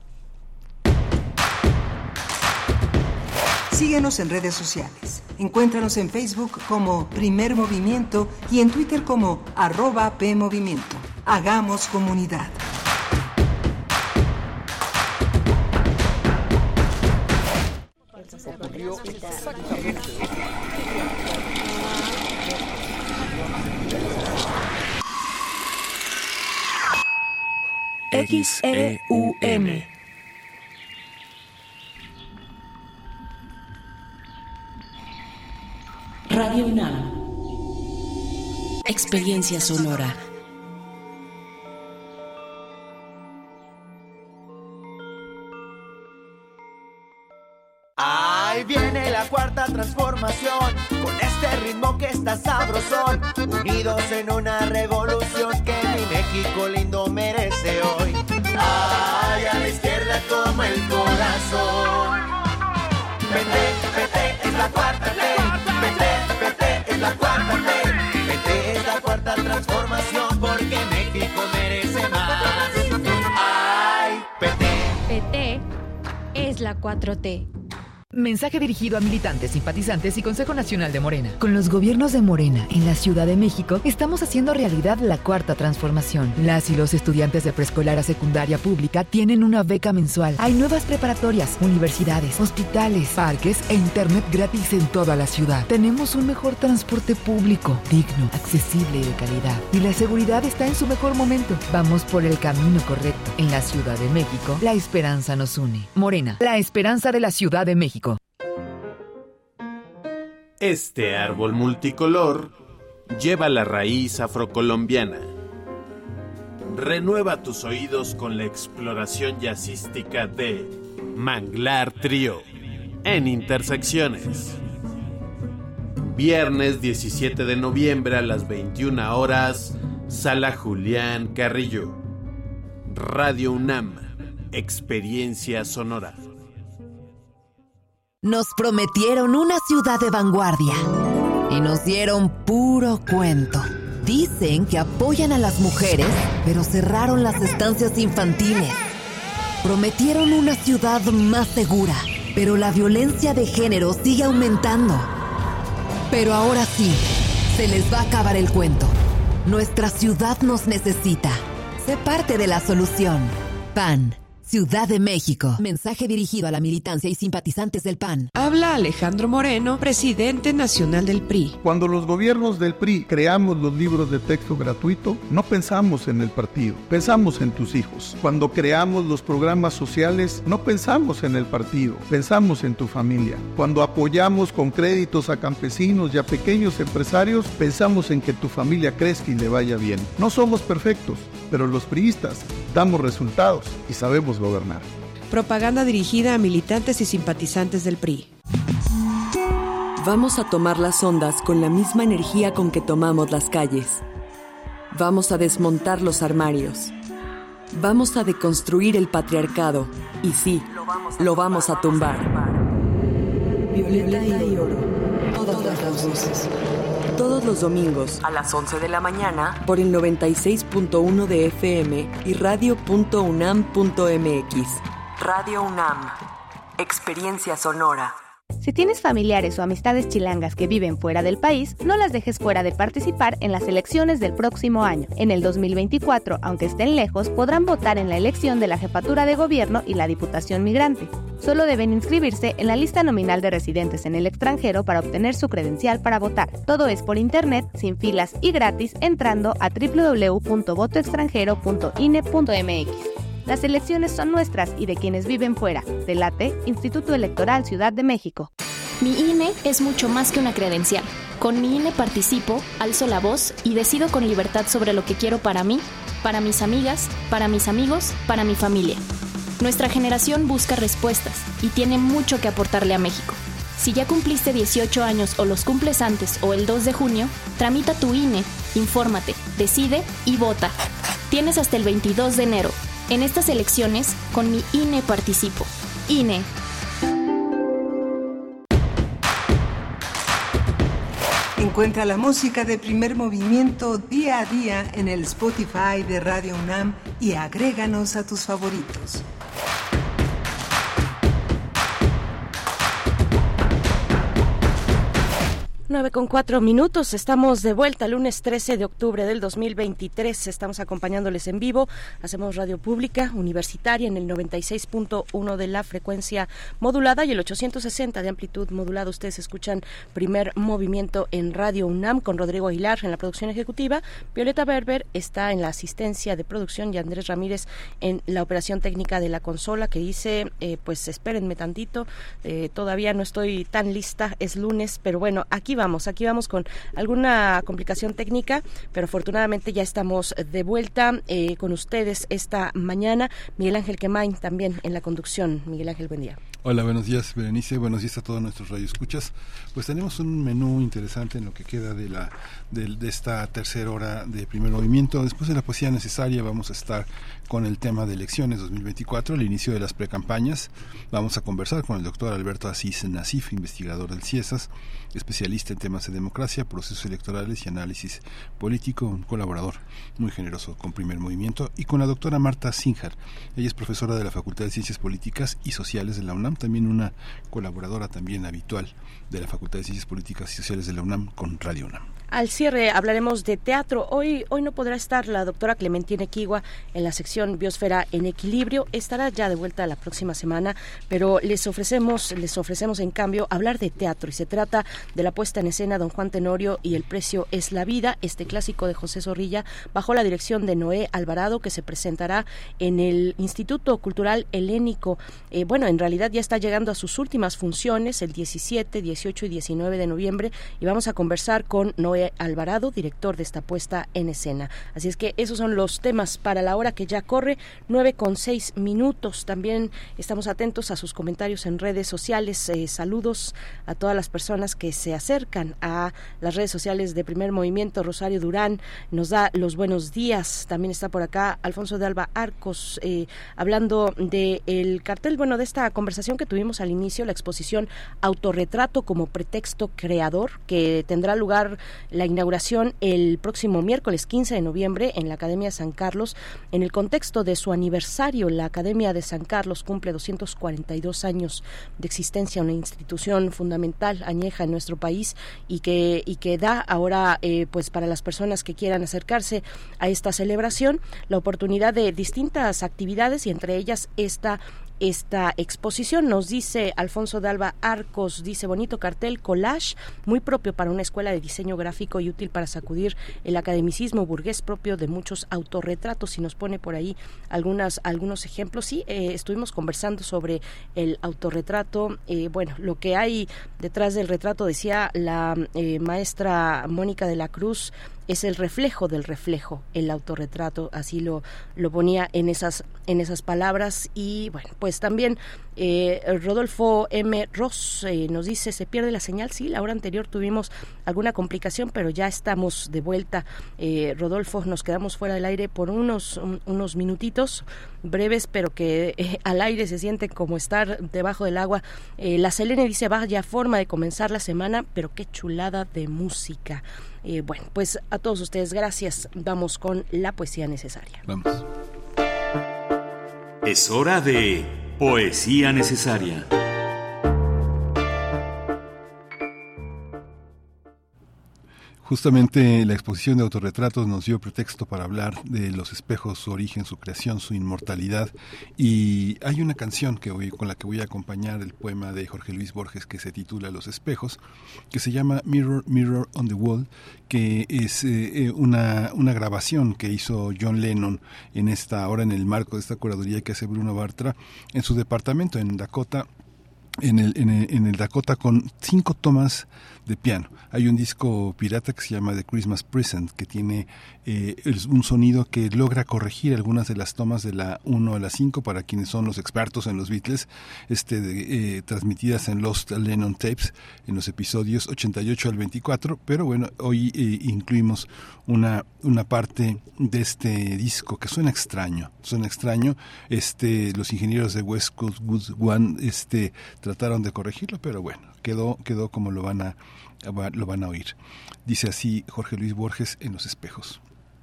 Síguenos en redes sociales. Encuéntranos en Facebook como Primer Movimiento y en Twitter como arroba PMovimiento. Hagamos comunidad. X E U M. Radio UNAM. Experiencia sonora. Ahí viene la cuarta transformación, con este ritmo que está sabrosón, unidos en una revolución que mi México lindo merece hoy. Ay, a la izquierda como el corazón. P T, P T es la cuarta T, P T, P T es la cuarta T, P T es la cuarta transformación porque México merece más. Ay, P T. P T es la cuatro T. Mensaje dirigido a militantes, simpatizantes y Consejo Nacional de Morena. Con los gobiernos de Morena en la Ciudad de México, estamos haciendo realidad la cuarta transformación. Las y los estudiantes de preescolar a secundaria pública tienen una beca mensual. Hay nuevas preparatorias, universidades, hospitales, parques e internet gratis en toda la ciudad. Tenemos un mejor transporte público, digno, accesible y de calidad. Y la seguridad está en su mejor momento. Vamos por el camino correcto. En la Ciudad de México, la esperanza nos une. Morena, la esperanza de la Ciudad de México. Este árbol multicolor lleva la raíz afrocolombiana. Renueva tus oídos con la exploración jazzística de Manglar Trío en Intersecciones. Viernes diecisiete de noviembre a las veintiuna horas, Sala Julián Carrillo. Radio UNAM, experiencia sonora. Nos prometieron una ciudad de vanguardia y nos dieron puro cuento. Dicen que apoyan a las mujeres, pero cerraron las estancias infantiles. Prometieron una ciudad más segura, pero la violencia de género sigue aumentando. Pero ahora sí, se les va a acabar el cuento. Nuestra ciudad nos necesita. Sé parte de la solución. P A N. Ciudad de México. Mensaje dirigido a la militancia y simpatizantes del P A N. Habla Alejandro Moreno, presidente nacional del P R I. Cuando los gobiernos del P R I creamos los libros de texto gratuito, no pensamos en el partido, pensamos en tus hijos. Cuando creamos los programas sociales, no pensamos en el partido, pensamos en tu familia. Cuando apoyamos con créditos a campesinos y a pequeños empresarios, pensamos en que tu familia crezca y le vaya bien. No somos perfectos, pero los priistas damos resultados y sabemos gobernar. Propaganda dirigida a militantes y simpatizantes del P R I. Vamos a tomar las ondas con la misma energía con que tomamos las calles. Vamos a desmontar los armarios. Vamos a deconstruir el patriarcado. Y sí, lo vamos a tumbar. Violeta y oro. Todas las voces. Todos los domingos a las once de la mañana por el noventa y seis punto uno de F M y radio punto unam punto m x. Radio UNAM. Experiencia sonora. Si tienes familiares o amistades chilangas que viven fuera del país, no las dejes fuera de participar en las elecciones del próximo año. En el dos mil veinticuatro, aunque estén lejos, podrán votar en la elección de la jefatura de gobierno y la diputación migrante. Solo deben inscribirse en la lista nominal de residentes en el extranjero para obtener su credencial para votar. Todo es por internet, sin filas y gratis, entrando a doble u doble u doble u punto voto extranjero punto i n e punto m x. Las elecciones son nuestras y de quienes viven fuera. Delate, Instituto Electoral Ciudad de México. Mi I N E es mucho más que una credencial. Con mi I N E participo, alzo la voz y decido con libertad sobre lo que quiero para mí, para mis amigas, para mis amigos, para mi familia. Nuestra generación busca respuestas y tiene mucho que aportarle a México. Si ya cumpliste dieciocho años o los cumples antes o el dos de junio, tramita tu I N E, infórmate, decide y vota. Tienes hasta el veintidós de enero. En estas elecciones, con mi I N E participo. I N E. Encuentra la música de Primer Movimiento día a día en el Spotify de Radio UNAM y agréganos a tus favoritos. nueve con cuatro minutos, estamos de vuelta lunes trece de octubre del dos mil veintitrés, estamos acompañándoles en vivo, hacemos radio pública universitaria en el noventa y seis punto uno de la frecuencia modulada y el ochocientos sesenta de amplitud modulada. Ustedes escuchan Primer Movimiento en Radio UNAM con Rodrigo Aguilar en la producción ejecutiva, Violeta Berber está en la asistencia de producción y Andrés Ramírez en la operación técnica de la consola, que dice, eh, pues espérenme tantito, eh, todavía no estoy tan lista, es lunes, pero bueno, aquí va. Vamos, aquí vamos con alguna complicación técnica, pero afortunadamente ya estamos de vuelta eh, con ustedes esta mañana. Miguel Ángel Quemain también en la conducción. Miguel Ángel, buen día. Hola, buenos días, Berenice, buenos días a todos nuestros radioescuchas. Pues tenemos un menú interesante en lo que queda de la de, de esta tercera hora de Primer Movimiento. Después de la poesía necesaria vamos a estar con el tema de elecciones dos mil veinticuatro, el inicio de las precampañas. Vamos a conversar con el doctor Alberto Asís Nasif, investigador del CIESAS, especialista en temas de democracia, procesos electorales y análisis político, un colaborador muy generoso con Primer Movimiento, y con la doctora Marta Sinjar. Ella es profesora de la Facultad de Ciencias Políticas y Sociales de la UNAM, también una colaboradora también habitual de la Facultad de Ciencias Políticas y Sociales de la UNAM con Radio UNAM. Al cierre hablaremos de teatro. Hoy hoy no podrá estar la doctora Clementina Equigua en la sección Biosfera en Equilibrio. Estará ya de vuelta la próxima semana, pero les ofrecemos les ofrecemos en cambio hablar de teatro, y se trata de la puesta en escena Don Juan Tenorio y el precio es la vida, este clásico de José Zorrilla, bajo la dirección de Noé Alvarado, que se presentará en el Instituto Cultural Helénico. Eh, bueno, en realidad ya está llegando a sus últimas funciones, el diecisiete, dieciocho y diecinueve de noviembre, y vamos a conversar con Noé Alvarado, director de esta puesta en escena. Así es que esos son los temas para la hora que ya corre, nueve con seis minutos. También estamos atentos a sus comentarios en redes sociales. Eh, saludos a todas las personas que se acercan a las redes sociales de Primer Movimiento. Rosario Durán nos da los buenos días. También está por acá Alfonso de Alba Arcos, eh, hablando de el cartel, bueno, de esta conversación que tuvimos al inicio, la exposición Autorretrato como pretexto creador, que tendrá lugar la inauguración el próximo miércoles quince de noviembre en la Academia San Carlos, en el contexto de su aniversario. La Academia de San Carlos cumple doscientos cuarenta y dos años de existencia, una institución fundamental, añeja en nuestro país, y que y que da ahora, eh, pues para las personas que quieran acercarse a esta celebración, la oportunidad de distintas actividades, y entre ellas esta esta exposición. Nos dice Alfonso de Alba Arcos, dice: bonito cartel, collage, muy propio para una escuela de diseño gráfico y útil para sacudir el academicismo burgués propio de muchos autorretratos, y nos pone por ahí algunas algunos ejemplos. Sí, eh, estuvimos conversando sobre el autorretrato, eh, bueno, lo que hay detrás del retrato, decía la eh, maestra Mónica de la Cruz, es el reflejo del reflejo, el autorretrato, así lo, lo ponía en esas, en esas palabras. Y bueno, pues también eh, Rodolfo M. Ross eh, nos dice, se pierde la señal. Sí, la hora anterior tuvimos alguna complicación, pero ya estamos de vuelta. eh, Rodolfo, nos quedamos fuera del aire por unos, un, unos minutitos breves, pero que eh, al aire se siente como estar debajo del agua. eh, La Selene dice, vaya forma de comenzar la semana, pero qué chulada de música. Eh, bueno, pues a todos ustedes gracias. Vamos con la poesía necesaria. Vamos. Es hora de poesía necesaria. Justamente la exposición de autorretratos nos dio pretexto para hablar de los espejos, su origen, su creación, su inmortalidad. Y hay una canción que voy, con la que voy a acompañar el poema de Jorge Luis Borges que se titula Los espejos, que se llama Mirror, Mirror on the Wall, que es eh, una, una grabación que hizo John Lennon en esta, ahora en el marco de esta curaduría que hace Bruno Bartra en su departamento en Dakota. En el, en, el, en el Dakota, con cinco tomas de piano. Hay un disco pirata que se llama The Christmas Present, que tiene eh, un sonido que logra corregir algunas de las tomas de la uno a la cinco, para quienes son los expertos en los Beatles, este, de, eh, transmitidas en Lost Lennon Tapes, en los episodios ochenta y ocho al veinticuatro, pero bueno, hoy eh, incluimos una, una parte de este disco que suena extraño, suena extraño. Este, los ingenieros de West Coast One este, trataron de corregirlo, pero bueno, quedó, quedó como lo van a, lo van a oír. Dice así Jorge Luis Borges en Los espejos.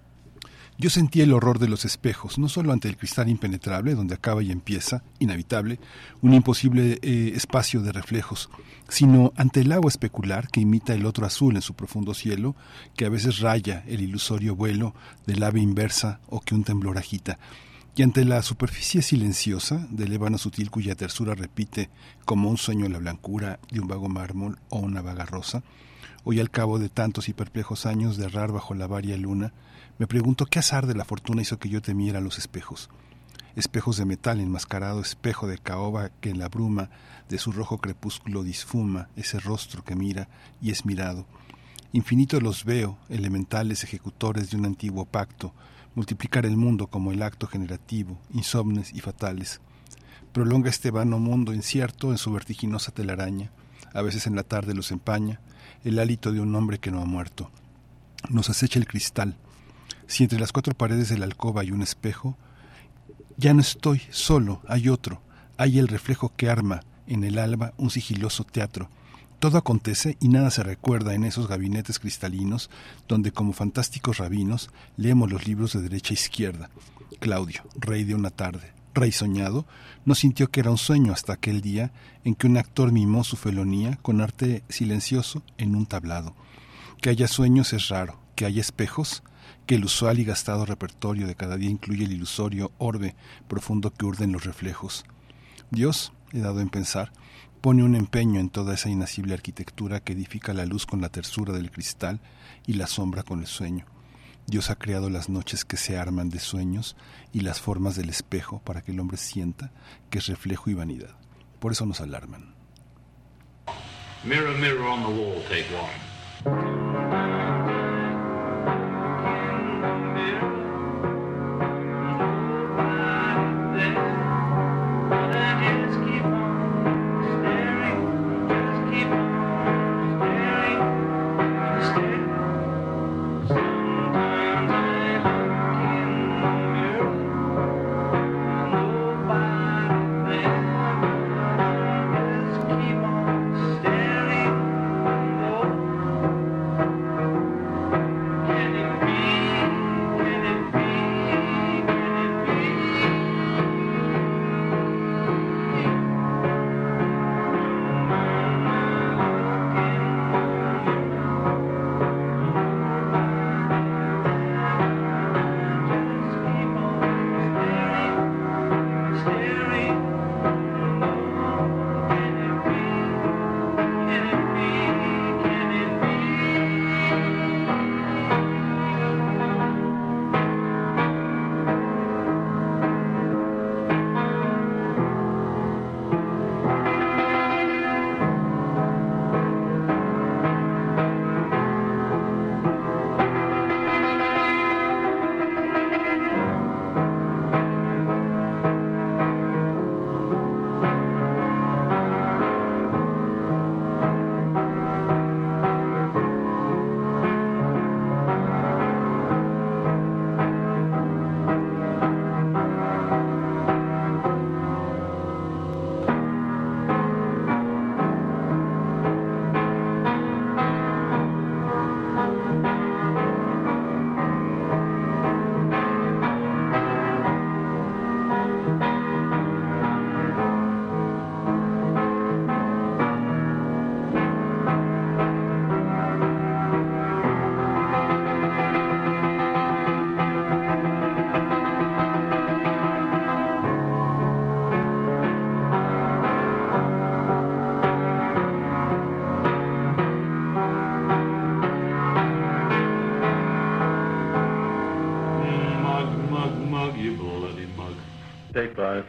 Yo sentí el horror de los espejos, no solo ante el cristal impenetrable, donde acaba y empieza, inhabitable, un imposible eh, espacio de reflejos, sino ante el agua especular que imita el otro azul en su profundo cielo, que a veces raya el ilusorio vuelo del ave inversa o que un temblor agita, y ante la superficie silenciosa del ébano sutil cuya tersura repite como un sueño la blancura de un vago mármol o una vaga rosa. Hoy, al cabo de tantos y perplejos años de errar bajo la varia luna, me pregunto qué azar de la fortuna hizo que yo temiera los espejos. Espejos de metal enmascarado, espejo de caoba que en la bruma de su rojo crepúsculo disfuma ese rostro que mira y es mirado. Infinitos los veo, elementales ejecutores de un antiguo pacto, multiplicar el mundo como el acto generativo, insomnes y fatales. Prolonga este vano mundo incierto en su vertiginosa telaraña, a veces en la tarde los empaña, el hálito de un hombre que no ha muerto. Nos acecha el cristal. Si entre las cuatro paredes de la alcoba hay un espejo, ya no estoy solo, hay otro, hay el reflejo que arma en el alba un sigiloso teatro. Todo acontece y nada se recuerda en esos gabinetes cristalinos donde como fantásticos rabinos leemos los libros de derecha a izquierda. Claudio, rey de una tarde, rey soñado, no sintió que era un sueño hasta aquel día en que un actor mimó su felonía con arte silencioso en un tablado. Que haya sueños es raro, que haya espejos, que el usual y gastado repertorio de cada día incluye el ilusorio orbe profundo que urden los reflejos. Dios, he dado en pensar, pone un empeño en toda esa inacible arquitectura que edifica la luz con la tersura del cristal y la sombra con el sueño. Dios ha creado las noches que se arman de sueños y las formas del espejo para que el hombre sienta que es reflejo y vanidad. Por eso nos alarman. Mirror, mirror on the wall, take one. Keep on staring, oh. Take five.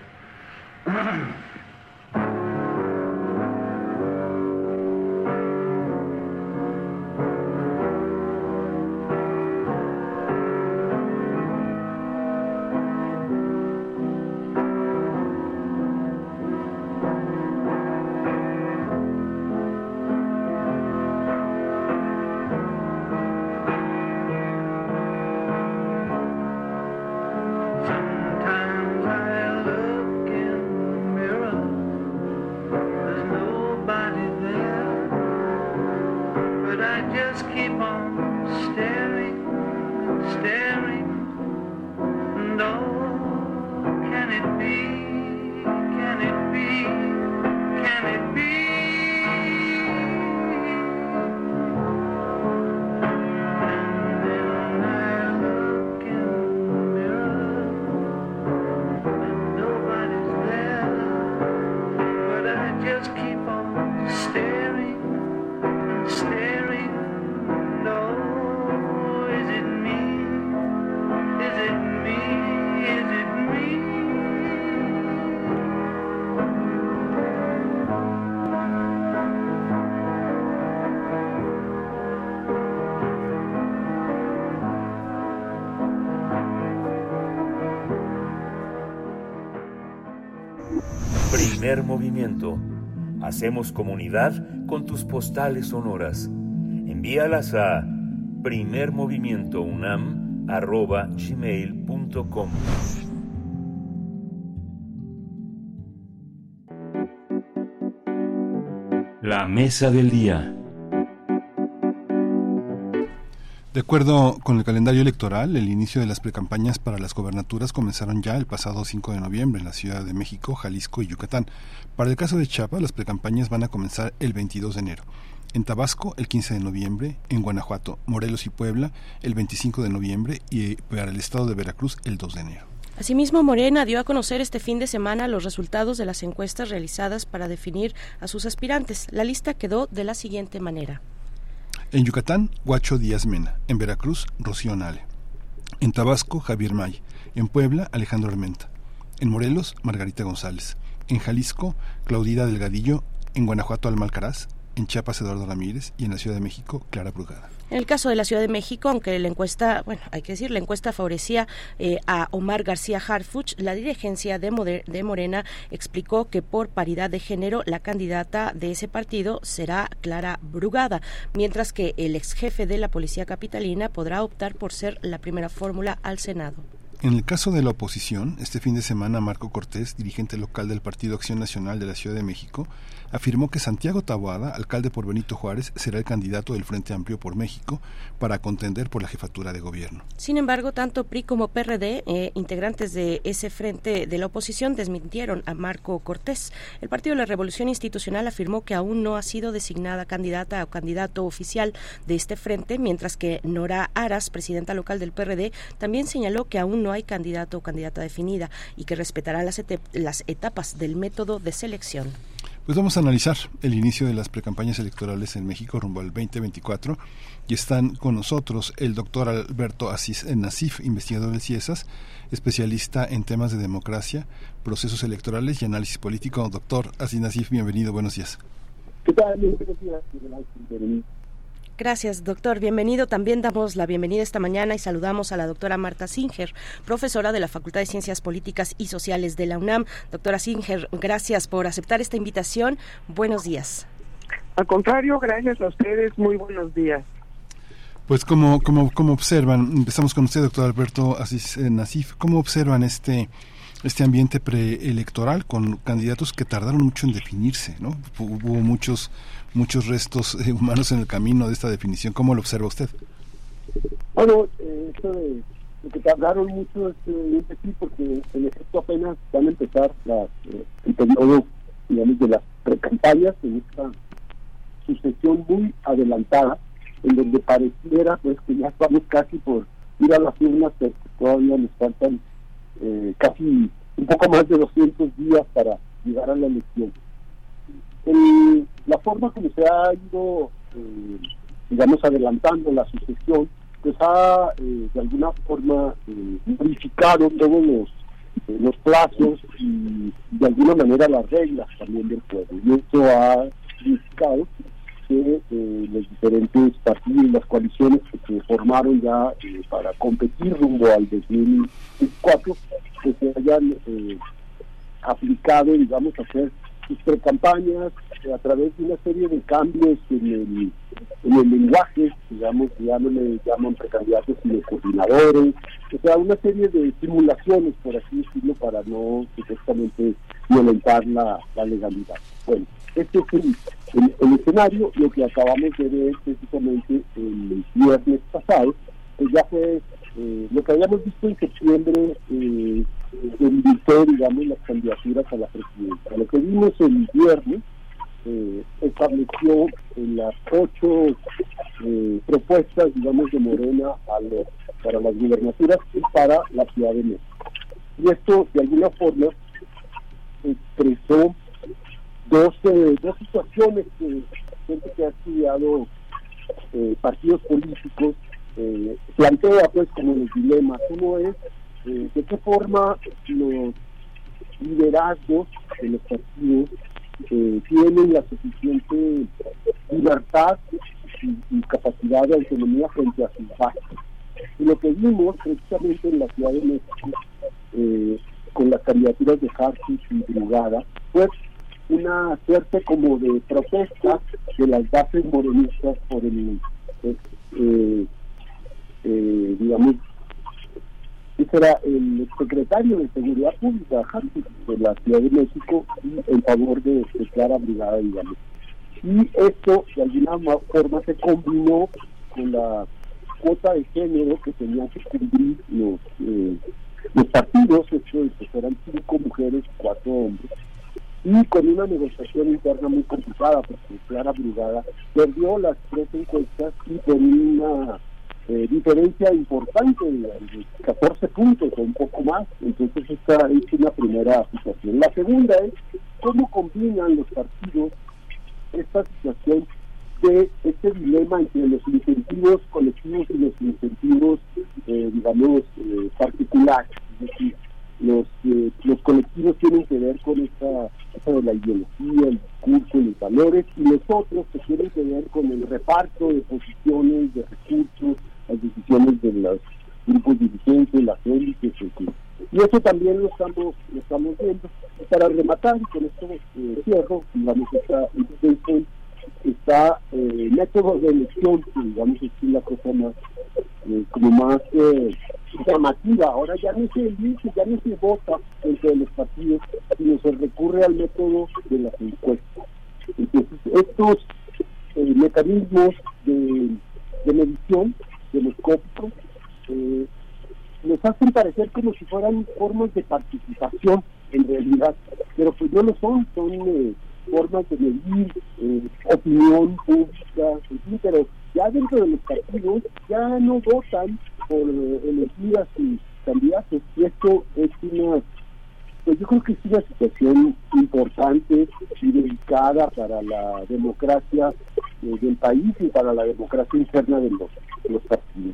Primer movimiento. Hacemos comunidad con tus postales sonoras. Envíalas a primermovimientounam arroba gmail punto com. La mesa del día. De acuerdo con el calendario electoral, el inicio de las precampañas para las gobernaturas comenzaron ya el pasado cinco de noviembre en la Ciudad de México, Jalisco y Yucatán. Para el caso de Chiapas, las precampañas van a comenzar el veintidós de enero. En Tabasco, el quince de noviembre, en Guanajuato, Morelos y Puebla, el veinticinco de noviembre y para el estado de Veracruz, el dos de enero. Asimismo, Morena dio a conocer este fin de semana los resultados de las encuestas realizadas para definir a sus aspirantes. La lista quedó de la siguiente manera. En Yucatán, Huacho Díaz Mena. En Veracruz, Rocío Nale. En Tabasco, Javier May. En Puebla, Alejandro Armenta. En Morelos, Margarita González. En Jalisco, Claudina Delgadillo. En Guanajuato, Alma Alcaraz. En Chiapas, Eduardo Ramírez. Y en la Ciudad de México, Clara Brugada. En el caso de la Ciudad de México, aunque la encuesta, bueno, hay que decir, la encuesta favorecía eh, a Omar García Harfuch, la dirigencia de, Moder- de Morena explicó que por paridad de género la candidata de ese partido será Clara Brugada, mientras que el ex jefe de la Policía Capitalina podrá optar por ser la primera fórmula al Senado. En el caso de la oposición, este fin de semana Marco Cortés, dirigente local del Partido Acción Nacional de la Ciudad de México, afirmó que Santiago Taboada, alcalde por Benito Juárez, será el candidato del Frente Amplio por México para contender por la jefatura de gobierno. Sin embargo, tanto P R I como P R D, eh, integrantes de ese frente de la oposición, desmintieron a Marco Cortés. El Partido de la Revolución Institucional afirmó que aún no ha sido designada candidata o candidato oficial de este frente, mientras que Nora Aras, presidenta local del P R D, también señaló que aún no hay candidato o candidata definida y que respetarán las, et- las etapas del método de selección. Pues vamos a analizar el inicio de las precampañas electorales en México rumbo al veinte veinticuatro y están con nosotros el doctor Alberto Asís Nasif, investigador del CIESAS, especialista en temas de democracia, procesos electorales y análisis político. Doctor Asís Nasif, bienvenido, buenos días. ¿Qué tal? Buenos días. Gracias, doctor. Bienvenido. También damos la bienvenida esta mañana y saludamos a la doctora Marta Singer, profesora de la Facultad de Ciencias Políticas y Sociales de la UNAM. Doctora Singer, gracias por aceptar esta invitación. Buenos días. Al contrario, gracias a ustedes. Muy buenos días. Pues como como como observan, empezamos con usted, doctor Alberto Asís Nasif, ¿cómo observan este este ambiente preelectoral con candidatos que tardaron mucho en definirse, ¿no? Hubo muchos muchos restos eh, humanos en el camino de esta definición. ¿Cómo lo observa usted? Bueno, eh, esto de, de que tardaron mucho, este, es sí, porque en efecto apenas van a empezar las, eh, el periodo, digamos, de las precampañas en esta sucesión muy adelantada, en donde pareciera pues que ya estamos casi por ir a las urnas, pero todavía nos faltan eh, casi un poco más de doscientos días para llegar a la elección. El, la forma como se ha ido, eh, digamos, adelantando la sucesión, pues ha eh, de alguna forma eh, modificado todos los los plazos y de alguna manera las reglas también del juego. Y esto ha significado que eh, los diferentes partidos, las coaliciones que se formaron ya eh, para competir rumbo al dos mil veinticuatro, que se hayan eh, aplicado, digamos, a hacer sus precampañas eh, a través de una serie de cambios en el, en el lenguaje, digamos, ya no le llaman precandidatos sino coordinadores, o sea, una serie de simulaciones, por así decirlo, para no supuestamente violentar la, la legalidad. Bueno, este es el, el, el escenario. Lo que acabamos de ver precisamente el viernes pasado, que ya fue eh, lo que habíamos visto en septiembre, eh, invitó, digamos, las candidaturas a la presidencia. Lo que vimos el viernes eh, estableció en las ocho eh, propuestas, digamos, de Morena a los, para las gubernaturas y para la Ciudad de México. Y esto, de alguna forma, expresó dos, eh, dos situaciones que gente que ha estudiado eh, partidos políticos eh, plantea, pues, como los dilemas. Uno es eh, de qué forma los liderazgos de los partidos eh, tienen la suficiente libertad y, y capacidad de autonomía frente a sus bases. Y lo que vimos precisamente en la Ciudad de México eh, con las candidaturas de Harfuch y Brugada fue una suerte como de protesta de las bases morenistas por el eh, eh, eh, digamos, ese era el secretario de Seguridad Pública Harfuch de la Ciudad de México, y en favor de, de Clara Brugada, digamos. Y esto de alguna forma se combinó con la cuota de género que tenían que cumplir los eh, los partidos, esto pues, eran cinco mujeres, cuatro hombres, y con una negociación interna muy complicada, porque Clara Brugada perdió las tres encuestas y con una eh, diferencia importante de catorce puntos o un poco más. Entonces esta es una primera situación. La segunda es cómo combinan los partidos esta situación de este dilema entre los incentivos colectivos y los incentivos, eh, digamos, eh, particulares. Es decir, los, eh, los colectivos tienen que ver con esta, esta de la ideología, el discurso y los valores, y los otros que tienen que ver con el reparto de posiciones, de recursos, las decisiones de los grupos dirigentes, las élites, etcétera. Y eso también lo estamos, lo estamos viendo. Y para rematar, y con esto eh, cierro, digamos, esta institución está eh, método de elección, que digamos es la cosa más eh, como más eh, llamativa. Ahora ya no se elige, ya no se vota entre los partidos, sino se recurre al método de las encuestas. Entonces estos eh, mecanismos de, de medición demoscópicos eh, nos hacen parecer como si fueran formas de participación en realidad, pero pues no lo son, son eh, formas de medir eh, opinión pública, en fin, pero ya dentro de los partidos ya no votan por eh, elegir a sus candidatos, y esto es una, pues yo creo que es una situación importante y delicada para la democracia eh, del país y para la democracia interna de los, de los partidos.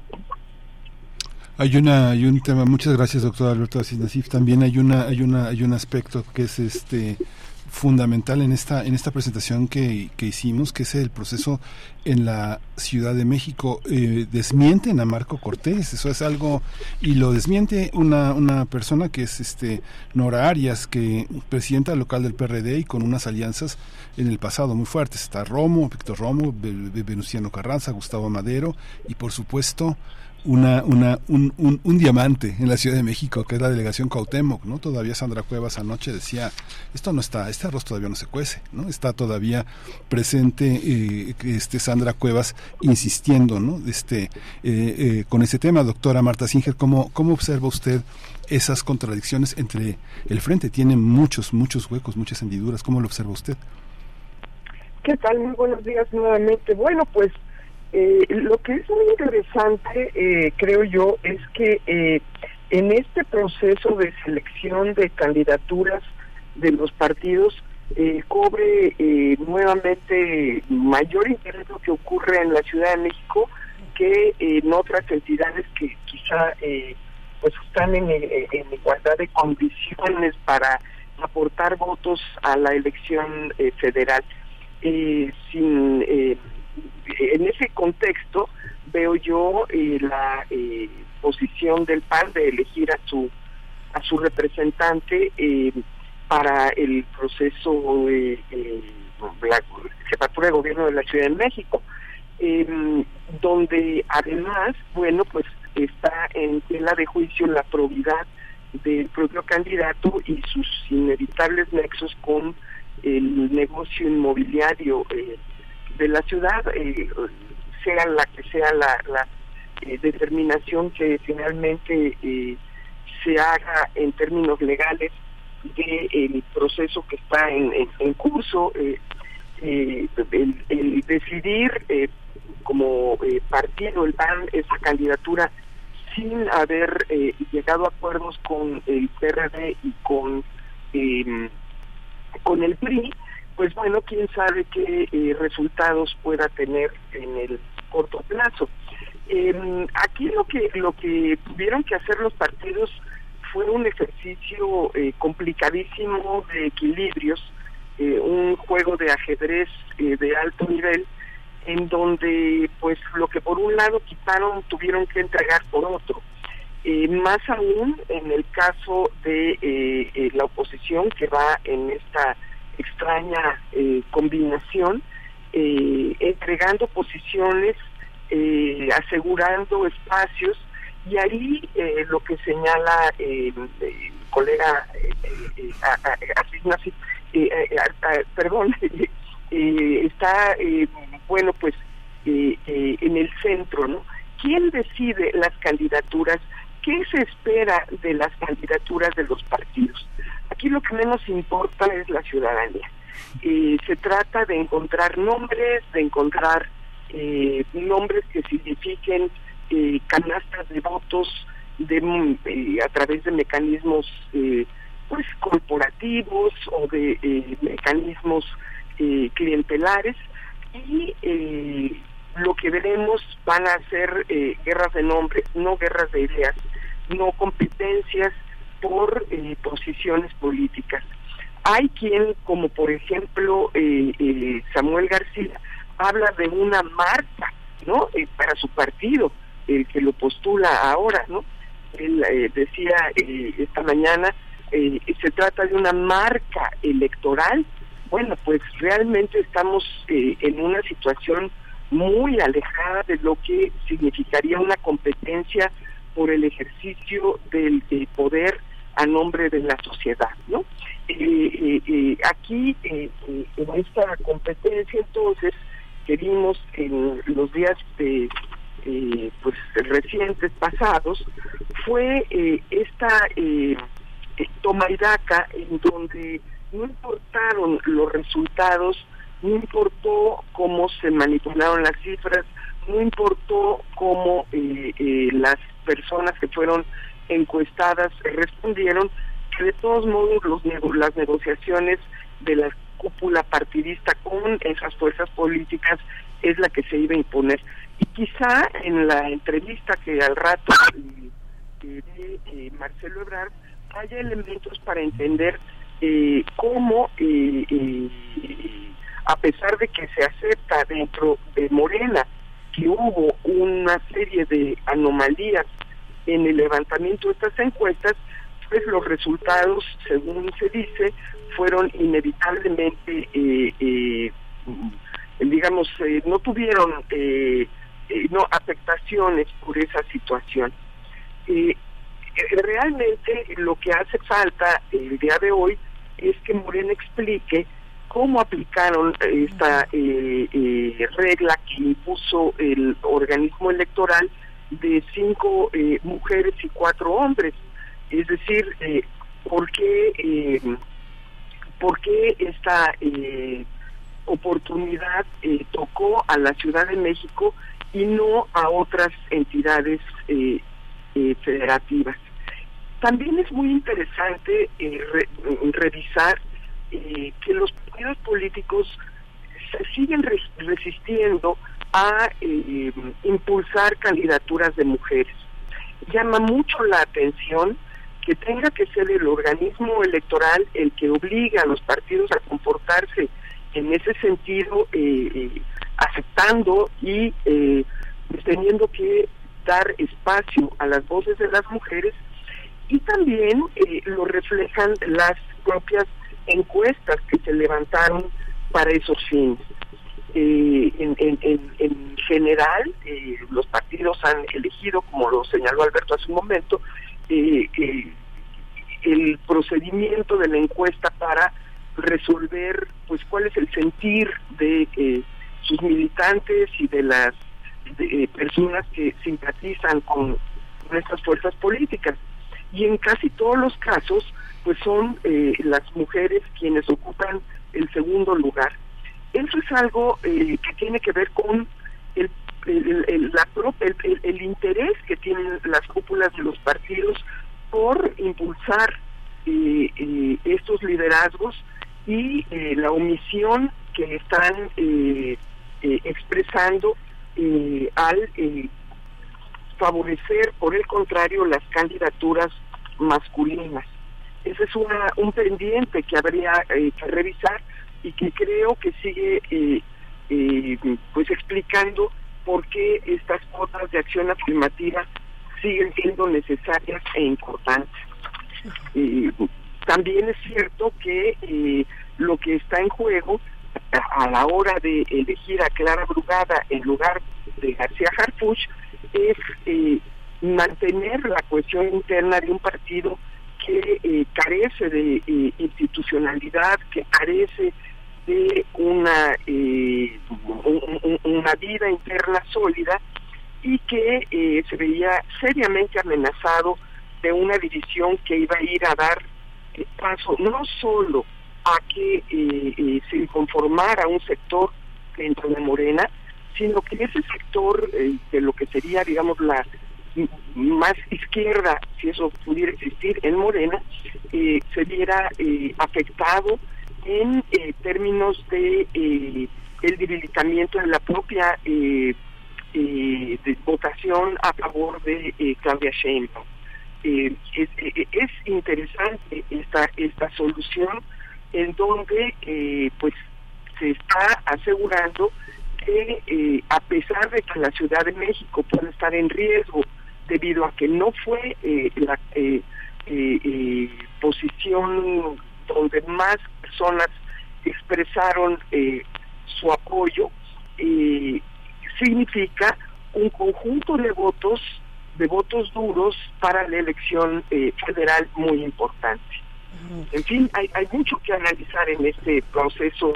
Hay una hay un tema, muchas gracias doctor Alberto Asís Nasif. También hay una hay una hay un aspecto que es este fundamental en esta en esta presentación que, que hicimos, que es el proceso en la Ciudad de México. Eh, desmienten a Marco Cortés, eso es algo, y lo desmiente una una persona que es este Nora Arias, que presidenta local del P R D y con unas alianzas en el pasado muy fuertes. Está Romo, Víctor Romo, Venustiano Carranza, Gustavo Madero y por supuesto una una un, un, un diamante en la Ciudad de México, que es la delegación Cuauhtémoc, ¿no? Todavía Sandra Cuevas anoche decía, esto no está, este arroz todavía no se cuece, ¿no? Está todavía presente eh, este Sandra Cuevas insistiendo, ¿no? Este eh, eh, con ese tema. Doctora Marta Singer, ¿cómo cómo observa usted esas contradicciones entre el frente? Tiene muchos muchos huecos, muchas hendiduras. ¿Cómo lo observa usted? ¿Qué tal? Muy buenos días nuevamente. Bueno, pues Eh, lo que es muy interesante, eh, creo yo, es que eh, en este proceso de selección de candidaturas de los partidos eh, cobre eh, nuevamente mayor interés lo que ocurre en la Ciudad de México que eh, en otras entidades que quizá eh, pues están en, en igualdad de condiciones para aportar votos a la elección eh, federal. Eh, sin eh, en ese contexto veo yo eh, la eh, posición del P A N de elegir a su a su representante eh, para el proceso eh, eh, la jefatura de gobierno de la Ciudad de México, eh, donde además, bueno, pues está en tela de juicio la probidad del propio candidato y sus inevitables nexos con el negocio inmobiliario eh, de la ciudad, eh, sea la que sea la, la eh, determinación que finalmente eh, se haga en términos legales del proceso que está en, en, en curso, eh, eh, el, el decidir eh, como eh, partido, el P A N, esa candidatura sin haber eh, llegado a acuerdos con el P R D y con eh, con el P R I, pues bueno, quién sabe qué eh, resultados pueda tener en el corto plazo. Eh, aquí lo que lo que tuvieron que hacer los partidos fue un ejercicio eh, complicadísimo de equilibrios, eh, un juego de ajedrez eh, de alto nivel, en donde pues lo que por un lado quitaron tuvieron que entregar por otro. Eh, más aún en el caso de eh, eh, la oposición, que va en esta extraña eh, combinación, eh, entregando posiciones, eh, asegurando espacios, y ahí eh, lo que señala eh, el colega eh, eh, Asís Nasif, eh, eh, eh, perdón, eh, está, eh, bueno, pues eh, eh, en el centro, ¿no? ¿Quién decide las candidaturas? ¿Qué se espera de las candidaturas de los partidos? Aquí lo que menos importa es la ciudadanía. Eh, se trata de encontrar nombres, de encontrar eh, nombres que signifiquen eh, canastas de votos de, eh, a través de mecanismos eh, pues corporativos o de eh, mecanismos eh, clientelares, y eh, lo que veremos van a ser eh, guerras de nombres, no guerras de ideas, no competencias por eh, posiciones políticas. Hay quien, como por ejemplo eh, eh, Samuel García, habla de una marca, ¿no? Eh, para su partido, el que lo postula ahora, ¿no? Él eh, decía eh, esta mañana, eh, se trata de una marca electoral. Bueno, pues realmente estamos eh, en una situación muy alejada de lo que significaría una competencia por el ejercicio del, del poder a nombre de la sociedad, ¿no? Eh, eh, eh, aquí, eh, eh, en esta competencia, entonces, que vimos en los días de, eh, pues recientes pasados, fue eh, esta eh, toma y daca, en donde no importaron los resultados, no importó cómo se manipularon las cifras, no importó cómo eh, eh, las personas que fueron encuestadas respondieron, que de todos modos los nego- las negociaciones de la cúpula partidista con esas fuerzas políticas es la que se iba a imponer. Y quizá en la entrevista que al rato eh, de eh, Marcelo Ebrard haya elementos para entender eh, cómo eh, eh, a pesar de que se acepta dentro de Morena que hubo una serie de anomalías en el levantamiento de estas encuestas, pues los resultados, según se dice, fueron inevitablemente, eh, eh, digamos, eh, no tuvieron eh, eh, no afectaciones por esa situación. Eh, realmente lo que hace falta el día de hoy es que Morena explique cómo aplicaron esta eh, eh, regla que impuso el organismo electoral de cinco eh, mujeres y cuatro hombres. Es decir, eh, ¿por qué, eh, por qué esta eh, oportunidad eh, tocó a la Ciudad de México y no a otras entidades eh, eh, federativas? También es muy interesante eh, re, revisar eh, que los partidos políticos se siguen res, resistiendo a eh, impulsar candidaturas de mujeres. llama mucho la atención que tenga que ser el organismo electoral el que obliga a los partidos a comportarse en ese sentido, eh, eh, aceptando y eh, teniendo que dar espacio a las voces de las mujeres, y también eh, lo reflejan las propias encuestas que se levantaron para esos fines. Eh, en, en, en, en general, eh, los partidos han elegido, como lo señaló Alberto hace un momento, eh, eh, el procedimiento de la encuesta para resolver pues cuál es el sentir de eh, sus militantes y de las de, eh, personas que simpatizan con, con estas fuerzas políticas. Y en casi todos los casos pues son eh, las mujeres quienes ocupan el segundo lugar. Eso es algo eh, que tiene que ver con el, el, el, la, el, el, el interés que tienen las cúpulas de los partidos por impulsar eh, eh, estos liderazgos y eh, la omisión que están eh, eh, expresando eh, al eh, favorecer, por el contrario, las candidaturas masculinas. Ese es una, un pendiente que habría eh, que revisar y que creo que sigue eh, eh, pues explicando por qué estas cuotas de acción afirmativa siguen siendo necesarias e importantes. Eh, también es cierto que eh, lo que está en juego a, a la hora de elegir a Clara Brugada en lugar de García Harfuch es eh, mantener la cohesión interna de un partido que eh, carece de eh, institucionalidad, que carece de una eh, un, un, una vida interna sólida y que eh, se veía seriamente amenazado de una división que iba a ir a dar eh, paso no solo a que eh, eh, se conformara un sector dentro de Morena, sino que ese sector eh, de lo que sería, digamos, la más izquierda, si eso pudiera existir en Morena, eh, se viera eh, afectado en eh, términos de eh, el debilitamiento de la propia eh, eh, de votación a favor de eh, Claudia Sheinbaum. Eh, es, eh, es interesante esta esta solución en donde eh, pues se está asegurando que eh, a pesar de que la Ciudad de México puede estar en riesgo debido a que no fue eh, la eh, eh, eh, posición donde más personas expresaron eh, su apoyo, eh, significa un conjunto de votos, de votos duros para la elección eh, federal muy importante. En fin, hay, hay mucho que analizar en este proceso.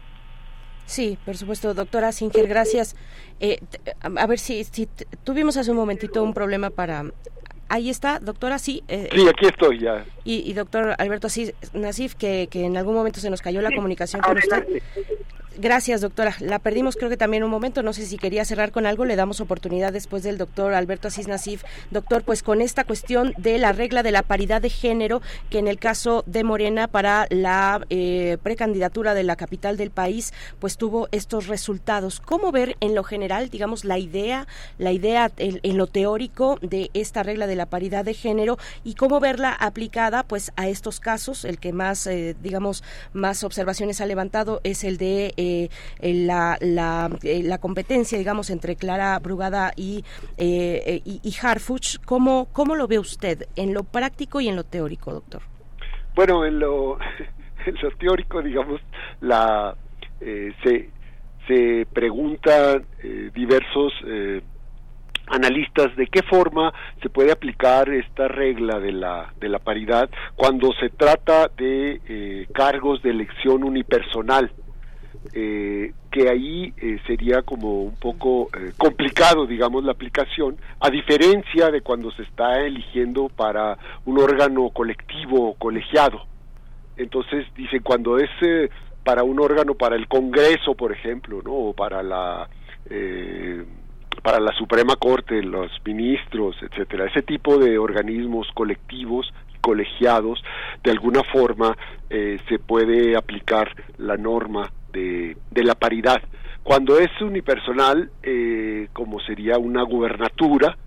Sí, por supuesto, doctora Singer, gracias. Eh, a, a ver si, si t- tuvimos hace un momentito un problema para... Ahí está, doctora, sí. Eh, sí, aquí estoy ya. Y, y doctor Alberto Asís Nasif, que, que en algún momento se nos cayó la sí, comunicación con adelante. usted. Gracias, doctora. La perdimos creo que también un momento. No sé si quería cerrar con algo. Le damos oportunidad después del doctor Alberto Asís Nasif. Doctor, pues con esta cuestión de la regla de la paridad de género, que en el caso de Morena para la eh, precandidatura de la capital del país, pues tuvo estos resultados. ¿Cómo ver en lo general, digamos, la idea, la idea en, en lo teórico de esta regla de la paridad de género y cómo verla aplicada pues a estos casos? El que más, eh, digamos, más observaciones ha levantado es el de eh, Eh, la, la, eh, la competencia, digamos, entre Clara Brugada y, eh, y, y Harfuch. ¿Cómo, ¿Cómo lo ve usted en lo práctico y en lo teórico, doctor? Bueno, en lo, en lo teórico, digamos, la eh, se, se preguntan eh, diversos eh, analistas de qué forma se puede aplicar esta regla de la de la paridad cuando se trata de eh, cargos de elección unipersonal. Eh, que ahí eh, sería como un poco eh, complicado, digamos, la aplicación, a diferencia de cuando se está eligiendo para un órgano colectivo o colegiado. Entonces, dice, cuando es eh, para un órgano, para el Congreso, por ejemplo, ¿no? O para la eh, para la Suprema Corte, los ministros, etcétera, ese tipo de organismos colectivos, colegiados, de alguna forma eh, se puede aplicar la norma de, de la paridad. Cuando es unipersonal, eh, como sería una gubernatura,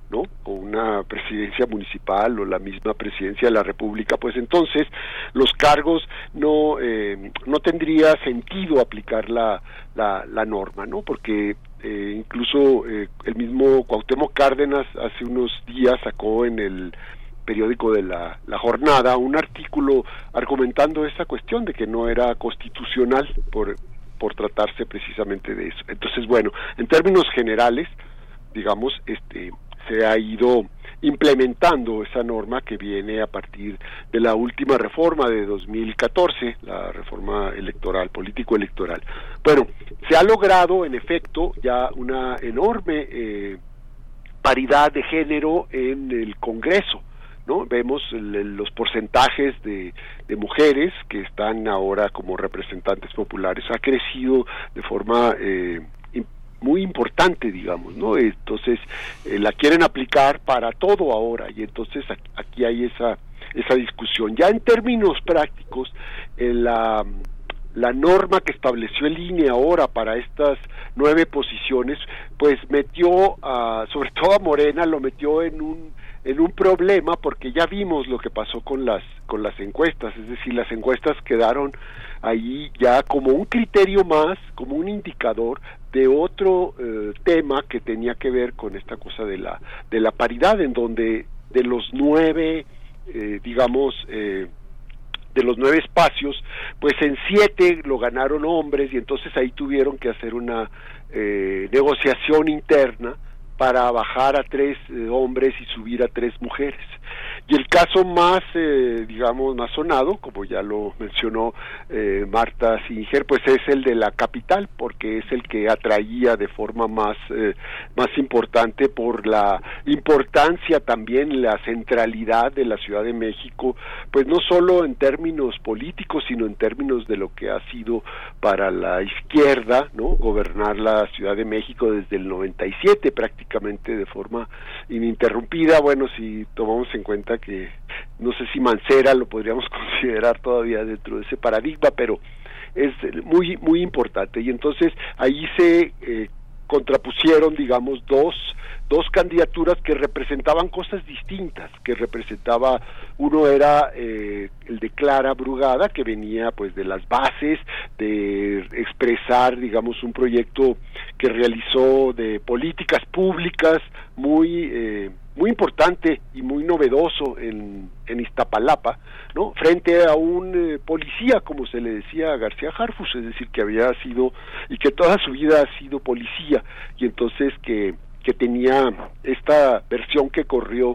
¿no? O una presidencia municipal o la misma presidencia de la República, pues entonces los cargos no eh, no tendría sentido aplicar la la, la norma, ¿no? Porque eh, incluso eh, el mismo Cuauhtémoc Cárdenas hace unos días sacó en el periódico de la, la Jornada un artículo argumentando esa cuestión de que no era constitucional por por tratarse precisamente de eso. Entonces, bueno, en términos generales, digamos, este se ha ido implementando esa norma que viene a partir de la última reforma de dos mil catorce, la reforma electoral, político-electoral. Bueno, se ha logrado, en efecto, ya una enorme eh, paridad de género en el Congreso, ¿no? Vemos el, los porcentajes de, de mujeres que están ahora como representantes populares, ha crecido de forma eh, muy importante, digamos, ¿no? Entonces eh, la quieren aplicar para todo ahora, y entonces aquí, aquí hay esa esa discusión. Ya en términos prácticos, eh, la la norma que estableció el I N E ahora para estas nueve posiciones, pues metió a, sobre todo a Morena, lo metió en un en un problema, porque ya vimos lo que pasó con las con las encuestas, es decir, las encuestas quedaron ahí ya como un criterio más, como un indicador de otro eh, tema que tenía que ver con esta cosa de la de la paridad, en donde de los nueve, eh, digamos, eh, de los nueve espacios, pues en siete lo ganaron hombres, y entonces ahí tuvieron que hacer una eh, negociación interna para bajar a tres eh, hombres y subir a tres mujeres. Y el caso más, eh, digamos, más sonado, como ya lo mencionó eh, Marta Singer, pues es el de la capital, porque es el que atraía de forma más, eh, más importante por la importancia también, la centralidad de la Ciudad de México, pues no solo en términos políticos, sino en términos de lo que ha sido para la izquierda, ¿no? Gobernar la Ciudad de México desde el noventa y siete prácticamente de forma ininterrumpida. Bueno, si tomamos en cuenta que no sé si Mancera lo podríamos considerar todavía dentro de ese paradigma, pero es muy muy importante. Y entonces ahí se eh, contrapusieron, digamos, dos dos candidaturas que representaban cosas distintas, que representaba, uno era eh, el de Clara Brugada, que venía pues de las bases, de expresar, digamos, un proyecto que realizó de políticas públicas muy eh, muy importante y muy novedoso en, en Iztapalapa, ¿no? Frente a un eh, policía, como se le decía a García Harfuch, es decir, que había sido, y que toda su vida ha sido policía, y entonces que que tenía esta versión que corrió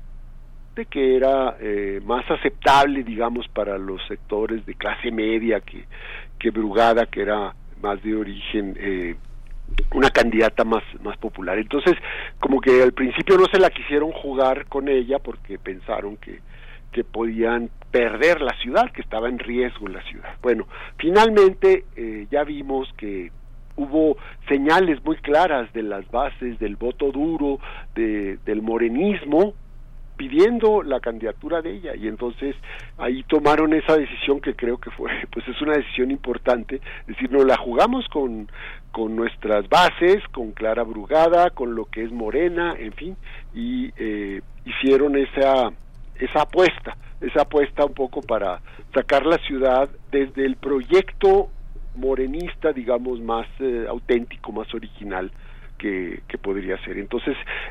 de que era eh, más aceptable, digamos, para los sectores de clase media que, que Brugada, que era más de origen, eh, una candidata más, más popular. Entonces, como que al principio no se la quisieron jugar con ella porque pensaron que, que podían perder la ciudad, que estaba en riesgo la ciudad. Bueno, finalmente eh, ya vimos que hubo señales muy claras de las bases del voto duro, de, del morenismo, pidiendo la candidatura de ella, y entonces ahí tomaron esa decisión que creo que fue, pues es una decisión importante, es decir, nos la jugamos con, con nuestras bases, con Clara Brugada, con lo que es Morena, en fin, y eh, hicieron esa, esa apuesta, esa apuesta un poco para sacar la ciudad desde el proyecto morenista, digamos, más eh, auténtico, más original que, que podría ser. Entonces,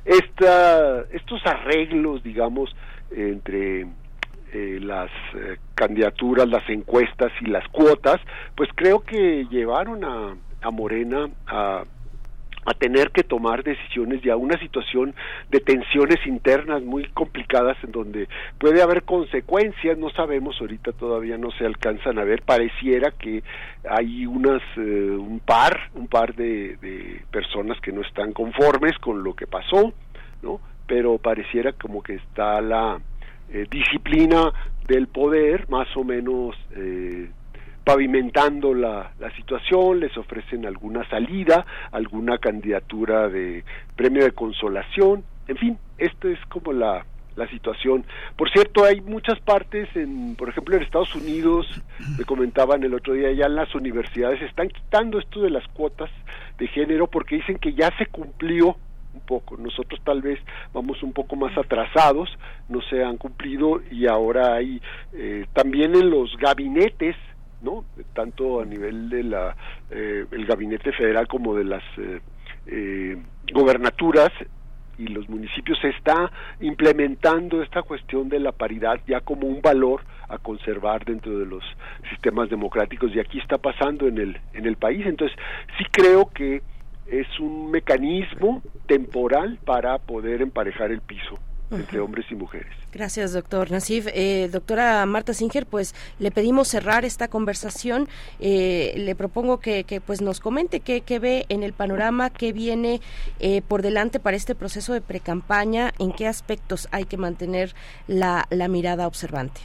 esta, estos arreglos, digamos, entre eh, las eh, candidaturas, las encuestas y las cuotas, pues creo que llevaron a, a Morena a a tener que tomar decisiones y a una situación de tensiones internas muy complicadas en donde puede haber consecuencias, no sabemos, ahorita todavía no se alcanzan a ver, pareciera que hay unas eh, un par, un par de, de personas que no están conformes con lo que pasó, ¿no? Pero pareciera como que está la eh, disciplina del poder más o menos eh, pavimentando la, la situación, les ofrecen alguna salida, alguna candidatura de premio de consolación, en fin, esta es como la, la situación. Por cierto, hay muchas partes, en, por ejemplo en Estados Unidos, me comentaban el otro día, ya en las universidades están quitando esto de las cuotas de género porque dicen que ya se cumplió un poco. Nosotros tal vez vamos un poco más atrasados, no se han cumplido y ahora hay eh, también en los gabinetes, ¿no? Tanto a nivel de la eh, el gabinete federal como de las eh, eh, gobernaturas y los municipios, se está implementando esta cuestión de la paridad ya como un valor a conservar dentro de los sistemas democráticos, y aquí está pasando en el en el país. Entonces sí creo que es un mecanismo temporal para poder emparejar el piso uh-huh. entre hombres y mujeres. Gracias, doctor Nassif. Eh, doctora Marta Singer, pues le pedimos cerrar esta conversación. Eh, le propongo que, que pues nos comente qué, qué ve en el panorama, qué viene eh, por delante para este proceso de precampaña, en qué aspectos hay que mantener la, la mirada observante.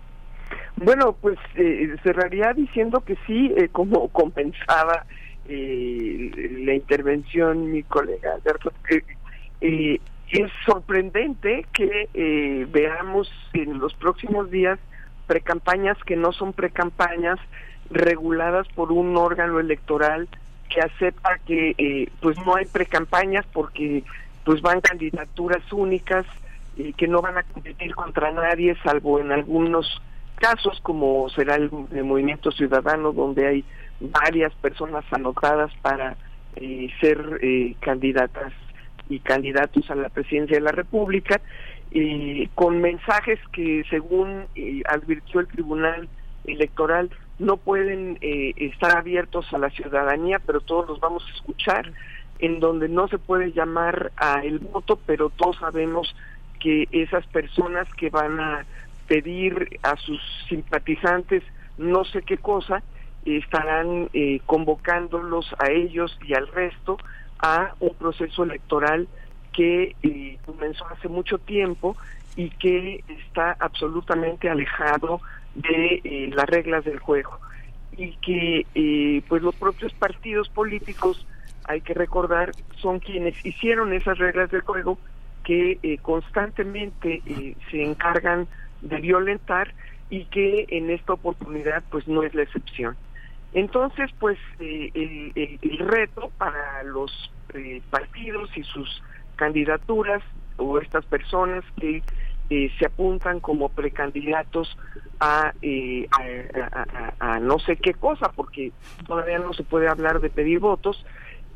Bueno, pues eh, cerraría diciendo que sí, eh, como compensaba eh, la intervención mi colega Alberto, eh, eh, es sorprendente que eh, veamos en los próximos días precampañas que no son precampañas reguladas por un órgano electoral que acepta que eh, pues no hay precampañas porque pues van candidaturas únicas y que no van a competir contra nadie, salvo en algunos casos como será el, el Movimiento Ciudadano, donde hay varias personas anotadas para eh, ser eh, candidatas y candidatos a la presidencia de la República, eh, con mensajes que, según eh, advirtió el Tribunal Electoral, no pueden eh, estar abiertos a la ciudadanía, pero todos los vamos a escuchar, en donde no se puede llamar a el voto, pero todos sabemos que esas personas que van a pedir a sus simpatizantes no sé qué cosa, eh, estarán eh, convocándolos a ellos y al resto a un proceso electoral que eh, comenzó hace mucho tiempo y que está absolutamente alejado de eh, las reglas del juego, y que eh, pues los propios partidos políticos, hay que recordar, son quienes hicieron esas reglas del juego que eh, constantemente eh, se encargan de violentar, y que en esta oportunidad pues no es la excepción. Entonces, pues eh, el, el, el reto para los eh, partidos y sus candidaturas, o estas personas que eh, se apuntan como precandidatos a, eh, a, a, a, a no sé qué cosa, porque todavía no se puede hablar de pedir votos,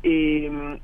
eh,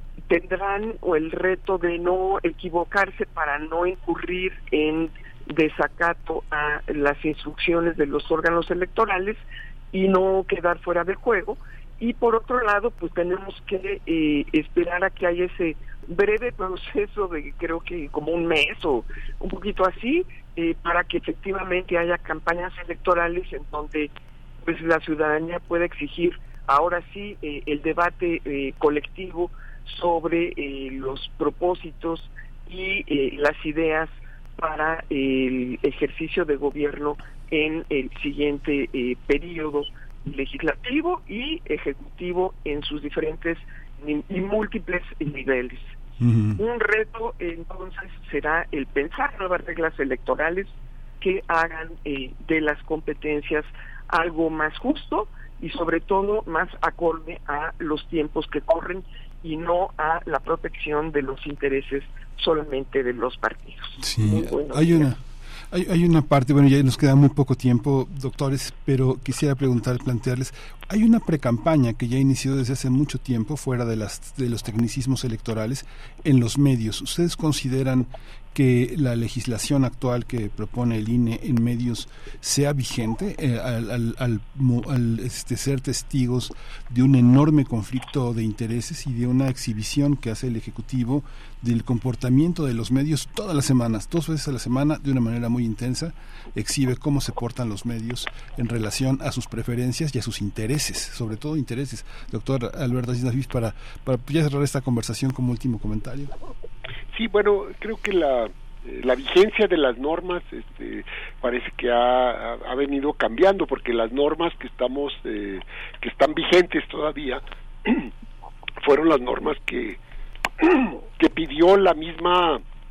tendrán o el reto de no equivocarse para no incurrir en desacato a las instrucciones de los órganos electorales y no quedar fuera del juego. Y por otro lado, pues tenemos que eh, esperar a que haya ese breve proceso de, creo que como un mes o un poquito así, eh, para que efectivamente haya campañas electorales en donde pues la ciudadanía pueda exigir ahora sí eh, el debate eh, colectivo sobre eh, los propósitos y eh, las ideas para el ejercicio de gobierno en el siguiente eh, periodo legislativo y ejecutivo en sus diferentes y múltiples niveles. Uh-huh. Un reto entonces será el pensar nuevas reglas electorales que hagan eh, de las competencias algo más justo y sobre todo más acorde a los tiempos que corren y no a la protección de los intereses solamente de los partidos. Sí, hay una hay, hay una parte, bueno, ya nos queda muy poco tiempo, doctores, pero quisiera preguntar, plantearles, hay una precampaña que ya inició desde hace mucho tiempo fuera de las de los tecnicismos electorales en los medios. ¿Ustedes consideran que la legislación actual que propone el I N E en medios sea vigente eh, al, al, al, al este, ser testigos de un enorme conflicto de intereses y de una exhibición que hace el Ejecutivo del comportamiento de los medios todas las semanas, dos veces a la semana, de una manera muy intensa, exhibe cómo se portan los medios en relación a sus preferencias y a sus intereses, sobre todo intereses? Doctor Alberto Nassif, para, para ya cerrar esta conversación como último comentario. Sí, bueno, creo que la eh, la vigencia de las normas este, parece que ha, ha venido cambiando, porque las normas que estamos eh, que están vigentes todavía fueron las normas que que pidió la misma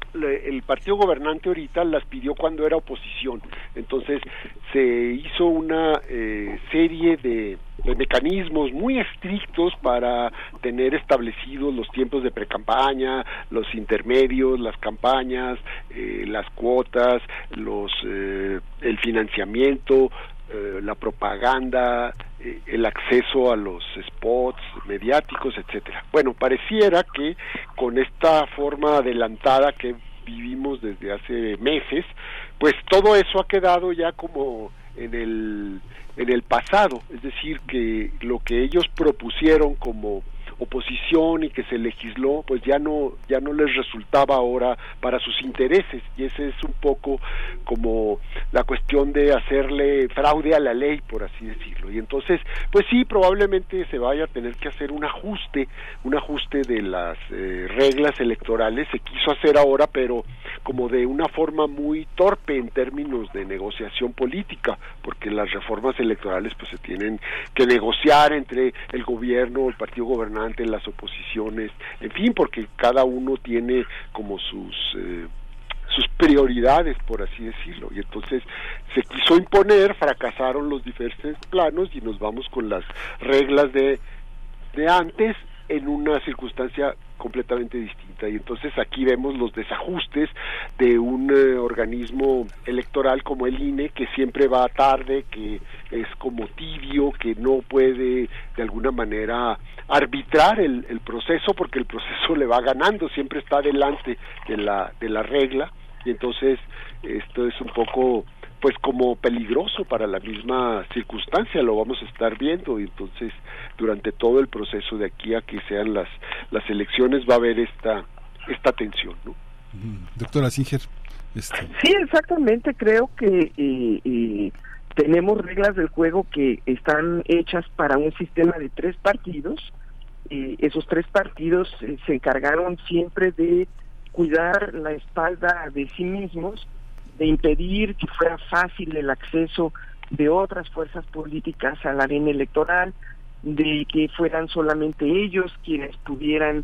el partido gobernante ahorita las pidió cuando era oposición. Entonces se hizo una eh, serie de, de mecanismos muy estrictos para tener establecidos los tiempos de precampaña, los intermedios, las campañas, eh, las cuotas, los eh, el financiamiento, eh, la propaganda, eh, el acceso a los spots mediáticos, etcétera. Bueno, pareciera que con esta forma adelantada que vivimos desde hace meses, pues todo eso ha quedado ya como en el en el pasado, es decir, que lo que ellos propusieron como oposición y que se legisló, pues ya no ya no les resultaba ahora para sus intereses, y ese es un poco como la cuestión de hacerle fraude a la ley, por así decirlo. Y entonces, pues sí, probablemente se vaya a tener que hacer un ajuste, un ajuste de las eh, reglas electorales. Se quiso hacer ahora, pero como de una forma muy torpe en términos de negociación política, porque las reformas electorales pues se tienen que negociar entre el gobierno, el partido gobernante, las oposiciones, en fin, porque cada uno tiene como sus eh, sus prioridades, por así decirlo, y entonces se quiso imponer, fracasaron los diversos planos y nos vamos con las reglas de de antes en una circunstancia completamente distinta. Y entonces aquí vemos los desajustes de un eh, organismo electoral como el I N E, que siempre va tarde, que es como tibio, que no puede de alguna manera arbitrar el, el proceso, porque el proceso le va ganando, siempre está delante de la de la regla, y entonces esto es un poco pues como peligroso para la misma circunstancia, lo vamos a estar viendo, y entonces durante todo el proceso de aquí a que sean las las elecciones va a haber esta esta tensión, ¿no? Doctora Singer. Este... Sí, exactamente, creo que eh, eh, tenemos reglas del juego que están hechas para un sistema de tres partidos. Eh, esos tres partidos eh, se encargaron siempre de cuidar la espalda de sí mismos, de impedir que fuera fácil el acceso de otras fuerzas políticas a la arena electoral, de que fueran solamente ellos quienes pudieran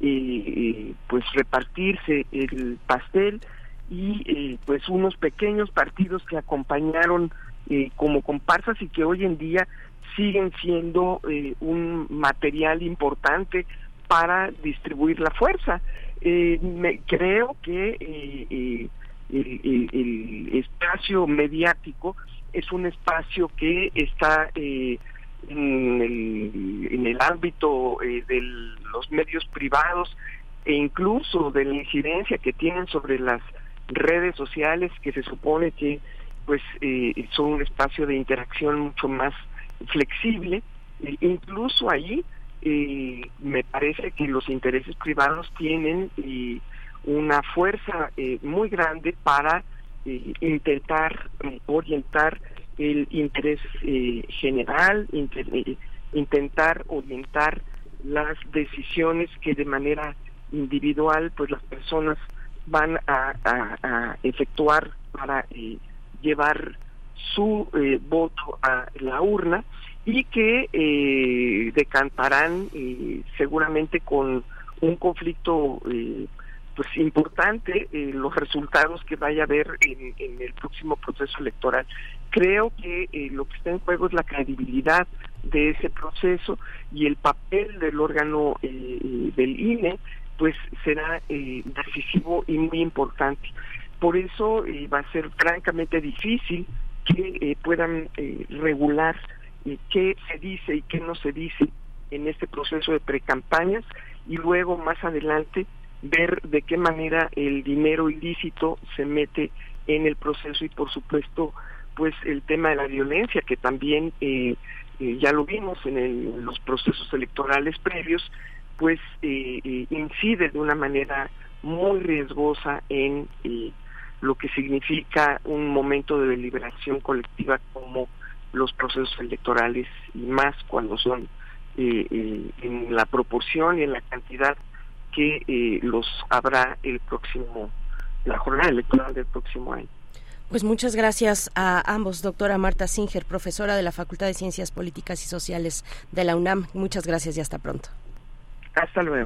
eh, pues repartirse el pastel, y eh, pues unos pequeños partidos que acompañaron eh, como comparsas y que hoy en día siguen siendo eh, un material importante para distribuir la fuerza. Eh, me, creo que eh, eh, el, el, el espacio mediático es un espacio que está eh, en, el, en el ámbito eh, de los medios privados, e incluso de la incidencia que tienen sobre las redes sociales, que se supone que pues eh, son un espacio de interacción mucho más flexible. E incluso ahí eh, me parece que los intereses privados tienen eh, una fuerza eh, muy grande para eh, intentar eh, orientar el interés eh, general, inter, eh, intentar orientar las decisiones que de manera individual pues las personas van a, a, a efectuar para eh, llevar su eh, voto a la urna, y que eh, decantarán eh, seguramente con un conflicto eh, pues importante eh, los resultados que vaya a haber en, en el próximo proceso electoral. Creo que eh, lo que está en juego es la credibilidad de ese proceso, y el papel del órgano eh, del I N E pues será eh, decisivo y muy importante. Por eso eh, va a ser francamente difícil que eh, puedan eh, regular eh, qué se dice y qué no se dice en este proceso de precampañas, y luego más adelante ver de qué manera el dinero ilícito se mete en el proceso, y por supuesto pues el tema de la violencia, que también eh, eh, ya lo vimos en, el, en los procesos electorales previos, pues eh, eh, incide de una manera muy riesgosa en eh, lo que significa un momento de deliberación colectiva como los procesos electorales, y más cuando son eh, eh, en la proporción y en la cantidad que eh, los habrá el próximo, la jornada electoral del próximo año. Pues muchas gracias a ambos, doctora Marta Singer, profesora de la Facultad de Ciencias Políticas y Sociales de la UNAM. Muchas gracias y hasta pronto. Hasta luego.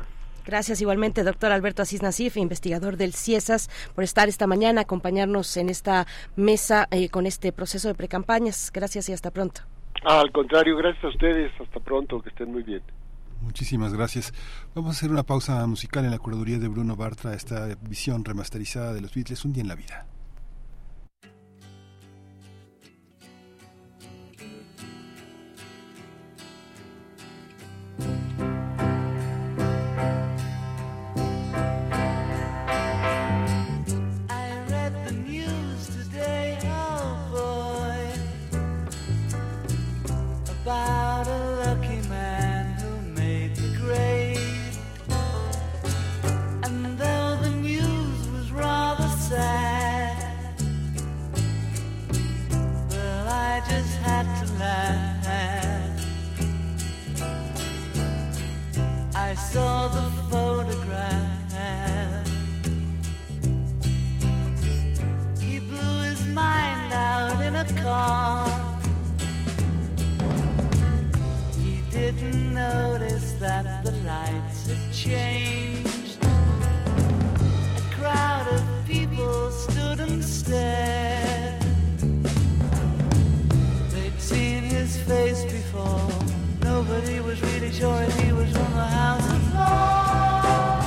Gracias igualmente, doctor Alberto Asís Nasif, investigador del CIESAS, por estar esta mañana, acompañarnos en esta mesa eh, con este proceso de precampañas. Gracias y hasta pronto. Ah, al contrario, gracias a ustedes. Hasta pronto, que estén muy bien. Muchísimas gracias. Vamos a hacer una pausa musical en la curaduría de Bruno Bartra, esta visión remasterizada de los Beatles, Un día en la vida. About a lucky man who made the grade, and though the news was rather sad, well, I just had to laugh. I saw the photograph. He blew his mind out in a car. Didn't notice that the lights had changed. A crowd of people stood and stared. They'd seen his face before. Nobody was really sure if he was from the House of Lords.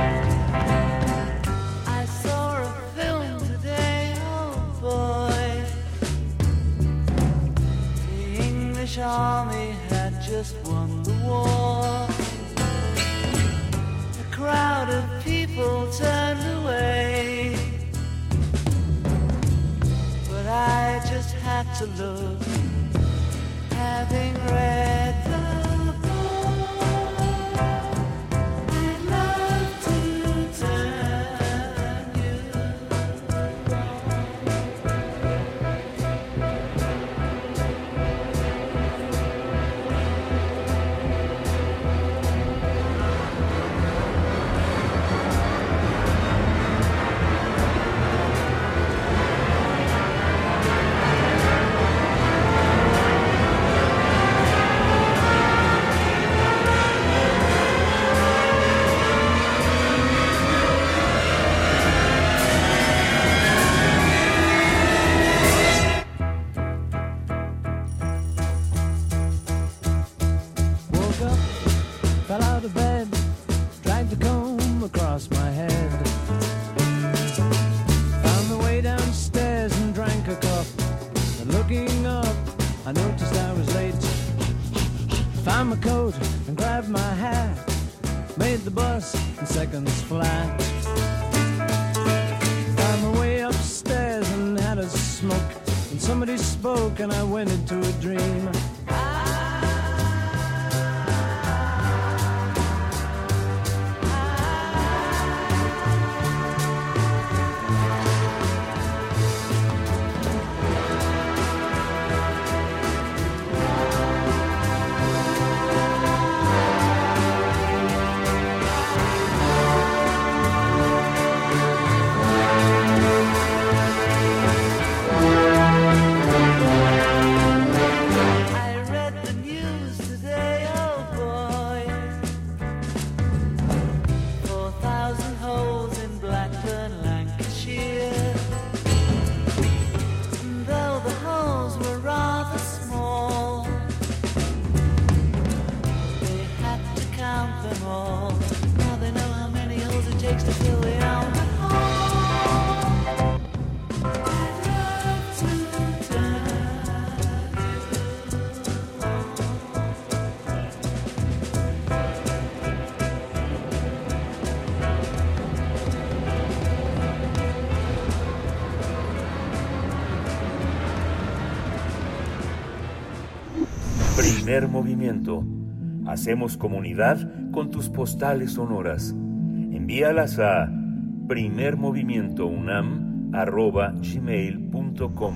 I saw a film today, oh boy. The English army just won the war. A crowd of people turned away, but I just had to look, having read the book. I'd love to turn you across my head. Found the way downstairs and drank a cup. And looking up, I noticed I was late. Found my coat and grabbed my hat. Made the bus in seconds flat. Found my way upstairs and had a smoke. And somebody spoke and I went into a dream. Primer movimiento. Hacemos comunidad con tus postales sonoras. Envíalas a primermovimientounam arroba gmail punto com.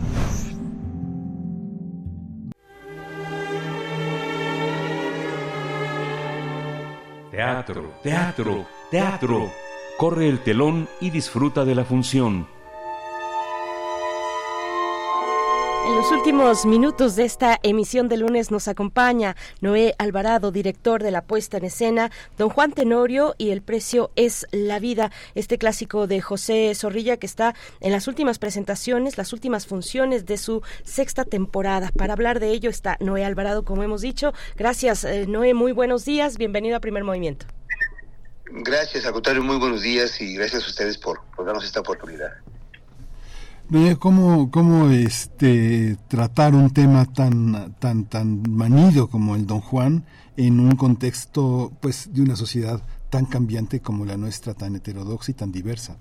Teatro, teatro, teatro. Corre el telón y disfruta de la función. En los últimos minutos de esta emisión de lunes nos acompaña Noé Alvarado, director de la puesta en escena, Don Juan Tenorio y El precio es la vida, este clásico de José Zorrilla que está en las últimas presentaciones, las últimas funciones de su sexta temporada. Para hablar de ello está Noé Alvarado, como hemos dicho. Gracias, eh, Noé, muy buenos días, bienvenido a Primer Movimiento. Gracias, al contrario, muy buenos días y gracias a ustedes por, por darnos esta oportunidad. ¿Cómo, cómo este, tratar un tema tan, tan, tan manido como el Don Juan en un contexto, pues, de una sociedad tan cambiante como la nuestra, tan heterodoxa y tan diversa?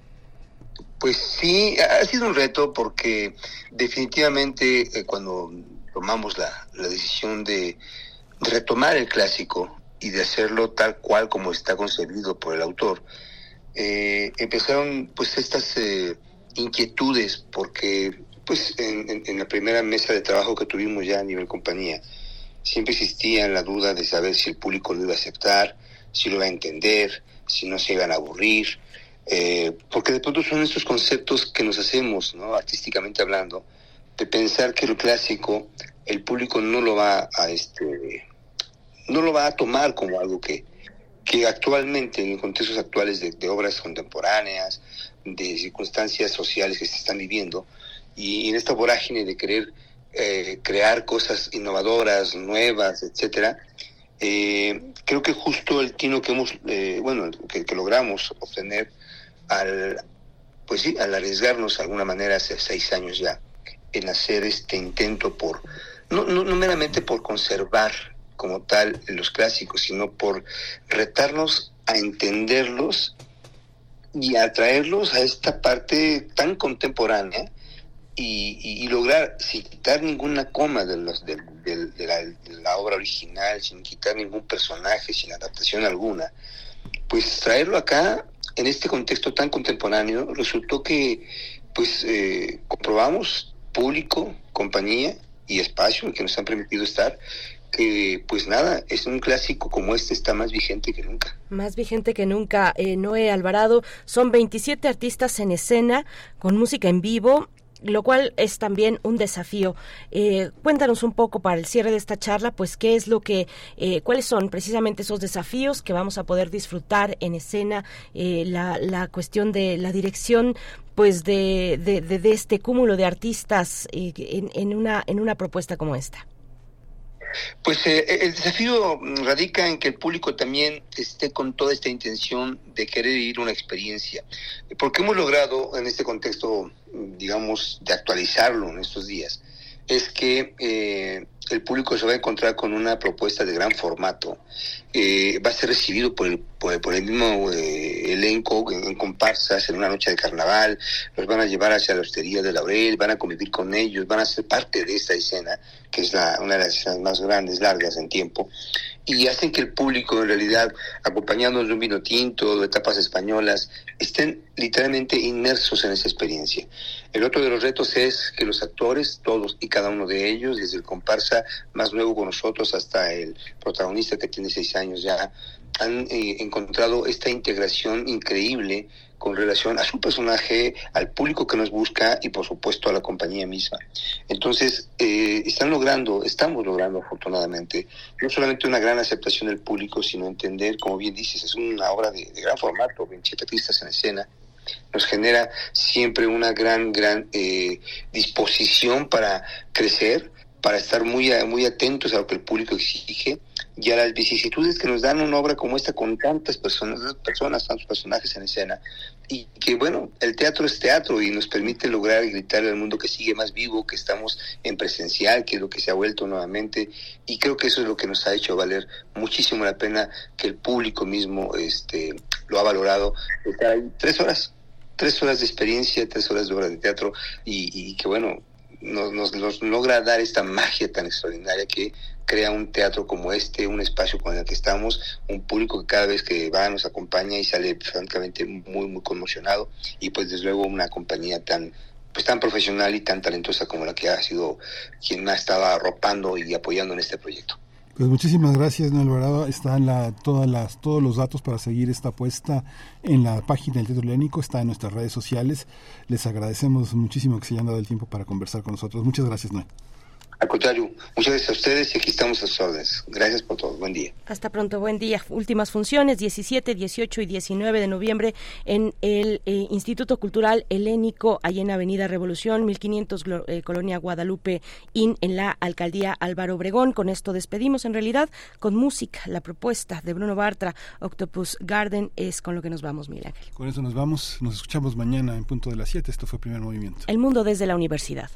Pues sí, ha sido un reto porque definitivamente eh, cuando tomamos la, la decisión de, de retomar el clásico y de hacerlo tal cual como está concebido por el autor, eh, empezaron pues estas eh, inquietudes porque pues en, en, en la primera mesa de trabajo que tuvimos ya a nivel compañía siempre existía la duda de saber si el público lo iba a aceptar, si lo iba a entender, si no se iban a aburrir, eh, porque de pronto son estos conceptos que nos hacemos, ¿no?, artísticamente hablando, de pensar que lo clásico el público no lo va a este no lo va a tomar como algo que que actualmente, en contextos actuales de, de obras contemporáneas, de circunstancias sociales que se están viviendo, y en esta vorágine de querer eh, crear cosas innovadoras, nuevas, etcétera, eh, creo que justo el tino que hemos, eh, bueno, que, que logramos obtener al, pues sí, al arriesgarnos de alguna manera hace seis años ya, en hacer este intento por, no, no, no meramente por conservar como tal los clásicos, sino por retarnos a entenderlos y a traerlos a esta parte tan contemporánea y, y, y lograr, sin quitar ninguna coma de, los, de, de, de, la, de la obra original, sin quitar ningún personaje, sin adaptación alguna, pues traerlo acá en este contexto tan contemporáneo. Resultó que pues eh, comprobamos público, compañía y espacio en que nos han permitido estar, que pues nada, es un clásico como este, está más vigente que nunca. Más vigente que nunca, eh, Noé Alvarado. Son veintisiete artistas en escena, con música en vivo, lo cual es también un desafío. Eh, cuéntanos un poco para el cierre de esta charla, pues qué es lo que, eh, cuáles son precisamente esos desafíos que vamos a poder disfrutar en escena, eh, la, la cuestión de la dirección, pues de, de, de, de este cúmulo de artistas eh, en, en una, en una propuesta como esta. Pues eh, el desafío radica en que el público también esté con toda esta intención de querer vivir una experiencia, porque hemos logrado en este contexto, digamos, de actualizarlo en estos días, es que eh, el público se va a encontrar con una propuesta de gran formato, eh, va a ser recibido por el, por el, por el mismo eh, elenco en, en comparsas en una noche de carnaval, los van a llevar hacia la hostería de Laurel, van a convivir con ellos, van a ser parte de esta escena, que es la, una de las escenas más grandes, largas en tiempo, y hacen que el público, en realidad, acompañándonos de un vino tinto, de tapas españolas, estén literalmente inmersos en esa experiencia. El otro de los retos es que los actores, todos y cada uno de ellos, desde el comparsa más nuevo con nosotros hasta el protagonista que tiene seis años ya, han eh, encontrado esta integración increíble con relación a su personaje, al público que nos busca y por supuesto a la compañía misma. Entonces, eh, están logrando, estamos logrando afortunadamente, no solamente una gran aceptación del público, sino entender, como bien dices, es una obra de, de gran formato, veintisiete artistas en escena, nos genera siempre una gran, gran eh, disposición para crecer, para estar muy, muy atentos a lo que el público exige y a las vicisitudes que nos dan una obra como esta con tantas personas, personas, tantos personajes en escena, y que bueno, el teatro es teatro y nos permite lograr gritarle al mundo que sigue más vivo, que estamos en presencial, que es lo que se ha vuelto nuevamente, y creo que eso es lo que nos ha hecho valer muchísimo la pena, que el público mismo este lo ha valorado. Estar ahí tres horas, tres horas de experiencia, tres horas de obra de teatro, y, y que bueno, nos, nos, nos logra dar esta magia tan extraordinaria que crea un teatro como este, un espacio con el que estamos, un público que cada vez que va nos acompaña y sale francamente muy, muy conmocionado, y pues desde luego una compañía tan pues tan profesional y tan talentosa como la que ha sido quien me ha estado arropando y apoyando en este proyecto. Pues muchísimas gracias, Noel Alvarado. Están la, todas las, todos los datos para seguir esta apuesta en la página del Teatro Helénico, está en nuestras redes sociales. Les agradecemos muchísimo que se hayan dado el tiempo para conversar con nosotros. Muchas gracias, Noel. Al contrario, muchas gracias a ustedes y aquí estamos a sus órdenes. Gracias por todo. Buen día. Hasta pronto, buen día. Últimas funciones, diecisiete, dieciocho y diecinueve de noviembre en el eh, Instituto Cultural Helénico, allí en Avenida Revolución, mil quinientos, eh, Colonia Guadalupe Inn, en la Alcaldía Álvaro Obregón. Con esto despedimos, en realidad, con música. La propuesta de Bruno Bartra, Octopus Garden, es con lo que nos vamos, Miguel Ángel. Con eso nos vamos. Nos escuchamos mañana en punto de las siete. Esto fue Primer Movimiento. El mundo desde la universidad.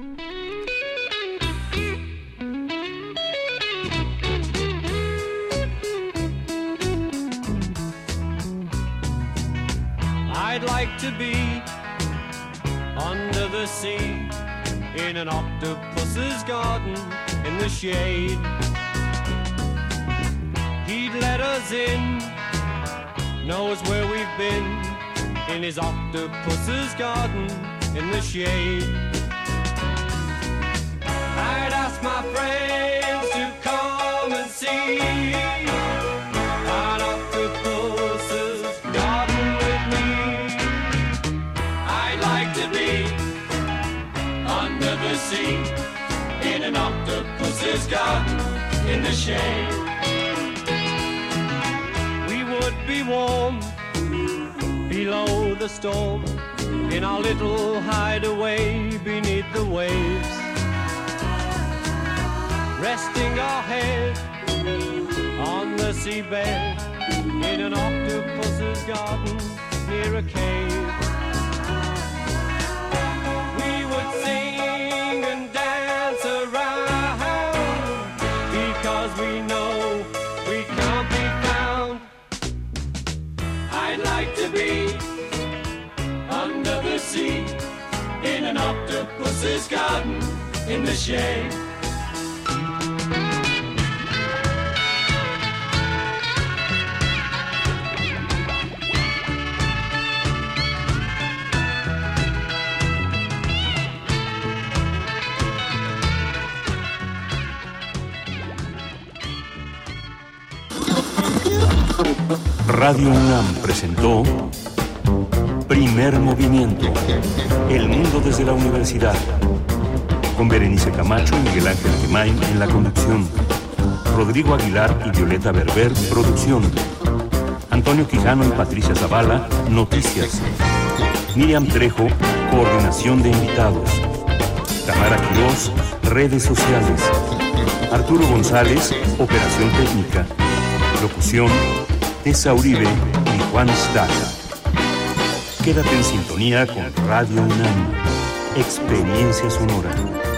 I'd like to be under the sea in an octopus's garden in the shade. He'd let us in, knows where we've been in his octopus's garden in the shade. I'd ask my friends to come and see an octopus's garden with me. I'd like to be under the sea in an octopus's garden in the shade. We would be warm below the storm in our little hideaway beneath the waves, resting our head on the seabed in an octopus's garden near a cave. We would sing and dance around because we know we can't be found. I'd like to be under the sea in an octopus's garden in the shade. Radio UNAM presentó Primer Movimiento, El Mundo desde la Universidad, con Berenice Camacho y Miguel Ángel Gemain en la conducción, Rodrigo Aguilar y Violeta Berber, producción, Antonio Quijano y Patricia Zavala, noticias, Miriam Trejo, coordinación de invitados, Tamara Quirós, redes sociales, Arturo González, operación técnica, locución, Tessa Uribe y Juan Staca. Quédate en sintonía con Radio UNAM, Experiencia Sonora.